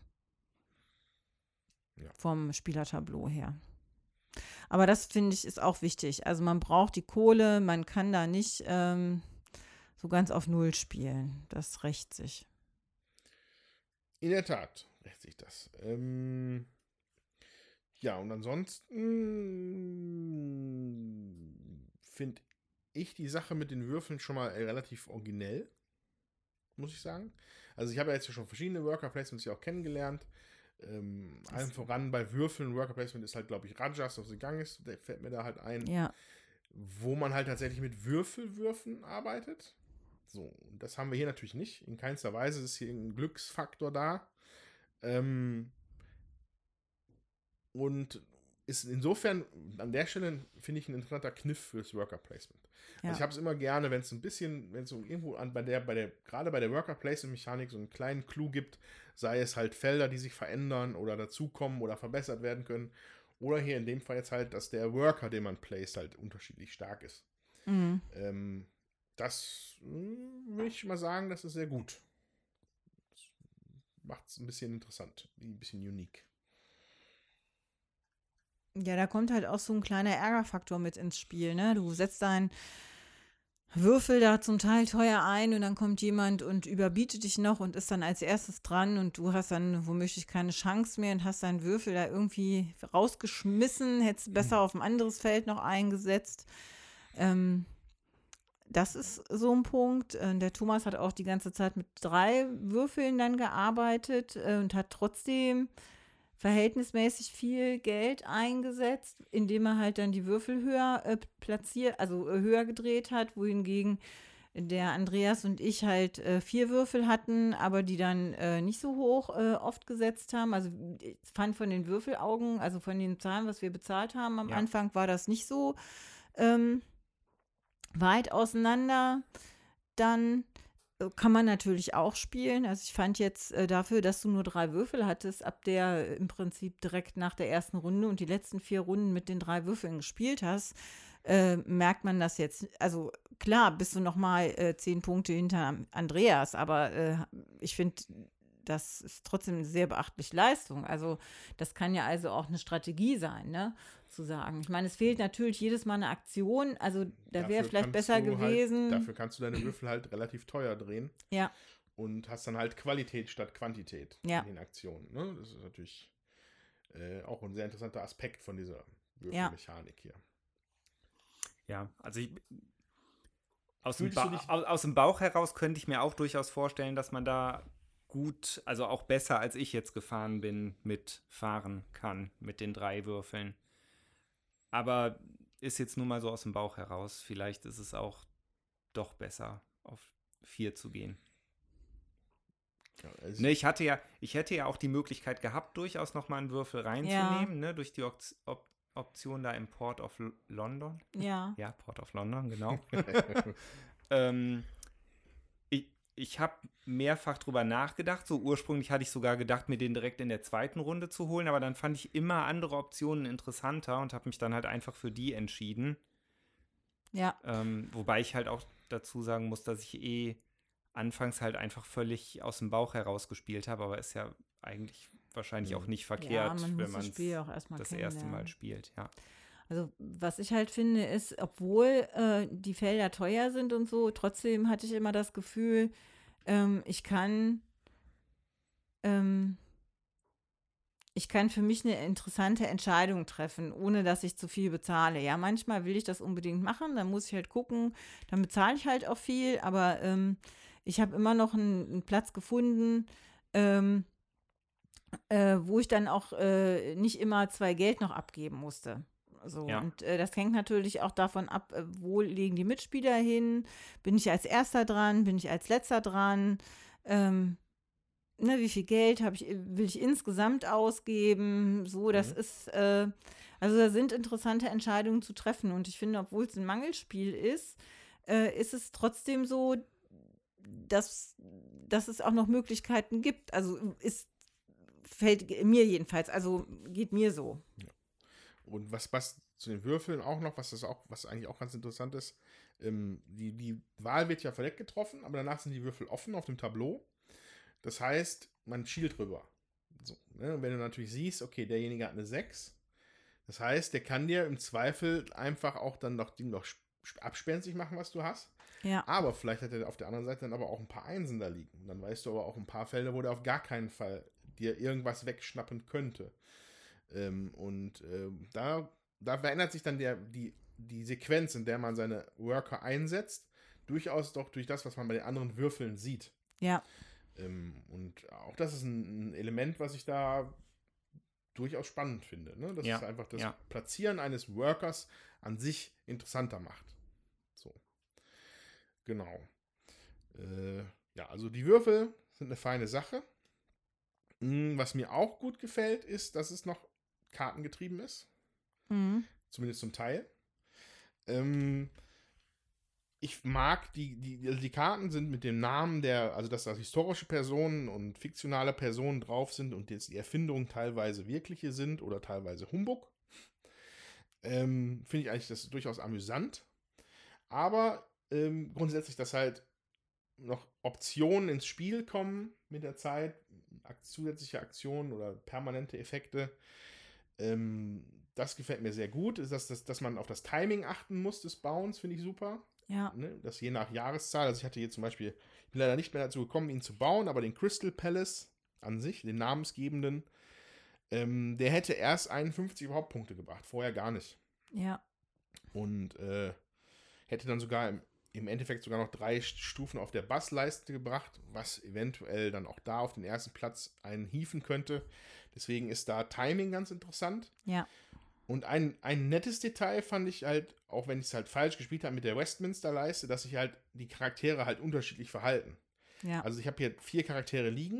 Ja. Vom Spielertableau her. Aber das, finde ich, ist auch wichtig. Also man braucht die Kohle, man kann da nicht ähm, so ganz auf Null spielen. Das rächt sich. In der Tat rächt sich das. Ähm, ja, und ansonsten finde ich die Sache mit den Würfeln schon mal relativ originell, muss ich sagen. Also ich habe ja jetzt schon verschiedene Worker Placements hier auch kennengelernt. Ähm, allen voran bei Würfeln, Worker Placement ist halt, glaube ich, Rajas of the Ganges, der fällt mir da halt ein, Ja. wo man halt tatsächlich mit Würfelwürfen arbeitet. So, und das haben wir hier natürlich nicht. In keinster Weise ist hier ein Glücksfaktor da. Ähm, und ist insofern an der Stelle, finde ich, ein interessanter Kniff fürs Worker Placement. Ja. Also ich habe es immer gerne, wenn es ein bisschen, wenn es so irgendwo an, bei der, bei der, gerade bei der Worker Placement Mechanik so einen kleinen Clou gibt, sei es halt Felder, die sich verändern oder dazukommen oder verbessert werden können. Oder hier in dem Fall jetzt halt, dass der Worker, den man placed, halt unterschiedlich stark ist. Mhm. Ähm, das mh, würde ich mal sagen, das ist sehr gut. Das macht es ein bisschen interessant, ein bisschen unique. Ja, da kommt halt auch so ein kleiner Ärgerfaktor mit ins Spiel, ne? Du setzt deinen Würfel da zum Teil teuer ein und dann kommt jemand und überbietet dich noch und ist dann als erstes dran und du hast dann womöglich keine Chance mehr und hast deinen Würfel da irgendwie rausgeschmissen, hättest besser auf ein anderes Feld noch eingesetzt. Ähm, das ist so ein Punkt. Äh, Der Thomas hat auch die ganze Zeit mit drei Würfeln dann gearbeitet äh, und hat trotzdem verhältnismäßig viel Geld eingesetzt, indem er halt dann die Würfel höher äh, platziert, also äh, höher gedreht hat, wohingegen der Andreas und ich halt äh, vier Würfel hatten, aber die dann äh, nicht so hoch äh, oft gesetzt haben. Also ich fand von den Würfelaugen, also von den Zahlen, was wir bezahlt haben am Ja. Anfang, war das nicht so ähm, weit auseinander. Dann äh, kann man natürlich auch spielen. Also ich fand jetzt äh, dafür, dass du nur drei Würfel hattest, ab der äh, im Prinzip direkt nach der ersten Runde und die letzten vier Runden mit den drei Würfeln gespielt hast, äh, merkt man das jetzt. Also klar, bist du noch mal äh, zehn Punkte hinter Andreas, aber äh, ich finde, das ist trotzdem eine sehr beachtliche Leistung. Also das kann ja also auch eine Strategie sein, ne? Zu sagen. Ich meine, es fehlt natürlich jedes Mal eine Aktion. Also da wäre Dafür vielleicht kannst besser du gewesen. Halt, dafür kannst du deine Würfel halt relativ teuer drehen. Ja. Und hast dann halt Qualität statt Quantität Ja. in den Aktionen. Ne? Das ist natürlich äh, auch ein sehr interessanter Aspekt von dieser Würfelmechanik hier. Ja, also ich, aus, dem Fühlst du ba dich- aus, aus dem Bauch heraus könnte ich mir auch durchaus vorstellen, dass man da gut, also auch besser als ich jetzt gefahren bin, mitfahren kann mit den drei Würfeln. Aber ist jetzt nur mal so aus dem Bauch heraus. Vielleicht ist es auch doch besser, auf vier zu gehen. Ja, also Ne, ich hatte ja, ich hätte ja auch die Möglichkeit gehabt, durchaus nochmal einen Würfel reinzunehmen, ne, durch die Op Op Option da im Port of L London. Ja. Ja, Port of London, genau. ähm, ich ich habe mehrfach drüber nachgedacht. So ursprünglich hatte ich sogar gedacht, mir den direkt in der zweiten Runde zu holen, aber dann fand ich immer andere Optionen interessanter und habe mich dann halt einfach für die entschieden. Ja. Ähm, wobei ich halt auch dazu sagen muss, dass ich eh anfangs halt einfach völlig aus dem Bauch heraus gespielt habe, aber ist ja eigentlich wahrscheinlich auch nicht verkehrt, man muss wenn das man Spiel auch erstmal das erste Mal kennenlernen. spielt, ja. Also was ich halt finde, ist, obwohl äh, die Felder teuer sind und so, trotzdem hatte ich immer das Gefühl, ähm, ich kann ähm, ich kann für mich eine interessante Entscheidung treffen, ohne dass ich zu viel bezahle. Ja, manchmal will ich das unbedingt machen, dann muss ich halt gucken, dann bezahle ich halt auch viel, aber ähm, ich habe immer noch einen, einen Platz gefunden, ähm, äh, wo ich dann auch äh, nicht immer zwei Geld noch abgeben musste. So, Ja. und äh, das hängt natürlich auch davon ab, äh, wo legen die Mitspieler hin, bin ich als Erster dran, bin ich als Letzter dran, ähm, ne, wie viel Geld habe ich, will ich insgesamt ausgeben, so, das Mhm. ist, äh, also da sind interessante Entscheidungen zu treffen und ich finde, obwohl es ein Mangelspiel ist, äh, ist es trotzdem so, dass, dass es auch noch Möglichkeiten gibt, also ist, fällt mir jedenfalls, also geht mir so. Und was, was zu den Würfeln auch noch, was das auch, was eigentlich auch ganz interessant ist, ähm, die, die Wahl wird ja verdeckt getroffen, aber danach sind die Würfel offen auf dem Tableau. Das heißt, man schielt drüber. So, ne? Und wenn du natürlich siehst, okay, derjenige hat eine sechs, das heißt, der kann dir im Zweifel einfach auch dann noch, die noch abspenstig machen, was du hast. Ja, Aber vielleicht hat er auf der anderen Seite dann aber auch ein paar Einsen da liegen. Dann weißt du aber auch ein paar Fälle, wo der auf gar keinen Fall dir irgendwas wegschnappen könnte. Ähm, und ähm, da, da verändert sich dann der, die, die Sequenz, in der man seine Worker einsetzt, durchaus doch durch das, was man bei den anderen Würfeln sieht. ja, Ähm, und auch das ist ein, ein Element, was ich da durchaus spannend finde. Ne? Das Ja, ist einfach das ja. Platzieren eines Workers an sich interessanter macht. So. Genau. Äh, ja, also die Würfel sind eine feine Sache. Hm, was mir auch gut gefällt, ist, dass es noch kartengetrieben ist. mhm. Zumindest zum Teil. Ähm, ich mag die, die, also die Karten sind mit dem Namen der, also dass da historische Personen und fiktionale Personen drauf sind und jetzt die Erfindungen teilweise wirkliche sind oder teilweise Humbug. Ähm, finde ich eigentlich das durchaus amüsant. Aber ähm, grundsätzlich, dass halt noch Optionen ins Spiel kommen mit der Zeit, ak- zusätzliche Aktionen oder permanente Effekte. Ähm, das gefällt mir sehr gut. Ist das, dass, dass man auf das Timing achten muss des Bauens, finde ich super. Ja, Ne? Das je nach Jahreszahl. Also ich hatte hier zum Beispiel, ich bin leider nicht mehr dazu gekommen, ihn zu bauen, aber den Crystal Palace an sich, den namensgebenden, ähm, der hätte erst einundfünfzig überhaupt Punkte gebracht, vorher gar nicht. ja, Und äh, hätte dann sogar im, im Endeffekt sogar noch drei Stufen auf der Bassleiste gebracht, was eventuell dann auch da auf den ersten Platz einen hieven könnte. Deswegen ist da Timing ganz interessant. ja, Und ein, ein nettes Detail fand ich halt, auch wenn ich es halt falsch gespielt habe mit der Westminster-Leiste, dass sich halt die Charaktere halt unterschiedlich verhalten. ja, Also ich habe hier vier Charaktere liegen.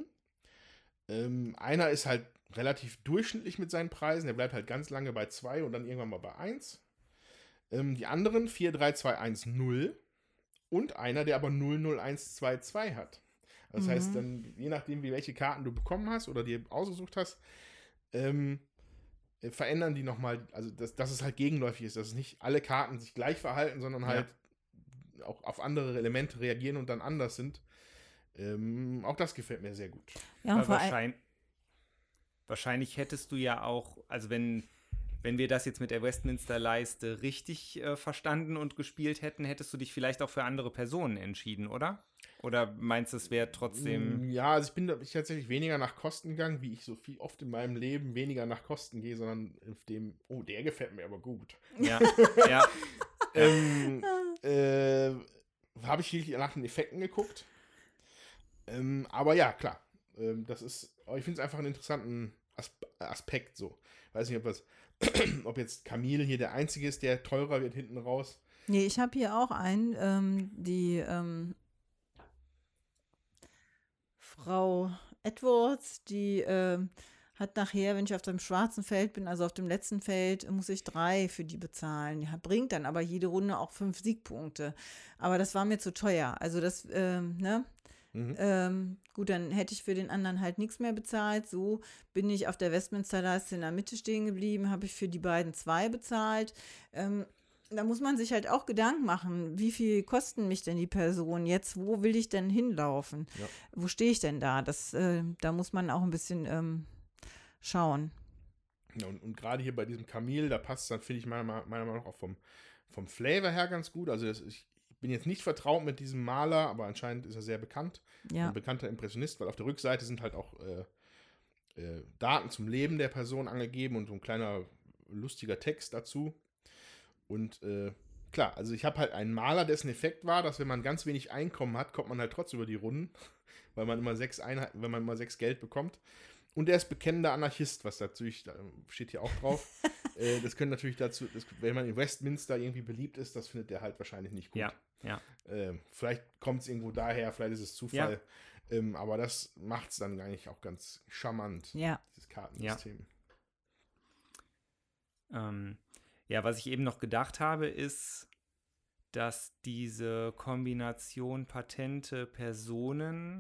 Ähm, einer ist halt relativ durchschnittlich mit seinen Preisen, der bleibt halt ganz lange bei zwei und dann irgendwann mal bei eins. Ähm, die anderen vier, drei, zwei, eins, null und einer, der aber null null eins zwei zwei hat. Das Mhm. heißt, dann, je nachdem, wie welche Karten du bekommen hast oder dir ausgesucht hast, ähm, äh, verändern die nochmal, also dass, dass es halt gegenläufig ist, dass es nicht alle Karten sich gleich verhalten, sondern Ja. halt auch auf andere Elemente reagieren und dann anders sind. Ähm, auch das gefällt mir sehr gut. ja, und Weil vor allem, wahrscheinlich, wahrscheinlich hättest du ja auch, also wenn, wenn wir das jetzt mit der Westminster-Leiste richtig äh, verstanden und gespielt hätten, hättest du dich vielleicht auch für andere Personen entschieden, oder? Oder meinst du, es wäre trotzdem... Ja, also ich bin da ich tatsächlich weniger nach Kosten gegangen, wie ich so viel oft in meinem Leben weniger nach Kosten gehe, sondern auf dem, oh, der gefällt mir aber gut. Ja, ja, ähm, äh, habe ich viel nach den Effekten geguckt. Ähm, aber ja, klar. Ähm, das ist, aber ich finde es einfach einen interessanten Aspe- Aspekt so. Weiß nicht, ob das, ob jetzt Camille hier der Einzige ist, der teurer wird hinten raus. nee, ich habe hier auch einen, ähm, die ähm, Frau Edwards, die ähm, hat nachher, wenn ich auf dem schwarzen Feld bin, also auf dem letzten Feld, muss ich drei für die bezahlen. Die hat- bringt dann aber jede Runde auch fünf Siegpunkte. Aber das war mir zu teuer. Also das, ähm, ne? Mhm. Ähm, gut, dann hätte ich für den anderen halt nichts mehr bezahlt. So bin ich auf der Westminster-Leiste in der Mitte stehen geblieben, habe ich für die beiden zwei bezahlt. Ähm, da muss man sich halt auch Gedanken machen, wie viel kosten mich denn die Personen jetzt? Wo will ich denn hinlaufen? Ja. Wo stehe ich denn da? Das, äh, da muss man auch ein bisschen ähm, schauen. Ja, und, und gerade hier bei diesem Camille, da passt es dann, finde ich, meiner, meiner Meinung nach auch vom, vom Flavor her ganz gut. Also das, ich bin jetzt nicht vertraut mit diesem Maler, aber anscheinend ist er sehr bekannt. Ja, Ein bekannter Impressionist, weil auf der Rückseite sind halt auch äh, äh, Daten zum Leben der Person angegeben und so ein kleiner lustiger Text dazu. Und äh, klar, also ich habe halt einen Maler, dessen Effekt war, dass wenn man ganz wenig Einkommen hat, kommt man halt trotzdem über die Runden, weil man immer sechs Einheiten, wenn man immer sechs Geld bekommt. Und er ist bekennender Anarchist, was natürlich, da steht hier auch drauf. äh, das können natürlich dazu, das, wenn man in Westminster irgendwie beliebt ist, das findet er halt wahrscheinlich nicht gut. Ja, ja. Äh, vielleicht kommt es irgendwo daher, vielleicht ist es Zufall. Ja. Ähm, aber das macht es dann eigentlich auch ganz charmant, ja. dieses Kartensystem. Ja. Ähm, ja, was ich eben noch gedacht habe, ist, dass diese Kombination Patente, Personen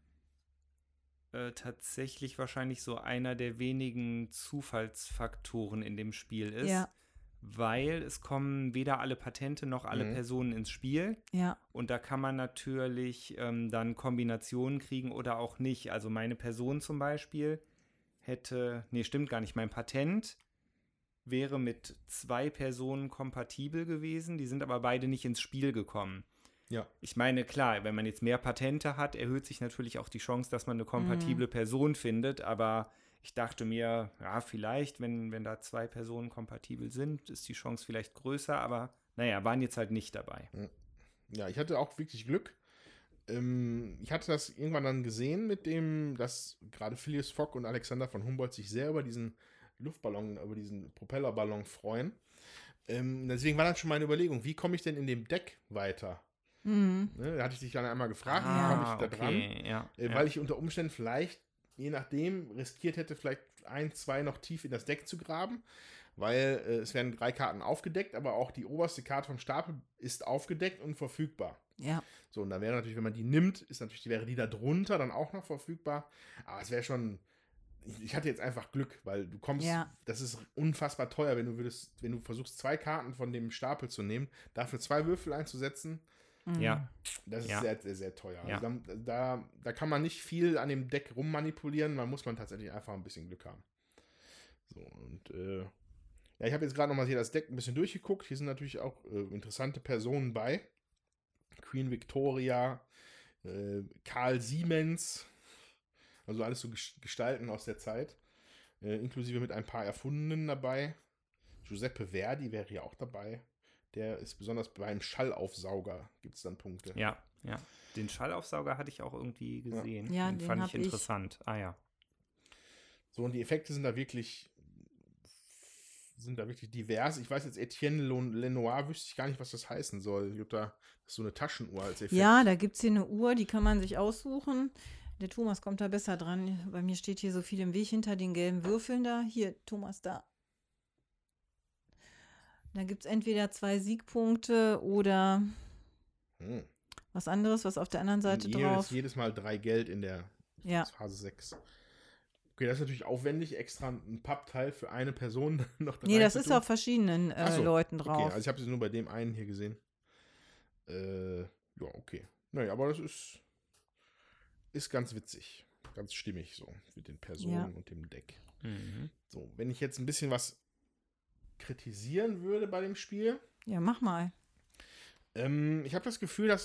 Äh, tatsächlich wahrscheinlich so einer der wenigen Zufallsfaktoren in dem Spiel ist, Ja. weil es kommen weder alle Patente noch alle Mhm. Personen ins Spiel Ja. und da kann man natürlich ähm, dann Kombinationen kriegen oder auch nicht. Also meine Person zum Beispiel hätte, nee, stimmt gar nicht, mein Patent wäre mit zwei Personen kompatibel gewesen, die sind aber beide nicht ins Spiel gekommen. Ja. Ich meine, klar, wenn man jetzt mehr Patente hat, erhöht sich natürlich auch die Chance, dass man eine kompatible mhm. Person findet, aber ich dachte mir, ja, vielleicht, wenn, wenn da zwei Personen kompatibel sind, ist die Chance vielleicht größer, aber naja, waren jetzt halt nicht dabei. Ja, ich hatte auch wirklich Glück. Ähm, ich hatte das irgendwann dann gesehen mit dem, dass gerade Phileas Fogg und Alexander von Humboldt sich sehr über diesen Luftballon, über diesen Propellerballon freuen. Ähm, deswegen war dann schon meine Überlegung, wie komme ich denn in dem Deck weiter? Mhm. Ne, da hatte ich dich dann einmal gefragt, ah, wie komme ich da okay, dran? Ja, äh, ja. Weil ich unter Umständen vielleicht, je nachdem, riskiert hätte, vielleicht ein, zwei noch tief in das Deck zu graben, weil äh, es werden drei Karten aufgedeckt, aber auch die oberste Karte vom Stapel ist aufgedeckt und verfügbar. Ja. So, und dann wäre natürlich, wenn man die nimmt, ist natürlich, wäre die da drunter dann auch noch verfügbar. Aber es wäre schon, ich, ich hatte jetzt einfach Glück, weil du kommst, Ja. das ist unfassbar teuer, wenn du würdest, wenn du versuchst, zwei Karten von dem Stapel zu nehmen, dafür zwei Würfel einzusetzen. Mhm. Ja. Das ist Ja. sehr, sehr, sehr teuer. Ja. Also da, da, da kann man nicht viel an dem Deck rummanipulieren, da muss man tatsächlich einfach ein bisschen Glück haben. So, und äh, ja, ich habe jetzt gerade nochmal hier das Deck ein bisschen durchgeguckt. Hier sind natürlich auch äh, interessante Personen bei. Queen Victoria, äh, Karl Siemens, also alles so Gestalten aus der Zeit, äh, inklusive mit ein paar Erfundenen dabei. Giuseppe Verdi wäre hier auch dabei. Der ist besonders beim Schallaufsauger, gibt es dann Punkte. Ja, ja. Den Schallaufsauger hatte ich auch irgendwie gesehen. Ja, den, den fand hab ich ich. interessant. Ah ja. So, und die Effekte sind da wirklich sind da wirklich divers. Ich weiß jetzt, Etienne Lenoir, wüsste ich gar nicht, was das heißen soll. Ich glaube, da ist so eine Taschenuhr als Effekt. Ja, da gibt es hier eine Uhr, die kann man sich aussuchen. Der Thomas kommt da besser dran. Bei mir steht hier so viel im Weg hinter den gelben Würfeln da. Hier, Thomas, da. Da gibt es entweder zwei Siegpunkte oder Hm. was anderes, was auf der anderen Seite Hier drauf. ist jedes Mal drei Geld in der Ja. Phase sechs. Okay, das ist natürlich aufwendig, extra ein Pappteil für eine Person noch da Nee, das rein ist zu tun. auf verschiedenen äh, Ach so, Leuten drauf. Okay, also ich habe es nur bei dem einen hier gesehen. Äh, ja, okay. Naja, aber das ist, ist ganz witzig. Ganz stimmig so mit den Personen Ja. und dem Deck. Mhm. So, wenn ich jetzt ein bisschen was kritisieren würde bei dem Spiel. Ja, mach mal. Ähm, ich habe das Gefühl, dass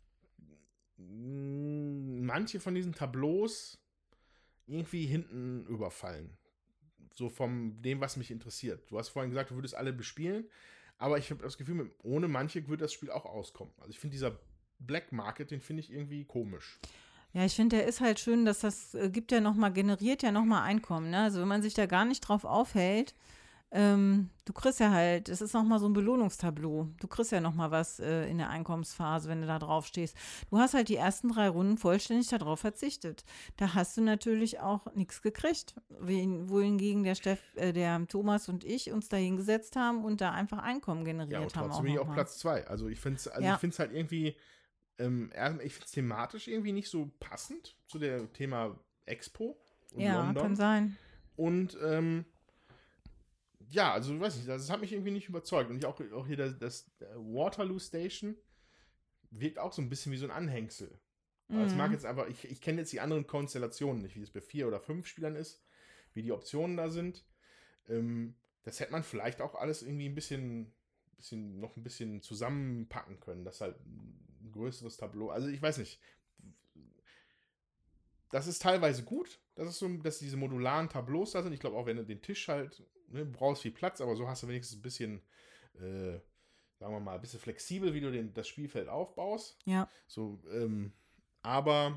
mm, manche von diesen Tableaus irgendwie hinten überfallen. So von dem, was mich interessiert. Du hast vorhin gesagt, du würdest alle bespielen, aber ich habe das Gefühl, ohne manche würde das Spiel auch auskommen. Also ich finde, dieser Black Market, den finde ich irgendwie komisch. Ja, ich finde, der ist halt schön, dass das äh, gibt ja noch mal, generiert ja nochmal Einkommen. Ne? Also wenn man sich da gar nicht drauf aufhält, ähm, du kriegst ja halt, es ist nochmal so ein Belohnungstableau. Du kriegst ja nochmal was äh, in der Einkommensphase, wenn du da drauf stehst. Du hast halt die ersten drei Runden vollständig darauf verzichtet. Da hast du natürlich auch nichts gekriegt. Wohingegen der Steff, äh, der Thomas und ich uns da hingesetzt haben und da einfach Einkommen generiert Ja, und haben. trotzdem bin ich noch auf mal. Platz zwei. Also ich finde es also Ja. ich find's halt irgendwie, ähm, ich finde es thematisch irgendwie nicht so passend zu dem Thema Expo und Ja, London. kann sein. Und ähm, ja, also ich weiß nicht, das hat mich irgendwie nicht überzeugt. Und ich auch, auch hier das, das Waterloo Station wirkt auch so ein bisschen wie so ein Anhängsel. Aber es Mhm. mag jetzt aber, ich, ich kenne jetzt die anderen Konstellationen nicht, wie es bei vier oder fünf Spielern ist, wie die Optionen da sind. Ähm, das hätte man vielleicht auch alles irgendwie ein bisschen, bisschen, noch ein bisschen zusammenpacken können, dass halt ein größeres Tableau, also ich weiß nicht. Das ist teilweise gut, Das ist so, dass diese modularen Tableaus da sind. Ich glaube auch, wenn du den Tisch halt, ne, brauchst viel Platz, aber so hast du wenigstens ein bisschen, äh, sagen wir mal, ein bisschen flexibel, wie du den, das Spielfeld aufbaust. Ja. So, ähm, aber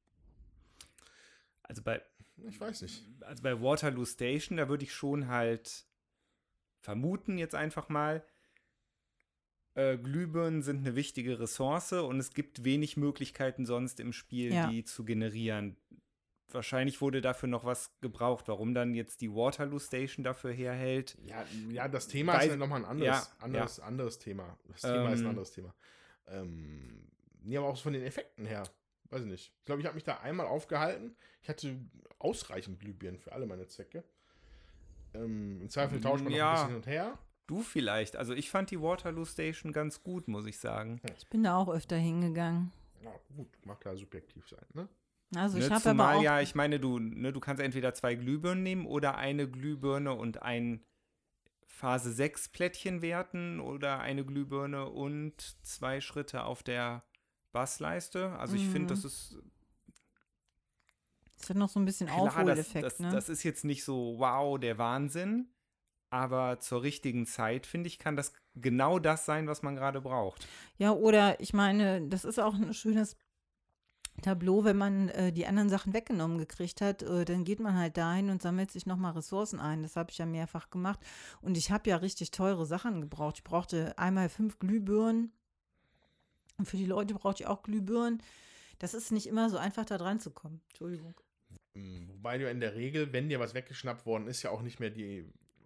Also bei, ich weiß nicht. also bei Waterloo Station, da würde ich schon halt vermuten, jetzt einfach mal, äh, Glühbirnen sind eine wichtige Ressource und es gibt wenig Möglichkeiten sonst im Spiel, Ja. die zu generieren. Wahrscheinlich wurde dafür noch was gebraucht. Warum dann jetzt die Waterloo Station dafür herhält? Ja, ja, das Thema Weiß- ist ja nochmal ein anderes, ja, anderes, ja. anderes Thema. Das Thema ist ein Ähm. anderes Thema. Ähm, nee, aber auch von den Effekten her. Weiß ich nicht. Ich glaube, ich habe mich da einmal aufgehalten. Ich hatte ausreichend Glühbirnen für alle meine Zwecke. Ähm, Im Zweifel tauscht man noch Ja. ein bisschen hin und her. Du vielleicht. Also ich fand die Waterloo Station ganz gut, muss ich sagen. Ich bin da auch öfter hingegangen. Na gut, mag da subjektiv sein, ne? Also ich Ne, habe aber zumal auch, ja, ich meine, du, ne, du kannst entweder zwei Glühbirnen nehmen oder eine Glühbirne und ein Phase sechs Plättchen werten oder eine Glühbirne und zwei Schritte auf der Bassleiste. Also ich Mhm. finde, das ist es hat noch so ein bisschen klar, das, Aufholeffekt, das, ne? das ist jetzt nicht so wow, der Wahnsinn, aber zur richtigen Zeit, finde ich, kann das genau das sein, was man gerade braucht. Ja, oder ich meine, das ist auch ein schönes Tableau, wenn man äh, die anderen Sachen weggenommen gekriegt hat, äh, dann geht man halt dahin und sammelt sich nochmal Ressourcen ein. Das habe ich ja mehrfach gemacht. Und ich habe ja richtig teure Sachen gebraucht. Ich brauchte einmal fünf Glühbirnen. Und für die Leute brauchte ich auch Glühbirnen. Das ist nicht immer so einfach, da dran zu kommen. Entschuldigung. Mm, Wobei du in der Regel, wenn dir was weggeschnappt worden ist, ja auch nicht mehr die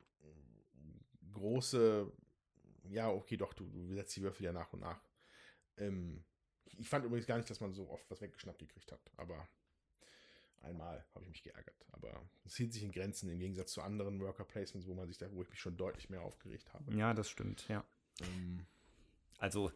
große, ja, okay, doch, du, du setzt die Würfel ja nach und nach. Ähm, ich fand übrigens gar nicht, dass man so oft was weggeschnappt gekriegt hat, aber einmal habe ich mich geärgert. Aber es hielt sich in Grenzen im Gegensatz zu anderen Worker Placements, wo man sich da, wo ich mich schon deutlich mehr aufgeregt habe. Ja, das stimmt, ja. Ähm, Also,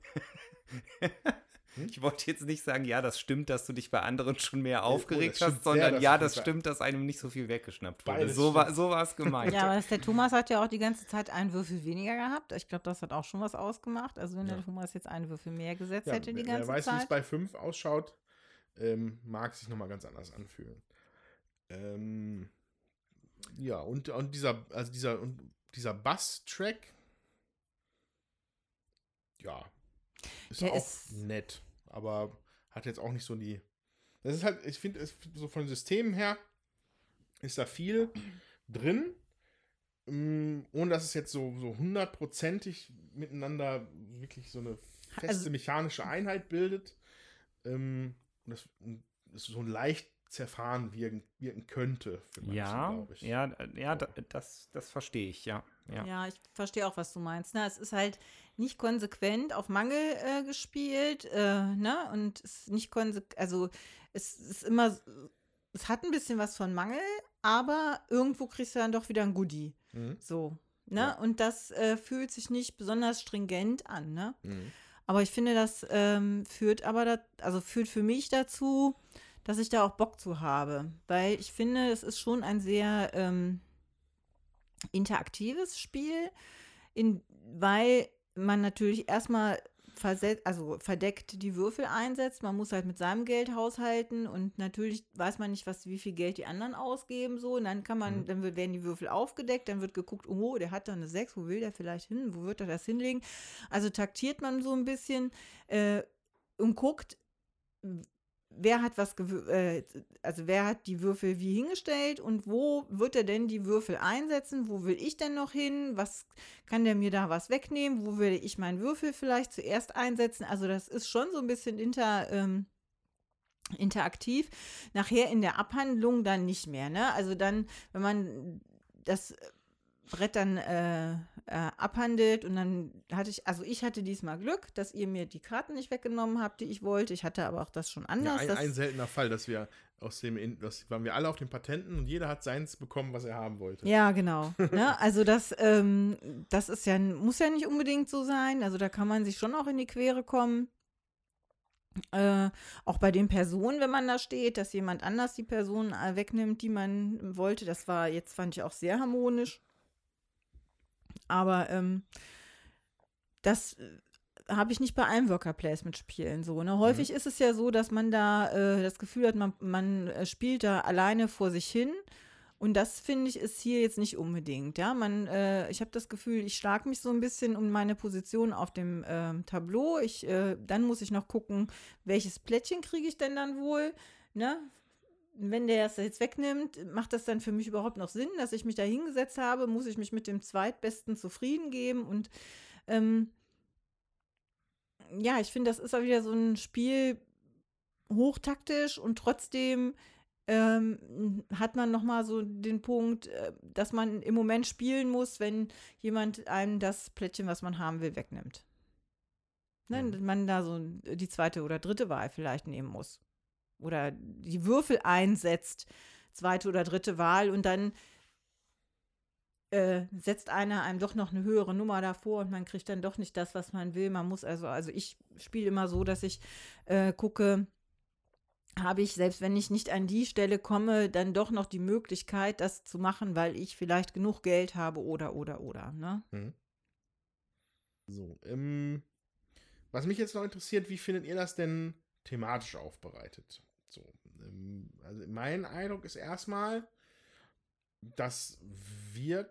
ich wollte jetzt nicht sagen, ja, das stimmt, dass du dich bei anderen schon mehr aufgeregt das stimmt hast, sondern sehr, dass ja, ich das mich- stimmt, dass einem nicht so viel weggeschnappt wurde. Beides So war, stimmt. so war es gemeint. Ja, aber das, der Thomas hat ja auch die ganze Zeit einen Würfel weniger gehabt. Ich glaube, das hat auch schon was ausgemacht. Also wenn Ja. der Thomas jetzt einen Würfel mehr gesetzt ja, hätte die wer, ganze wer weiß, wie es Zeit. bei fünf ausschaut, ähm, mag sich nochmal ganz anders anfühlen. Ähm, ja, und, und dieser, also dieser, und dieser Bass-Track, ja, ist Der auch ist- nett, aber hat jetzt auch nicht so die. Das ist halt, ich finde, es- so von den Systemen her ist da viel drin, mm, ohne dass es jetzt so, so hundertprozentig miteinander wirklich so eine feste Also- mechanische Einheit bildet. Ähm, und das, und das so leicht zerfahren wirken, wirken könnte für manche, Ja, glaube ich. ja, äh, ja, da- das, das verstehe ich, ja. ja. Ja, ich verstehe auch, was du meinst. Ne? Es ist halt nicht konsequent auf Mangel äh, gespielt, äh, ne? Und es ist nicht konsequent, also es ist immer, es hat ein bisschen was von Mangel, aber irgendwo kriegst du dann doch wieder ein Goodie. Mhm. So, ne? Ja. Und das äh, fühlt sich nicht besonders stringent an, ne? Mhm. Aber ich finde, das ähm, führt aber, dat, also führt für mich dazu, dass ich da auch Bock zu habe. Weil ich finde, es ist schon ein sehr ähm, interaktives Spiel, in, weil man natürlich erstmal verset, also verdeckt die Würfel einsetzt. Man muss halt mit seinem Geld haushalten und natürlich weiß man nicht, was, wie viel Geld die anderen ausgeben. So. Und dann kann man, Mhm. dann wird, werden die Würfel aufgedeckt, dann wird geguckt, oh, der hat da eine sechs, wo will der vielleicht hin? Wo wird er das hinlegen? Also taktiert man so ein bisschen äh, und guckt, wer hat was, gewü- äh, also wer hat die Würfel wie hingestellt und wo wird er denn die Würfel einsetzen? Wo will ich denn noch hin? Was kann der mir da was wegnehmen? Wo will ich meinen Würfel vielleicht zuerst einsetzen? Also das ist schon so ein bisschen inter, ähm, interaktiv. Nachher in der Abhandlung dann nicht mehr, ne? Also dann, wenn man das Brett dann äh, äh, abhandelt und dann hatte ich, also ich hatte diesmal Glück, dass ihr mir die Karten nicht weggenommen habt, die ich wollte. Ich hatte aber auch das schon Ja, anders. ein, dass, ein seltener Fall, dass wir aus dem, In- das waren wir alle auf den Patenten und jeder hat seins bekommen, was er haben wollte. ja, genau. Ne? Also das, ähm, das ist ja, muss ja nicht unbedingt so sein. Also da kann man sich schon auch in die Quere kommen. Äh, auch bei den Personen, wenn man da steht, dass jemand anders die Person äh, wegnimmt, die man wollte. Das war, jetzt fand ich auch sehr harmonisch. Aber ähm, das habe ich nicht bei allen Worker Placement Spielen so. Ne? Häufig mhm. ist es ja so, dass man da äh, das Gefühl hat, man, man äh, spielt da alleine vor sich hin. Und das, finde ich, ist hier jetzt nicht unbedingt. Ja, man, äh, ich habe das Gefühl, ich schlage mich so ein bisschen um meine Position auf dem äh, Tableau. Ich, äh, dann muss ich noch gucken, welches Plättchen kriege ich denn dann wohl. Ne? Wenn der es jetzt wegnimmt, macht das dann für mich überhaupt noch Sinn, dass ich mich da hingesetzt habe? Muss ich mich mit dem Zweitbesten zufrieden geben? Und ähm, ja, ich finde, das ist auch wieder so ein Spiel hochtaktisch und trotzdem ähm, hat man nochmal so den Punkt, äh, dass man im Moment spielen muss, wenn jemand einem das Plättchen, was man haben will, wegnimmt. Ne? Mhm. Man da so die zweite oder dritte Wahl vielleicht nehmen muss. Oder die Würfel einsetzt, zweite oder dritte Wahl, und dann äh, setzt einer einem doch noch eine höhere Nummer davor und man kriegt dann doch nicht das, was man will. Man muss also, also ich spiele immer so, dass ich äh, gucke, habe ich, selbst wenn ich nicht an die Stelle komme, dann doch noch die Möglichkeit, das zu machen, weil ich vielleicht genug Geld habe oder, oder, oder. Ne? Mhm. So, ähm, was mich jetzt noch interessiert, wie findet ihr das denn thematisch aufbereitet? So, ähm, also mein Eindruck ist erstmal, das wirkt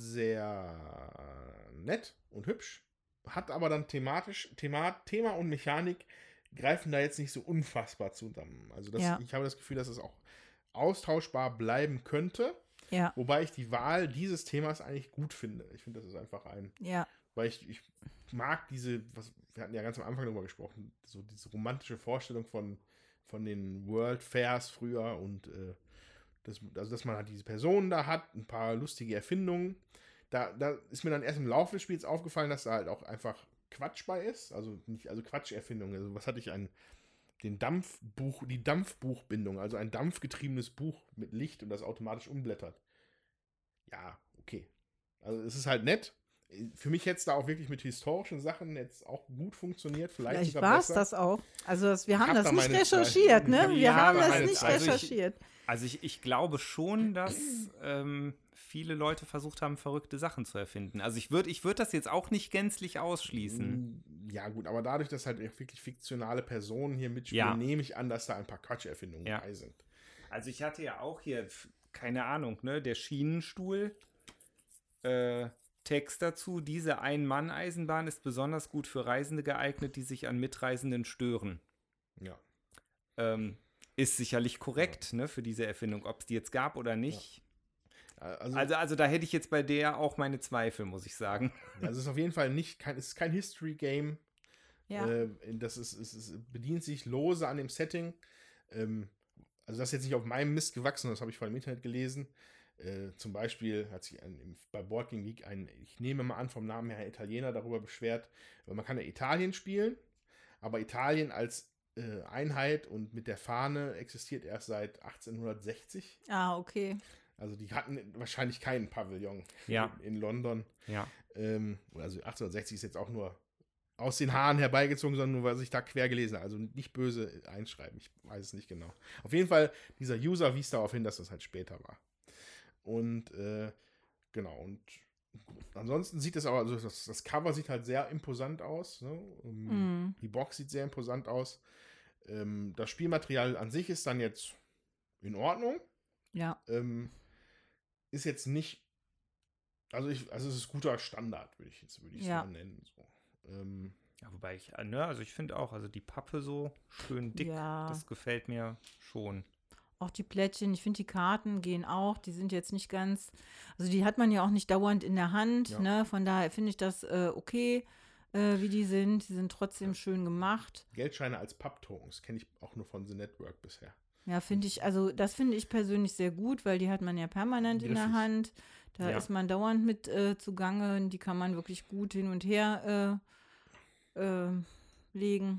sehr nett und hübsch, hat aber dann thematisch, Thema, Thema und Mechanik greifen da jetzt nicht so unfassbar zusammen. Also das, ja. ich habe das Gefühl, dass es auch austauschbar bleiben könnte. Ja. Wobei ich die Wahl dieses Themas eigentlich gut finde. Ich finde, das ist einfach ein, ja. weil ich, ich mag diese, was, wir hatten ja ganz am Anfang darüber gesprochen, so diese romantische Vorstellung von, von den World Fairs früher und äh, das, also dass man halt diese Personen da hat, ein paar lustige Erfindungen. Da, da ist mir dann erst im Laufe des Spiels aufgefallen, dass da halt auch einfach Quatsch bei ist, also nicht, also Quatscherfindungen. Also was hatte ich ein, den Dampfbuch, die Dampfbuchbindung, also ein dampfgetriebenes Buch mit Licht und das automatisch umblättert. Ja, okay. Also es ist halt nett. Für mich hätte es da auch wirklich mit historischen Sachen jetzt auch gut funktioniert. Vielleicht, Vielleicht war es das auch. Also das, wir haben hab das da nicht recherchiert, Zeit. ne? Wir ja, haben das meine, nicht also recherchiert. Ich, also ich, ich glaube schon, dass ähm, viele Leute versucht haben, verrückte Sachen zu erfinden. Also ich würde ich würd das jetzt auch nicht gänzlich ausschließen. Ja gut, aber dadurch, dass halt wirklich fiktionale Personen hier mitspielen, ja. nehme ich an, dass da ein paar Quatscherfindungen ja. dabei sind. Also ich hatte ja auch hier, keine Ahnung, ne, der Schienenstuhl, äh, Text dazu, diese Ein-Mann-Eisenbahn ist besonders gut für Reisende geeignet, die sich an Mitreisenden stören. Ja. Ähm, ist sicherlich korrekt, ja. ne, für diese Erfindung, ob es die jetzt gab oder nicht. Ja. Also, also, also da hätte ich jetzt bei der auch meine Zweifel, muss ich sagen. Ja, es ist auf jeden Fall nicht, kein, es ist kein History-Game. Ja. Äh, das ist, es ist, bedient sich lose an dem Setting. Ähm, also das ist jetzt nicht auf meinem Mist gewachsen, das habe ich vorhin im Internet gelesen. Äh, zum Beispiel hat sich ein, bei Board Game Geek ein, ich nehme mal an, vom Namen her ein Italiener darüber beschwert, weil man kann ja Italien spielen, aber Italien als äh, Einheit und mit der Fahne existiert erst seit achtzehnhundertsechzig. Ah, okay. Also die hatten wahrscheinlich keinen Pavillon ja. in, in London. Ja. Ähm, also achtzehnhundertsechzig ist jetzt auch nur aus den Haaren herbeigezogen, sondern nur, weil ich da quer gelesen habe. Also nicht böse einschreiben, ich weiß es nicht genau. Auf jeden Fall, dieser User wies darauf hin, dass das halt später war. Und äh, genau, und ansonsten sieht es aber, also das, das Cover sieht halt sehr imposant aus. Ne? Mm. Die Box sieht sehr imposant aus. Ähm, das Spielmaterial an sich ist dann jetzt in Ordnung. Ja. Ähm, ist jetzt nicht, also ich, also es ist guter Standard, würde ich jetzt würde ich es ja. mal nennen. So. Ähm, ja, wobei ich, ne, also ich finde auch, also die Pappe so schön dick, ja. das gefällt mir schon. Auch die Plättchen, ich finde die Karten gehen auch, die sind jetzt nicht ganz, also die hat man ja auch nicht dauernd in der Hand, ja. ne? Von daher finde ich das äh, okay, äh, wie die sind, die sind trotzdem ja. schön gemacht. Geldscheine als Papptokens kenne ich auch nur von The Network bisher. Ja, finde ich, also das finde ich persönlich sehr gut, weil die hat man ja permanent in der Hand, da ja. ist man dauernd mit äh, zugange, die kann man wirklich gut hin und her äh, äh, legen.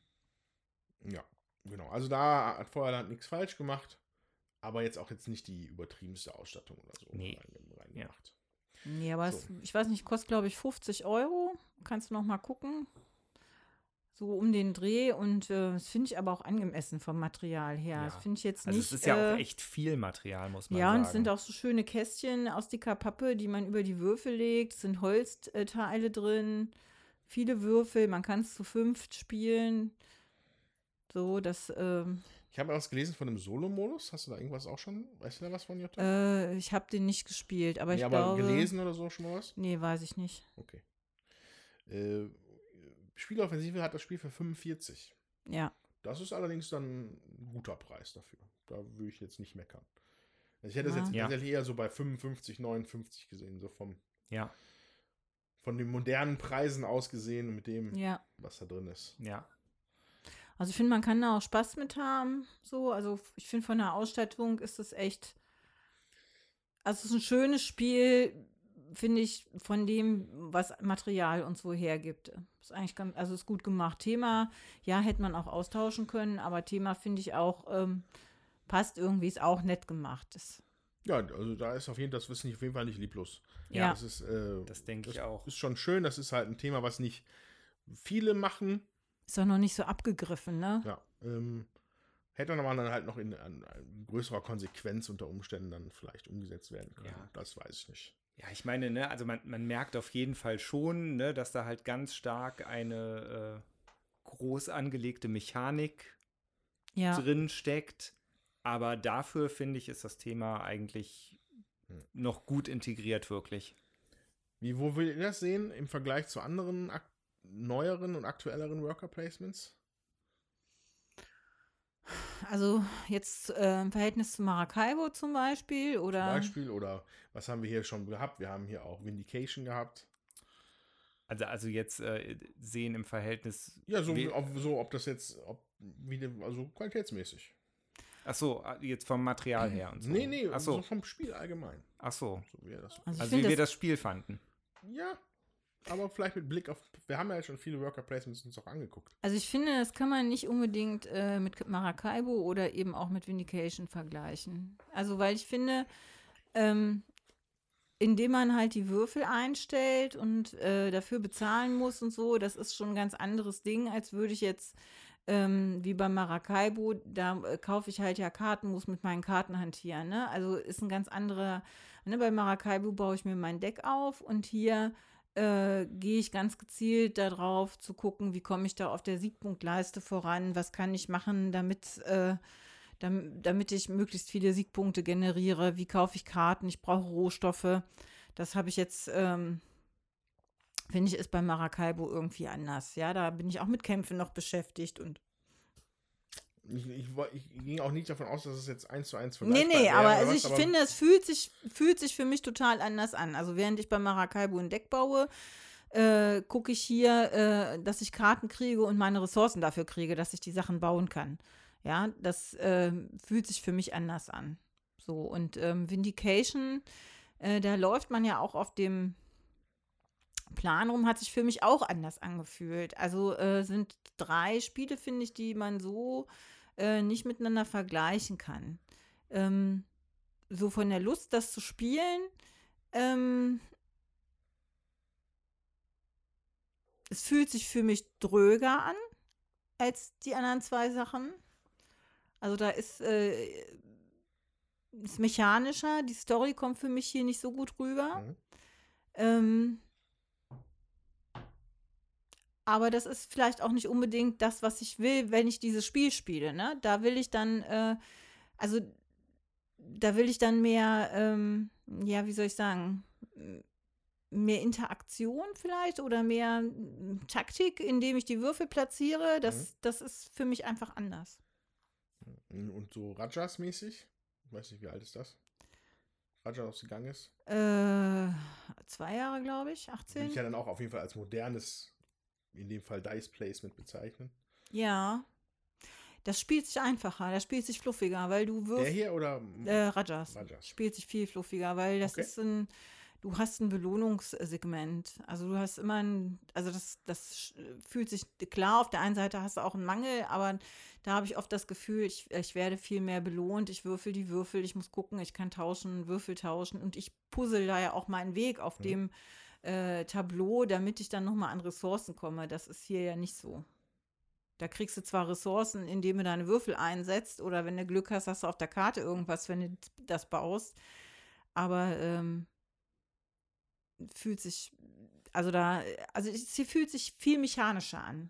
Ja. Genau, also da hat Feuerland nichts falsch gemacht, aber jetzt auch jetzt nicht die übertriebenste Ausstattung oder so nee. reingemacht. Ja. Nee, aber so. es, ich weiß nicht, kostet glaube ich fünfzig Euro, kannst du noch mal gucken, so um den Dreh, und äh, das finde ich aber auch angemessen vom Material her. Ja. Das finde ich jetzt also nicht. Es ist ja äh, auch echt viel Material, muss man ja, sagen. Ja, und es sind auch so schöne Kästchen aus dicker Pappe, die man über die Würfel legt, es sind Holzteile drin. viele Würfel, man kann es zu fünft spielen. So, das, ähm, Ich habe was gelesen von dem Solo-Modus. Hast du da irgendwas auch schon? Weißt du da was von, Jutta? äh, ich habe den nicht gespielt, aber nee, ich aber glaube. gelesen oder so schon mal was? Nee, weiß ich nicht. Okay. Äh, Spieloffensive hat das Spiel für fünfundvierzig. Ja. Das ist allerdings dann ein guter Preis dafür. Da würde ich jetzt nicht meckern. Also ich hätte es Ja. jetzt Ja. tatsächlich eher so bei fünfundfünfzig, neunundfünfzig gesehen, so vom, Ja, von den modernen Preisen aus gesehen, mit dem, Ja. was da drin ist. ja. Also ich finde, man kann da auch Spaß mit haben. So, also ich finde, von der Ausstattung ist es echt. Also es ist ein schönes Spiel, finde ich, von dem, was Material und so hergibt. Ist eigentlich ganz, also ist gut gemacht. Thema, ja, hätte man auch austauschen können, aber Thema finde ich auch, ähm, passt irgendwie, ist auch nett gemacht. Das, Ja, also da ist auf jeden Fall, das ist nicht, auf jeden Fall nicht lieblos. ja. Das ist, äh, Das denke ich das auch. ist schon schön. Das ist halt ein Thema, was nicht viele machen. Ist auch noch nicht so abgegriffen, ne? Ja, ähm, hätte dann aber dann halt noch in, an, an größerer Konsequenz unter Umständen dann vielleicht umgesetzt werden können. Ja. Das weiß ich nicht. Ja, ich meine, ne, also man, man merkt auf jeden Fall schon, ne, dass da halt ganz stark eine äh, groß angelegte Mechanik Ja. drin steckt. Aber dafür, finde ich, ist das Thema eigentlich Hm. noch gut integriert, wirklich. Wie, wo will ihr das sehen im Vergleich zu anderen ak neueren und aktuelleren Worker Placements? Also jetzt äh, im Verhältnis zu Maracaibo zum Beispiel oder. Zum Beispiel, oder was haben wir hier schon gehabt? Wir haben hier auch Vindication gehabt. Also, also jetzt äh, sehen im Verhältnis. Ja, so, We- ob, so ob das jetzt, ob, wie, dem- also qualitätsmäßig. Ach so, jetzt vom Material her und so. Nee, nee, Ach so, so vom Spiel allgemein. ach so. So wie er das. Also, ich Also find wie wir das, das Spiel fanden. Ja, aber vielleicht mit Blick auf, wir haben ja schon viele Worker Placements uns auch angeguckt. also ich finde, das kann man nicht unbedingt äh, mit Maracaibo oder eben auch mit Vindication vergleichen. Also weil ich finde, ähm, indem man halt die Würfel einstellt und äh, dafür bezahlen muss und so, das ist schon ein ganz anderes Ding, als würde ich jetzt ähm, wie bei Maracaibo, da äh, kaufe ich halt ja Karten, muss mit meinen Karten hantieren. Ne? Also ist ein ganz anderer, ne? Bei Maracaibo baue ich mir mein Deck auf und hier äh, gehe ich ganz gezielt darauf zu gucken, wie komme ich da auf der Siegpunktleiste voran, was kann ich machen, damit, äh, dam damit ich möglichst viele Siegpunkte generiere, wie kaufe ich Karten, ich brauche Rohstoffe. Das habe ich jetzt, ähm, finde ich, ist bei Maracaibo irgendwie anders. Ja, da bin ich auch mit Kämpfen noch beschäftigt und Ich, ich, woll- ich ging auch nicht davon aus, dass es jetzt eins zu eins Nee, vergleichbar nee, wäre aber oder also was, ich aber finde, es fühlt sich, fühlt sich für mich total anders an. Also während ich bei Maracaibo ein Deck baue, äh, gucke ich hier, äh, dass ich Karten kriege und meine Ressourcen dafür kriege, dass ich die Sachen bauen kann. Ja, das äh, fühlt sich für mich anders an. So, und ähm, Vindication, äh, da läuft man ja auch auf dem Plan rum, hat sich für mich auch anders angefühlt. Also äh, sind drei Spiele, finde ich, die man so äh, nicht miteinander vergleichen kann. Ähm, so von der Lust, das zu spielen, ähm, es fühlt sich für mich dröger an als die anderen zwei Sachen. Also da ist äh, ist mechanischer, die Story kommt für mich hier nicht so gut rüber. Mhm. Ähm, aber das ist vielleicht auch nicht unbedingt das, was ich will, wenn ich dieses Spiel spiele. Ne? Da will ich dann, äh, also da will ich dann mehr, ähm, ja, wie soll ich sagen, m- mehr Interaktion vielleicht oder mehr mm, Taktik, indem ich die Würfel platziere. Das, Mhm. das ist für mich einfach anders. Und so Rajas-mäßig? Ich weiß nicht, wie alt ist das? Rajas aus dem Gang ist. Äh, zwei Jahre, glaube ich, Würde achtzehn. ich ja dann auch auf jeden Fall als modernes, in dem Fall Dice Placement bezeichnen. Ja. Das spielt sich einfacher, das spielt sich fluffiger, weil du wirfst. Der hier oder? Äh, Rajas. Rajas. Spielt sich viel fluffiger, weil das Okay. ist ein, du hast ein Belohnungssegment. Also du hast immer ein, also das, das sch- fühlt sich klar, auf der einen Seite hast du auch einen Mangel, aber da habe ich oft das Gefühl, ich, ich werde viel mehr belohnt, ich würfel die Würfel, ich muss gucken, ich kann tauschen, Würfel tauschen und ich puzzle da ja auch meinen Weg auf Mhm. dem äh, Tableau, damit ich dann nochmal an Ressourcen komme. Das ist hier ja nicht so. Da kriegst du zwar Ressourcen, indem du deine Würfel einsetzt, oder wenn du Glück hast, hast du auf der Karte irgendwas, wenn du das baust. Aber ähm, fühlt sich Also da, also es hier fühlt sich viel mechanischer an.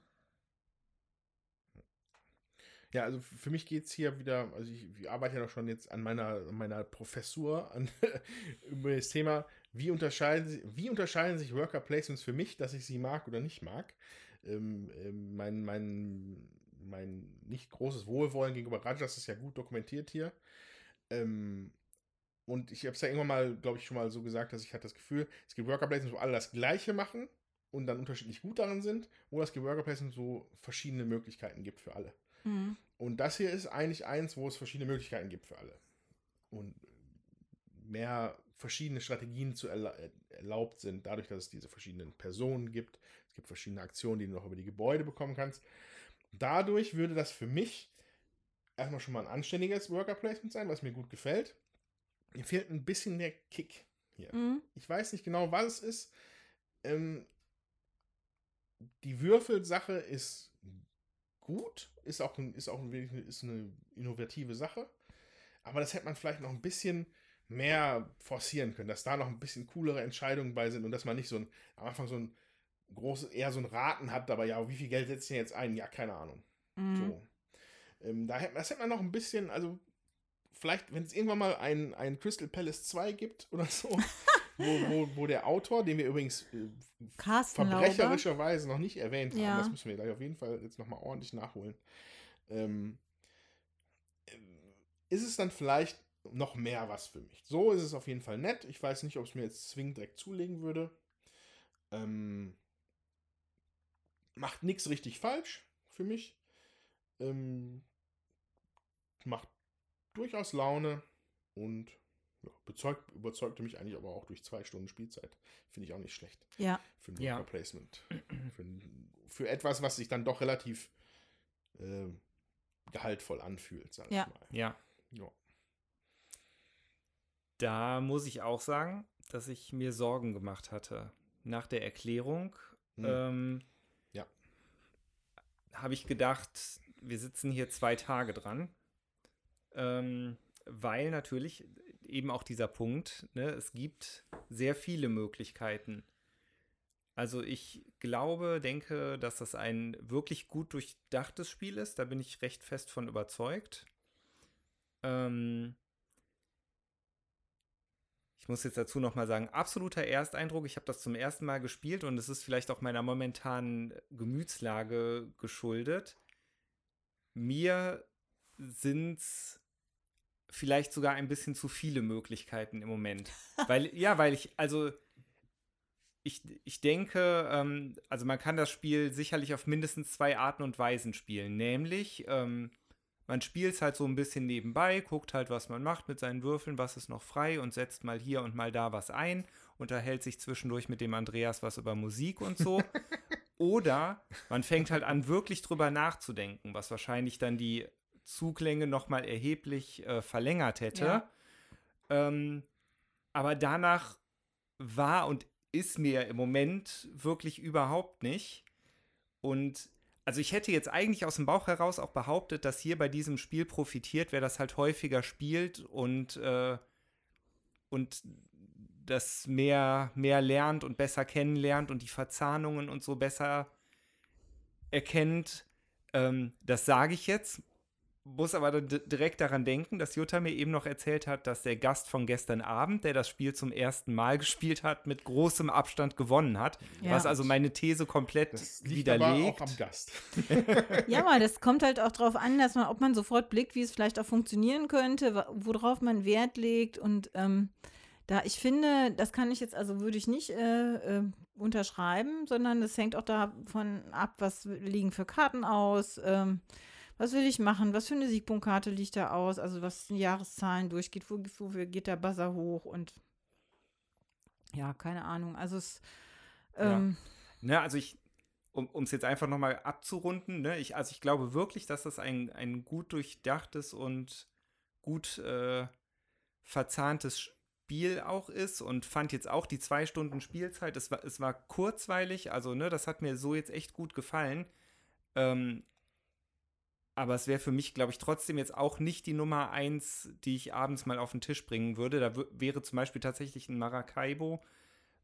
Ja, also für mich geht es hier wieder, also ich, ich arbeite ja noch schon jetzt an meiner, an meiner Professur an, über das Thema, wie unterscheiden, sie- wie unterscheiden sich Worker Placements für mich, dass ich sie mag oder nicht mag. Ähm, ähm, mein, mein, mein nicht großes Wohlwollen gegenüber Rajas ist ja gut dokumentiert hier. Ähm, und ich habe es ja irgendwann mal, glaube ich, schon mal so gesagt, dass ich hatte das Gefühl, es gibt Worker Placements, wo alle das Gleiche machen und dann unterschiedlich gut darin sind, oder es gibt Worker Placements, wo verschiedene Möglichkeiten gibt für alle. Mhm. Und das hier ist eigentlich eins, wo es verschiedene Möglichkeiten gibt für alle. Und mehr verschiedene Strategien zu erla erlaubt sind, dadurch, dass es diese verschiedenen Personen gibt. Es gibt verschiedene Aktionen, die du noch über die Gebäude bekommen kannst. Dadurch würde das für mich erstmal schon mal ein anständiges Worker Placement sein, was mir gut gefällt. Mir fehlt ein bisschen der Kick hier. Mhm. Ich weiß nicht genau, was es ist. Ähm, die Würfelsache ist gut, ist auch, ein, ist auch ein, ist eine innovative Sache, aber das hätte man vielleicht noch ein bisschen mehr forcieren können, dass da noch ein bisschen coolere Entscheidungen bei sind und dass man nicht so ein, am Anfang so ein großes, eher so ein Raten hat, aber ja, wie viel Geld setzt ihr jetzt ein? Ja, keine Ahnung. Mhm. So. Ähm, da hätte, das hätte man noch ein bisschen, also vielleicht, wenn es irgendwann mal ein, ein Crystal Palace zwei gibt oder so, wo, wo, wo der Autor, den wir übrigens äh, Carsten Lauber. verbrecherischerweise noch nicht erwähnt haben, Ja. das müssen wir gleich auf jeden Fall jetzt nochmal ordentlich nachholen, ähm, ist es dann vielleicht noch mehr was für mich. So ist es auf jeden Fall nett. Ich weiß nicht, ob es mir jetzt zwingend direkt zulegen würde. Ähm, macht nichts richtig falsch für mich. Ähm, macht durchaus Laune und ja, bezeugt, überzeugte mich eigentlich aber auch durch zwei Stunden Spielzeit. Finde ich auch nicht schlecht. Ja. Für ein Ja. Worker Placement. für, ein- für etwas, was sich dann doch relativ äh, gehaltvoll anfühlt, sag Ja. ich mal. Ja. Ja. Da muss ich auch sagen, dass ich mir Sorgen gemacht hatte. Nach der Erklärung Hm. ähm, Ja. habe ich gedacht, wir sitzen hier zwei Tage dran. Ähm, weil natürlich eben auch dieser Punkt, ne, es gibt sehr viele Möglichkeiten. Also ich glaube, denke, dass das ein wirklich gut durchdachtes Spiel ist. Da bin ich recht fest von überzeugt. Ähm, ich muss jetzt dazu nochmal sagen, absoluter Ersteindruck. Ich habe das zum ersten Mal gespielt und es ist vielleicht auch meiner momentanen Gemütslage geschuldet. Mir sind vielleicht sogar ein bisschen zu viele Möglichkeiten im Moment. Weil, ja, weil ich, also ich, ich denke, ähm, also man kann das Spiel sicherlich auf mindestens zwei Arten und Weisen spielen. Nämlich, ähm, man spielt es halt so ein bisschen nebenbei, guckt halt, was man macht mit seinen Würfeln, was ist noch frei und setzt mal hier und mal da was ein, unterhält sich zwischendurch mit dem Andreas was über Musik und so. Oder man fängt halt an, wirklich drüber nachzudenken, was wahrscheinlich dann die Zuglänge nochmal erheblich äh, verlängert hätte. Ja. Ähm, aber danach war und ist mir im Moment wirklich überhaupt nicht. Und also ich hätte jetzt eigentlich aus dem Bauch heraus auch behauptet, dass hier bei diesem Spiel profitiert, wer das halt häufiger spielt und, äh, und das mehr, mehr lernt und besser kennenlernt und die Verzahnungen und so besser erkennt. Ähm, das sage ich jetzt, muss aber dann d- direkt daran denken, dass Jutta mir eben noch erzählt hat, dass der Gast von gestern Abend, der das Spiel zum ersten Mal gespielt hat, mit großem Abstand gewonnen hat. Ja. Was also meine These komplett Das liegt widerlegt. aber auch am Gast. Ja, aber das kommt halt auch darauf an, dass man, ob man sofort blickt, wie es vielleicht auch funktionieren könnte, wa- worauf man Wert legt. Und ähm, da ich finde, das kann ich jetzt, also würde ich nicht äh, äh, unterschreiben, sondern das hängt auch davon ab, was liegen für Karten aus, ähm, was will ich machen, was für eine Siegpunktkarte liegt da aus, also was die Jahreszahlen durchgeht, wo, wofür geht der Buzzer hoch und ja, keine Ahnung. Also es ähm, Ne, also ich, um es jetzt einfach nochmal abzurunden, ne, ich, also ich glaube wirklich, dass das ein, ein gut durchdachtes und gut äh, verzahntes Spiel auch ist und fand jetzt auch die zwei Stunden Spielzeit, es war, es war kurzweilig, also ne, das hat mir so jetzt echt gut gefallen. Ähm, aber es wäre für mich, glaube ich, trotzdem jetzt auch nicht die Nummer eins, die ich abends mal auf den Tisch bringen würde. Da w- wäre zum Beispiel tatsächlich ein Maracaibo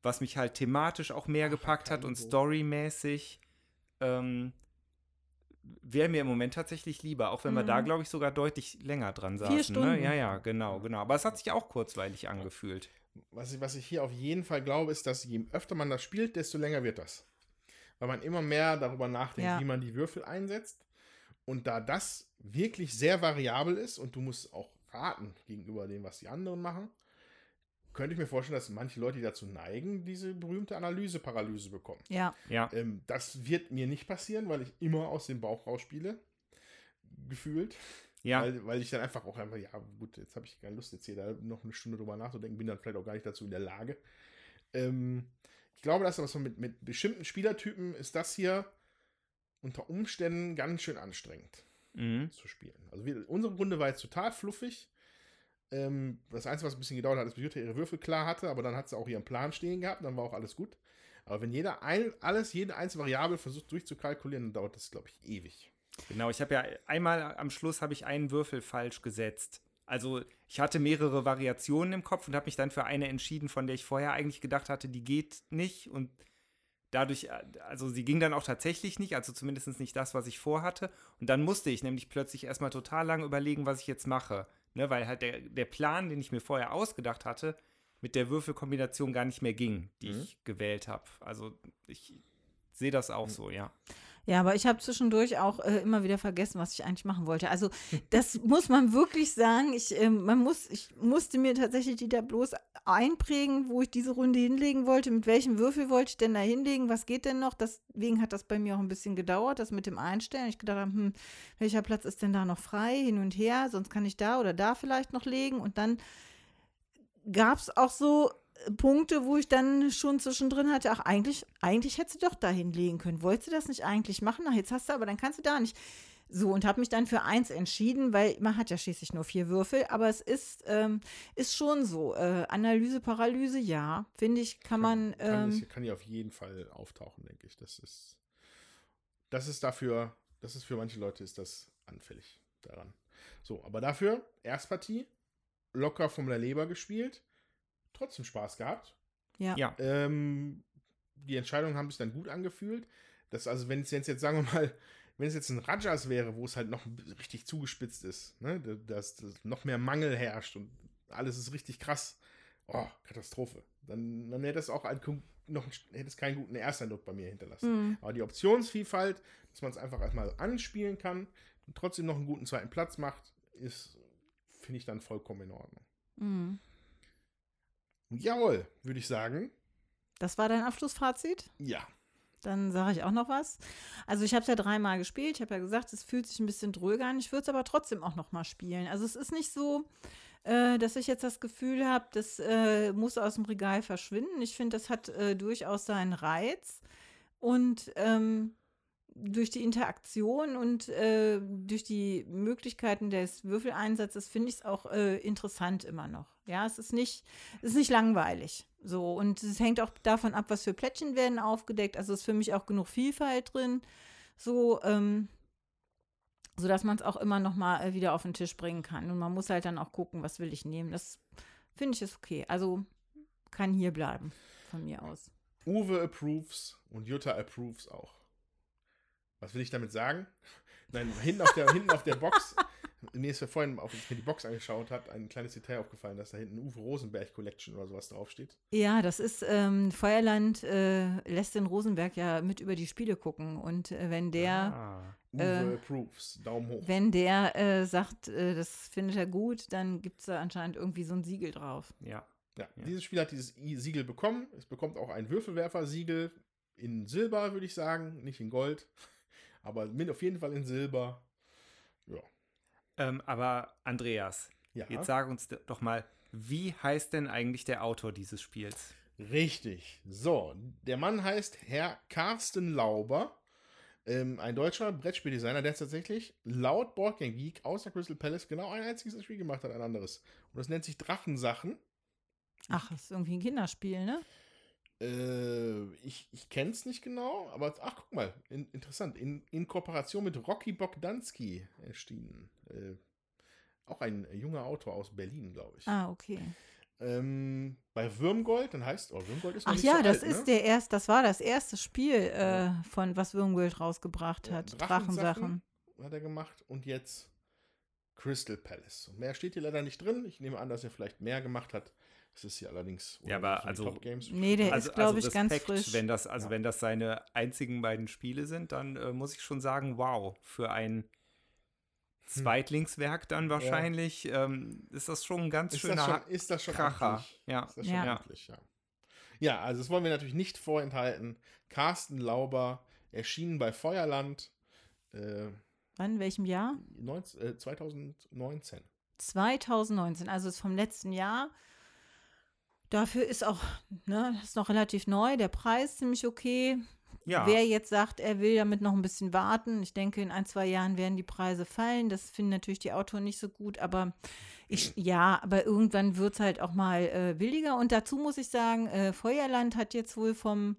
was mich halt thematisch auch mehr gepackt hat und storymäßig, ähm, wäre mir im Moment tatsächlich lieber, auch wenn wir Mhm. da, glaube ich, sogar deutlich länger dran Vier saßen. Ne? Stunden. Ja, ja, genau, genau. Aber es hat sich auch kurzweilig angefühlt. Was ich, was ich hier auf jeden Fall glaube, ist, dass je öfter man das spielt, desto länger wird das. Weil man immer mehr darüber nachdenkt, Ja. wie man die Würfel einsetzt. Und da das wirklich sehr variabel ist und du musst auch raten gegenüber dem, was die anderen machen, könnte ich mir vorstellen, dass manche Leute, die dazu neigen, diese berühmte Analyse-Paralyse bekommen. Ja. Ja. Ähm, das wird mir nicht passieren, weil ich immer aus dem Bauch rausspiele. Gefühlt. Ja. Weil, weil ich dann einfach auch einfach, ja gut, jetzt habe ich keine Lust, jetzt hier da noch eine Stunde drüber nachzudenken, bin dann vielleicht auch gar nicht dazu in der Lage. Ähm, ich glaube, dass was man mit, mit bestimmten Spielertypen ist das hier unter Umständen ganz schön anstrengend Mhm. zu spielen. Also wir, unsere Runde war jetzt total fluffig. Ähm, das Einzige, was ein bisschen gedauert hat, ist, bis Jutta ihre Würfel klar hatte, aber dann hat sie auch ihren Plan stehen gehabt, dann war auch alles gut. Aber wenn jeder ein, alles, jede einzelne Variable versucht durchzukalkulieren, dann dauert das, glaube ich, ewig. Genau, ich habe ja einmal am Schluss habe ich einen Würfel falsch gesetzt. Also ich hatte mehrere Variationen im Kopf und habe mich dann für eine entschieden, von der ich vorher eigentlich gedacht hatte, die geht nicht. Und dadurch, also sie ging dann auch tatsächlich nicht, also zumindest nicht das, was ich vorhatte. Und dann musste ich nämlich plötzlich erstmal total lange überlegen, was ich jetzt mache. Ne, weil halt der, der Plan, den ich mir vorher ausgedacht hatte, mit der Würfelkombination gar nicht mehr ging, die Mhm. ich gewählt habe. Also ich sehe das auch so, ja. Ja, aber ich habe zwischendurch auch äh, immer wieder vergessen, was ich eigentlich machen wollte. Also das muss man wirklich sagen. Ich, ähm, man muss, ich musste mir tatsächlich die Tableaus einprägen, wo ich diese Runde hinlegen wollte. Mit welchem Würfel wollte ich denn da hinlegen? Was geht denn noch? Deswegen hat das bei mir auch ein bisschen gedauert, das mit dem Einstellen. Ich gedacht habe, hm, welcher Platz ist denn da noch frei? Hin und her, sonst kann ich da oder da vielleicht noch legen. Und dann gab es auch so Punkte, wo ich dann schon zwischendrin hatte, ach, eigentlich, eigentlich hättest du doch da hinlegen können. Wolltest du das nicht eigentlich machen? Ach, jetzt hast du, aber dann kannst du da nicht. So, und habe mich dann für eins entschieden, weil man hat ja schließlich nur vier Würfel, aber es ist, ähm, ist schon so. Äh, Analyse, Paralyse, ja, finde ich, kann, man. Kann, Ähm, das, kann hier auf jeden Fall auftauchen, denke ich. Das ist, das ist dafür, das ist für manche Leute ist das anfällig daran. So, aber dafür, Erstpartie, locker von der Leber gespielt, trotzdem Spaß gehabt. ja. Ja. Ähm, die Entscheidungen haben sich dann gut angefühlt. Das, also, wenn es jetzt, jetzt, sagen wir mal, wenn es jetzt ein Rajas wäre, wo es halt noch richtig zugespitzt ist, ne, dass, dass noch mehr Mangel herrscht und alles ist richtig krass. Oh, Katastrophe. Dann, dann hätte es auch ein, noch, hätte es keinen guten Ersteindruck bei mir hinterlassen. Mhm. Aber die Optionsvielfalt, dass man es einfach erstmal anspielen kann und trotzdem noch einen guten zweiten Platz macht, ist, finde ich dann vollkommen in Ordnung. Mhm. Jawohl, würde ich sagen. Das war dein Abschlussfazit? Ja. Dann sage ich auch noch was. Also ich habe es ja dreimal gespielt. Ich habe ja gesagt, es fühlt sich ein bisschen dröge an. Ich würde es aber trotzdem auch noch mal spielen. Also es ist nicht so, äh, dass ich jetzt das Gefühl habe, das äh, muss aus dem Regal verschwinden. Ich finde, das hat äh, durchaus seinen Reiz. Und ähm, durch die Interaktion und äh, durch die Möglichkeiten des Würfeleinsatzes finde ich es auch äh, interessant immer noch. Ja, es ist nicht, es ist nicht langweilig. So, und es hängt auch davon ab, was für Plättchen werden aufgedeckt. Also ist für mich auch genug Vielfalt drin. So, ähm, sodass man es auch immer noch mal äh, wieder auf den Tisch bringen kann. Und man muss halt dann auch gucken, was will ich nehmen. Das finde ich ist okay. Also kann hier bleiben, von mir aus. Uwe approves und Jutta approves auch. Was will ich damit sagen? Nein, hinten auf der, hinten auf der Box, mir ist ja vorhin, als ich mir die Box angeschaut habe, ein kleines Detail aufgefallen, dass da hinten Uwe Rosenberg Collection oder sowas draufsteht. Ja, das ist, ähm, Feuerland äh, lässt den Rosenberg ja mit über die Spiele gucken. Und äh, wenn der, Ah. Uwe Äh, approves, Daumen hoch. wenn der äh, sagt, äh, das findet er gut, dann gibt es da anscheinend irgendwie so ein Siegel drauf. Ja. Ja, Ja. dieses Spiel hat dieses I- Siegel bekommen. Es bekommt auch ein Würfelwerfer-Siegel in Silber, würde ich sagen, nicht in Gold, aber mit auf jeden Fall in Silber. Ja. Ähm, aber Andreas, Ja. jetzt sag uns d- doch mal, wie heißt denn eigentlich der Autor dieses Spiels? Richtig. So, der Mann heißt Herr Carsten Lauber, ähm, ein deutscher Brettspieldesigner, der tatsächlich laut Boardgame Geek außer Crystal Palace genau ein einziges Spiel gemacht hat, ein anderes. Und das nennt sich Drachensachen. Ach, das ist irgendwie ein Kinderspiel, ne? Äh, ich ich kenne es nicht genau, aber ach, guck mal, in, interessant. In, in Kooperation mit Rocky Bogdanski erschienen. Äh, auch ein junger Autor aus Berlin, glaube ich. Ah, okay. ähm, bei Würmgold, dann heißt, oh, Würmgold ist noch Ach nicht ja, so das alt, ist ne? der erst, das war das erste Spiel, äh, von was Würmgold rausgebracht Ja, hat. Drachensachen Drachensachen. hat er gemacht und jetzt Crystal Palace. Und mehr steht hier leider nicht drin. Ich nehme an, dass er vielleicht mehr gemacht hat. Das ist hier allerdings Ja, aber die also- Top Games. Nee, der Also, ist, glaube also ich, ganz Respekt, frisch. Wenn das, also Ja. wenn das seine einzigen beiden Spiele sind, dann äh, muss ich schon sagen, wow, für ein Zweitlingswerk dann wahrscheinlich ähm, ist das schon ein ganz ist, schöner das schon, ist das schon Kracher. amtlich? Ja. Ist das schon Ja. amtlich, ja. Ja, also das wollen wir natürlich nicht vorenthalten. Carsten Lauber, erschienen bei Feuerland äh, Wann, in welchem Jahr? neunzehn, äh, zwanzig neunzehn. zwanzig neunzehn, also ist vom letzten Jahr. Dafür ist auch, ne, ist noch relativ neu, der Preis ziemlich okay. Ja. Wer jetzt sagt, er will damit noch ein bisschen warten, ich denke, in ein, zwei Jahren werden die Preise fallen. Das finden natürlich die Autoren nicht so gut, aber ich, ja, aber irgendwann wird es halt auch mal äh, billiger. Und dazu muss ich sagen, äh, Feuerland hat jetzt wohl vom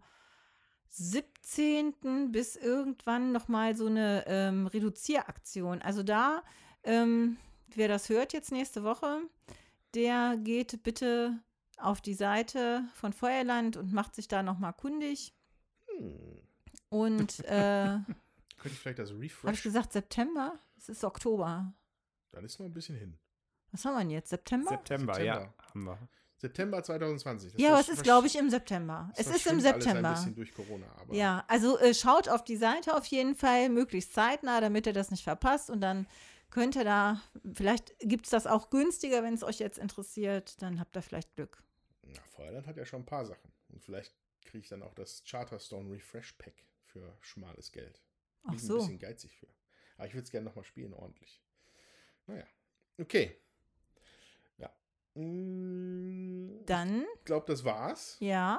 siebzehnten bis irgendwann nochmal so eine ähm, Reduzieraktion. Also da, ähm, wer das hört jetzt nächste Woche, der geht bitte auf die Seite von Feuerland und macht sich da nochmal kundig. Hm. Und äh, Könnte ich vielleicht das habe ich Refresh? gesagt September? Es ist Oktober. Dann ist noch ein bisschen hin. Was haben wir denn jetzt? September? September, September. ja, haben wir. September zwanzig zwanzig. Das Ja, aber es versch- ist, glaube ich, im September. das Es ist im verschwimmt alles September. Ein bisschen durch Corona, aber Ja, also äh, schaut auf die Seite auf jeden Fall, möglichst zeitnah, damit ihr das nicht verpasst. Und dann könnt ihr da, vielleicht gibt es das auch günstiger, wenn es euch jetzt interessiert. Dann habt ihr vielleicht Glück. Ja, Feuerland hat ja schon ein paar Sachen. Und vielleicht kriege ich dann auch das Charterstone Refresh Pack für schmales Geld. Ach Bin ich ein so. bisschen geizig für. Aber ich würde es gerne nochmal spielen, ordentlich. Naja. Okay. Ja. Mm, Dann, Ich glaube, das war's. ja.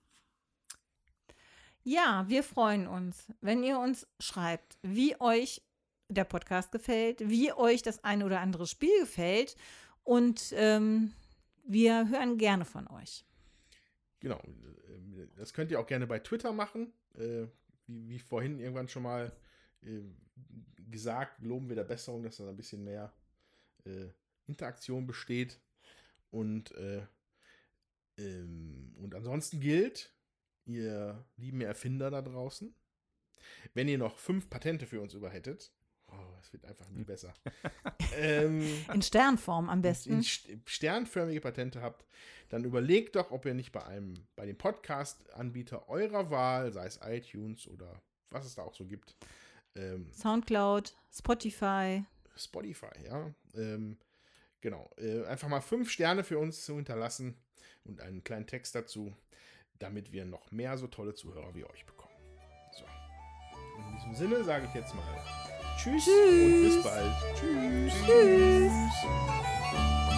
Ja, wir freuen uns, wenn ihr uns schreibt, wie euch der Podcast gefällt, wie euch das ein oder andere Spiel gefällt. Und ähm, wir hören gerne von euch. Genau. Das könnt ihr auch gerne bei Twitter machen. Äh, wie, wie vorhin irgendwann schon mal äh, gesagt, loben wir der Besserung, dass da ein bisschen mehr äh, Interaktion besteht. Und, äh, ähm, und ansonsten gilt, ihr lieben Erfinder da draußen, wenn ihr noch fünf Patente für uns über hättet, oh, es wird einfach nie besser, ähm, In Sternform am in besten. st- sternförmige Patente habt, dann überlegt doch, ob ihr nicht bei einem, bei dem Podcast-Anbieter eurer Wahl, sei es iTunes oder was es da auch so gibt, ähm, Soundcloud, Spotify. Spotify, ja, ähm, genau, äh, einfach mal fünf Sterne für uns zu hinterlassen und einen kleinen Text dazu, damit wir noch mehr so tolle Zuhörer wie euch bekommen. So. In diesem Sinne sage ich jetzt mal Tschüss, Tschüss. und bis bald. Tschüss. Tschüss.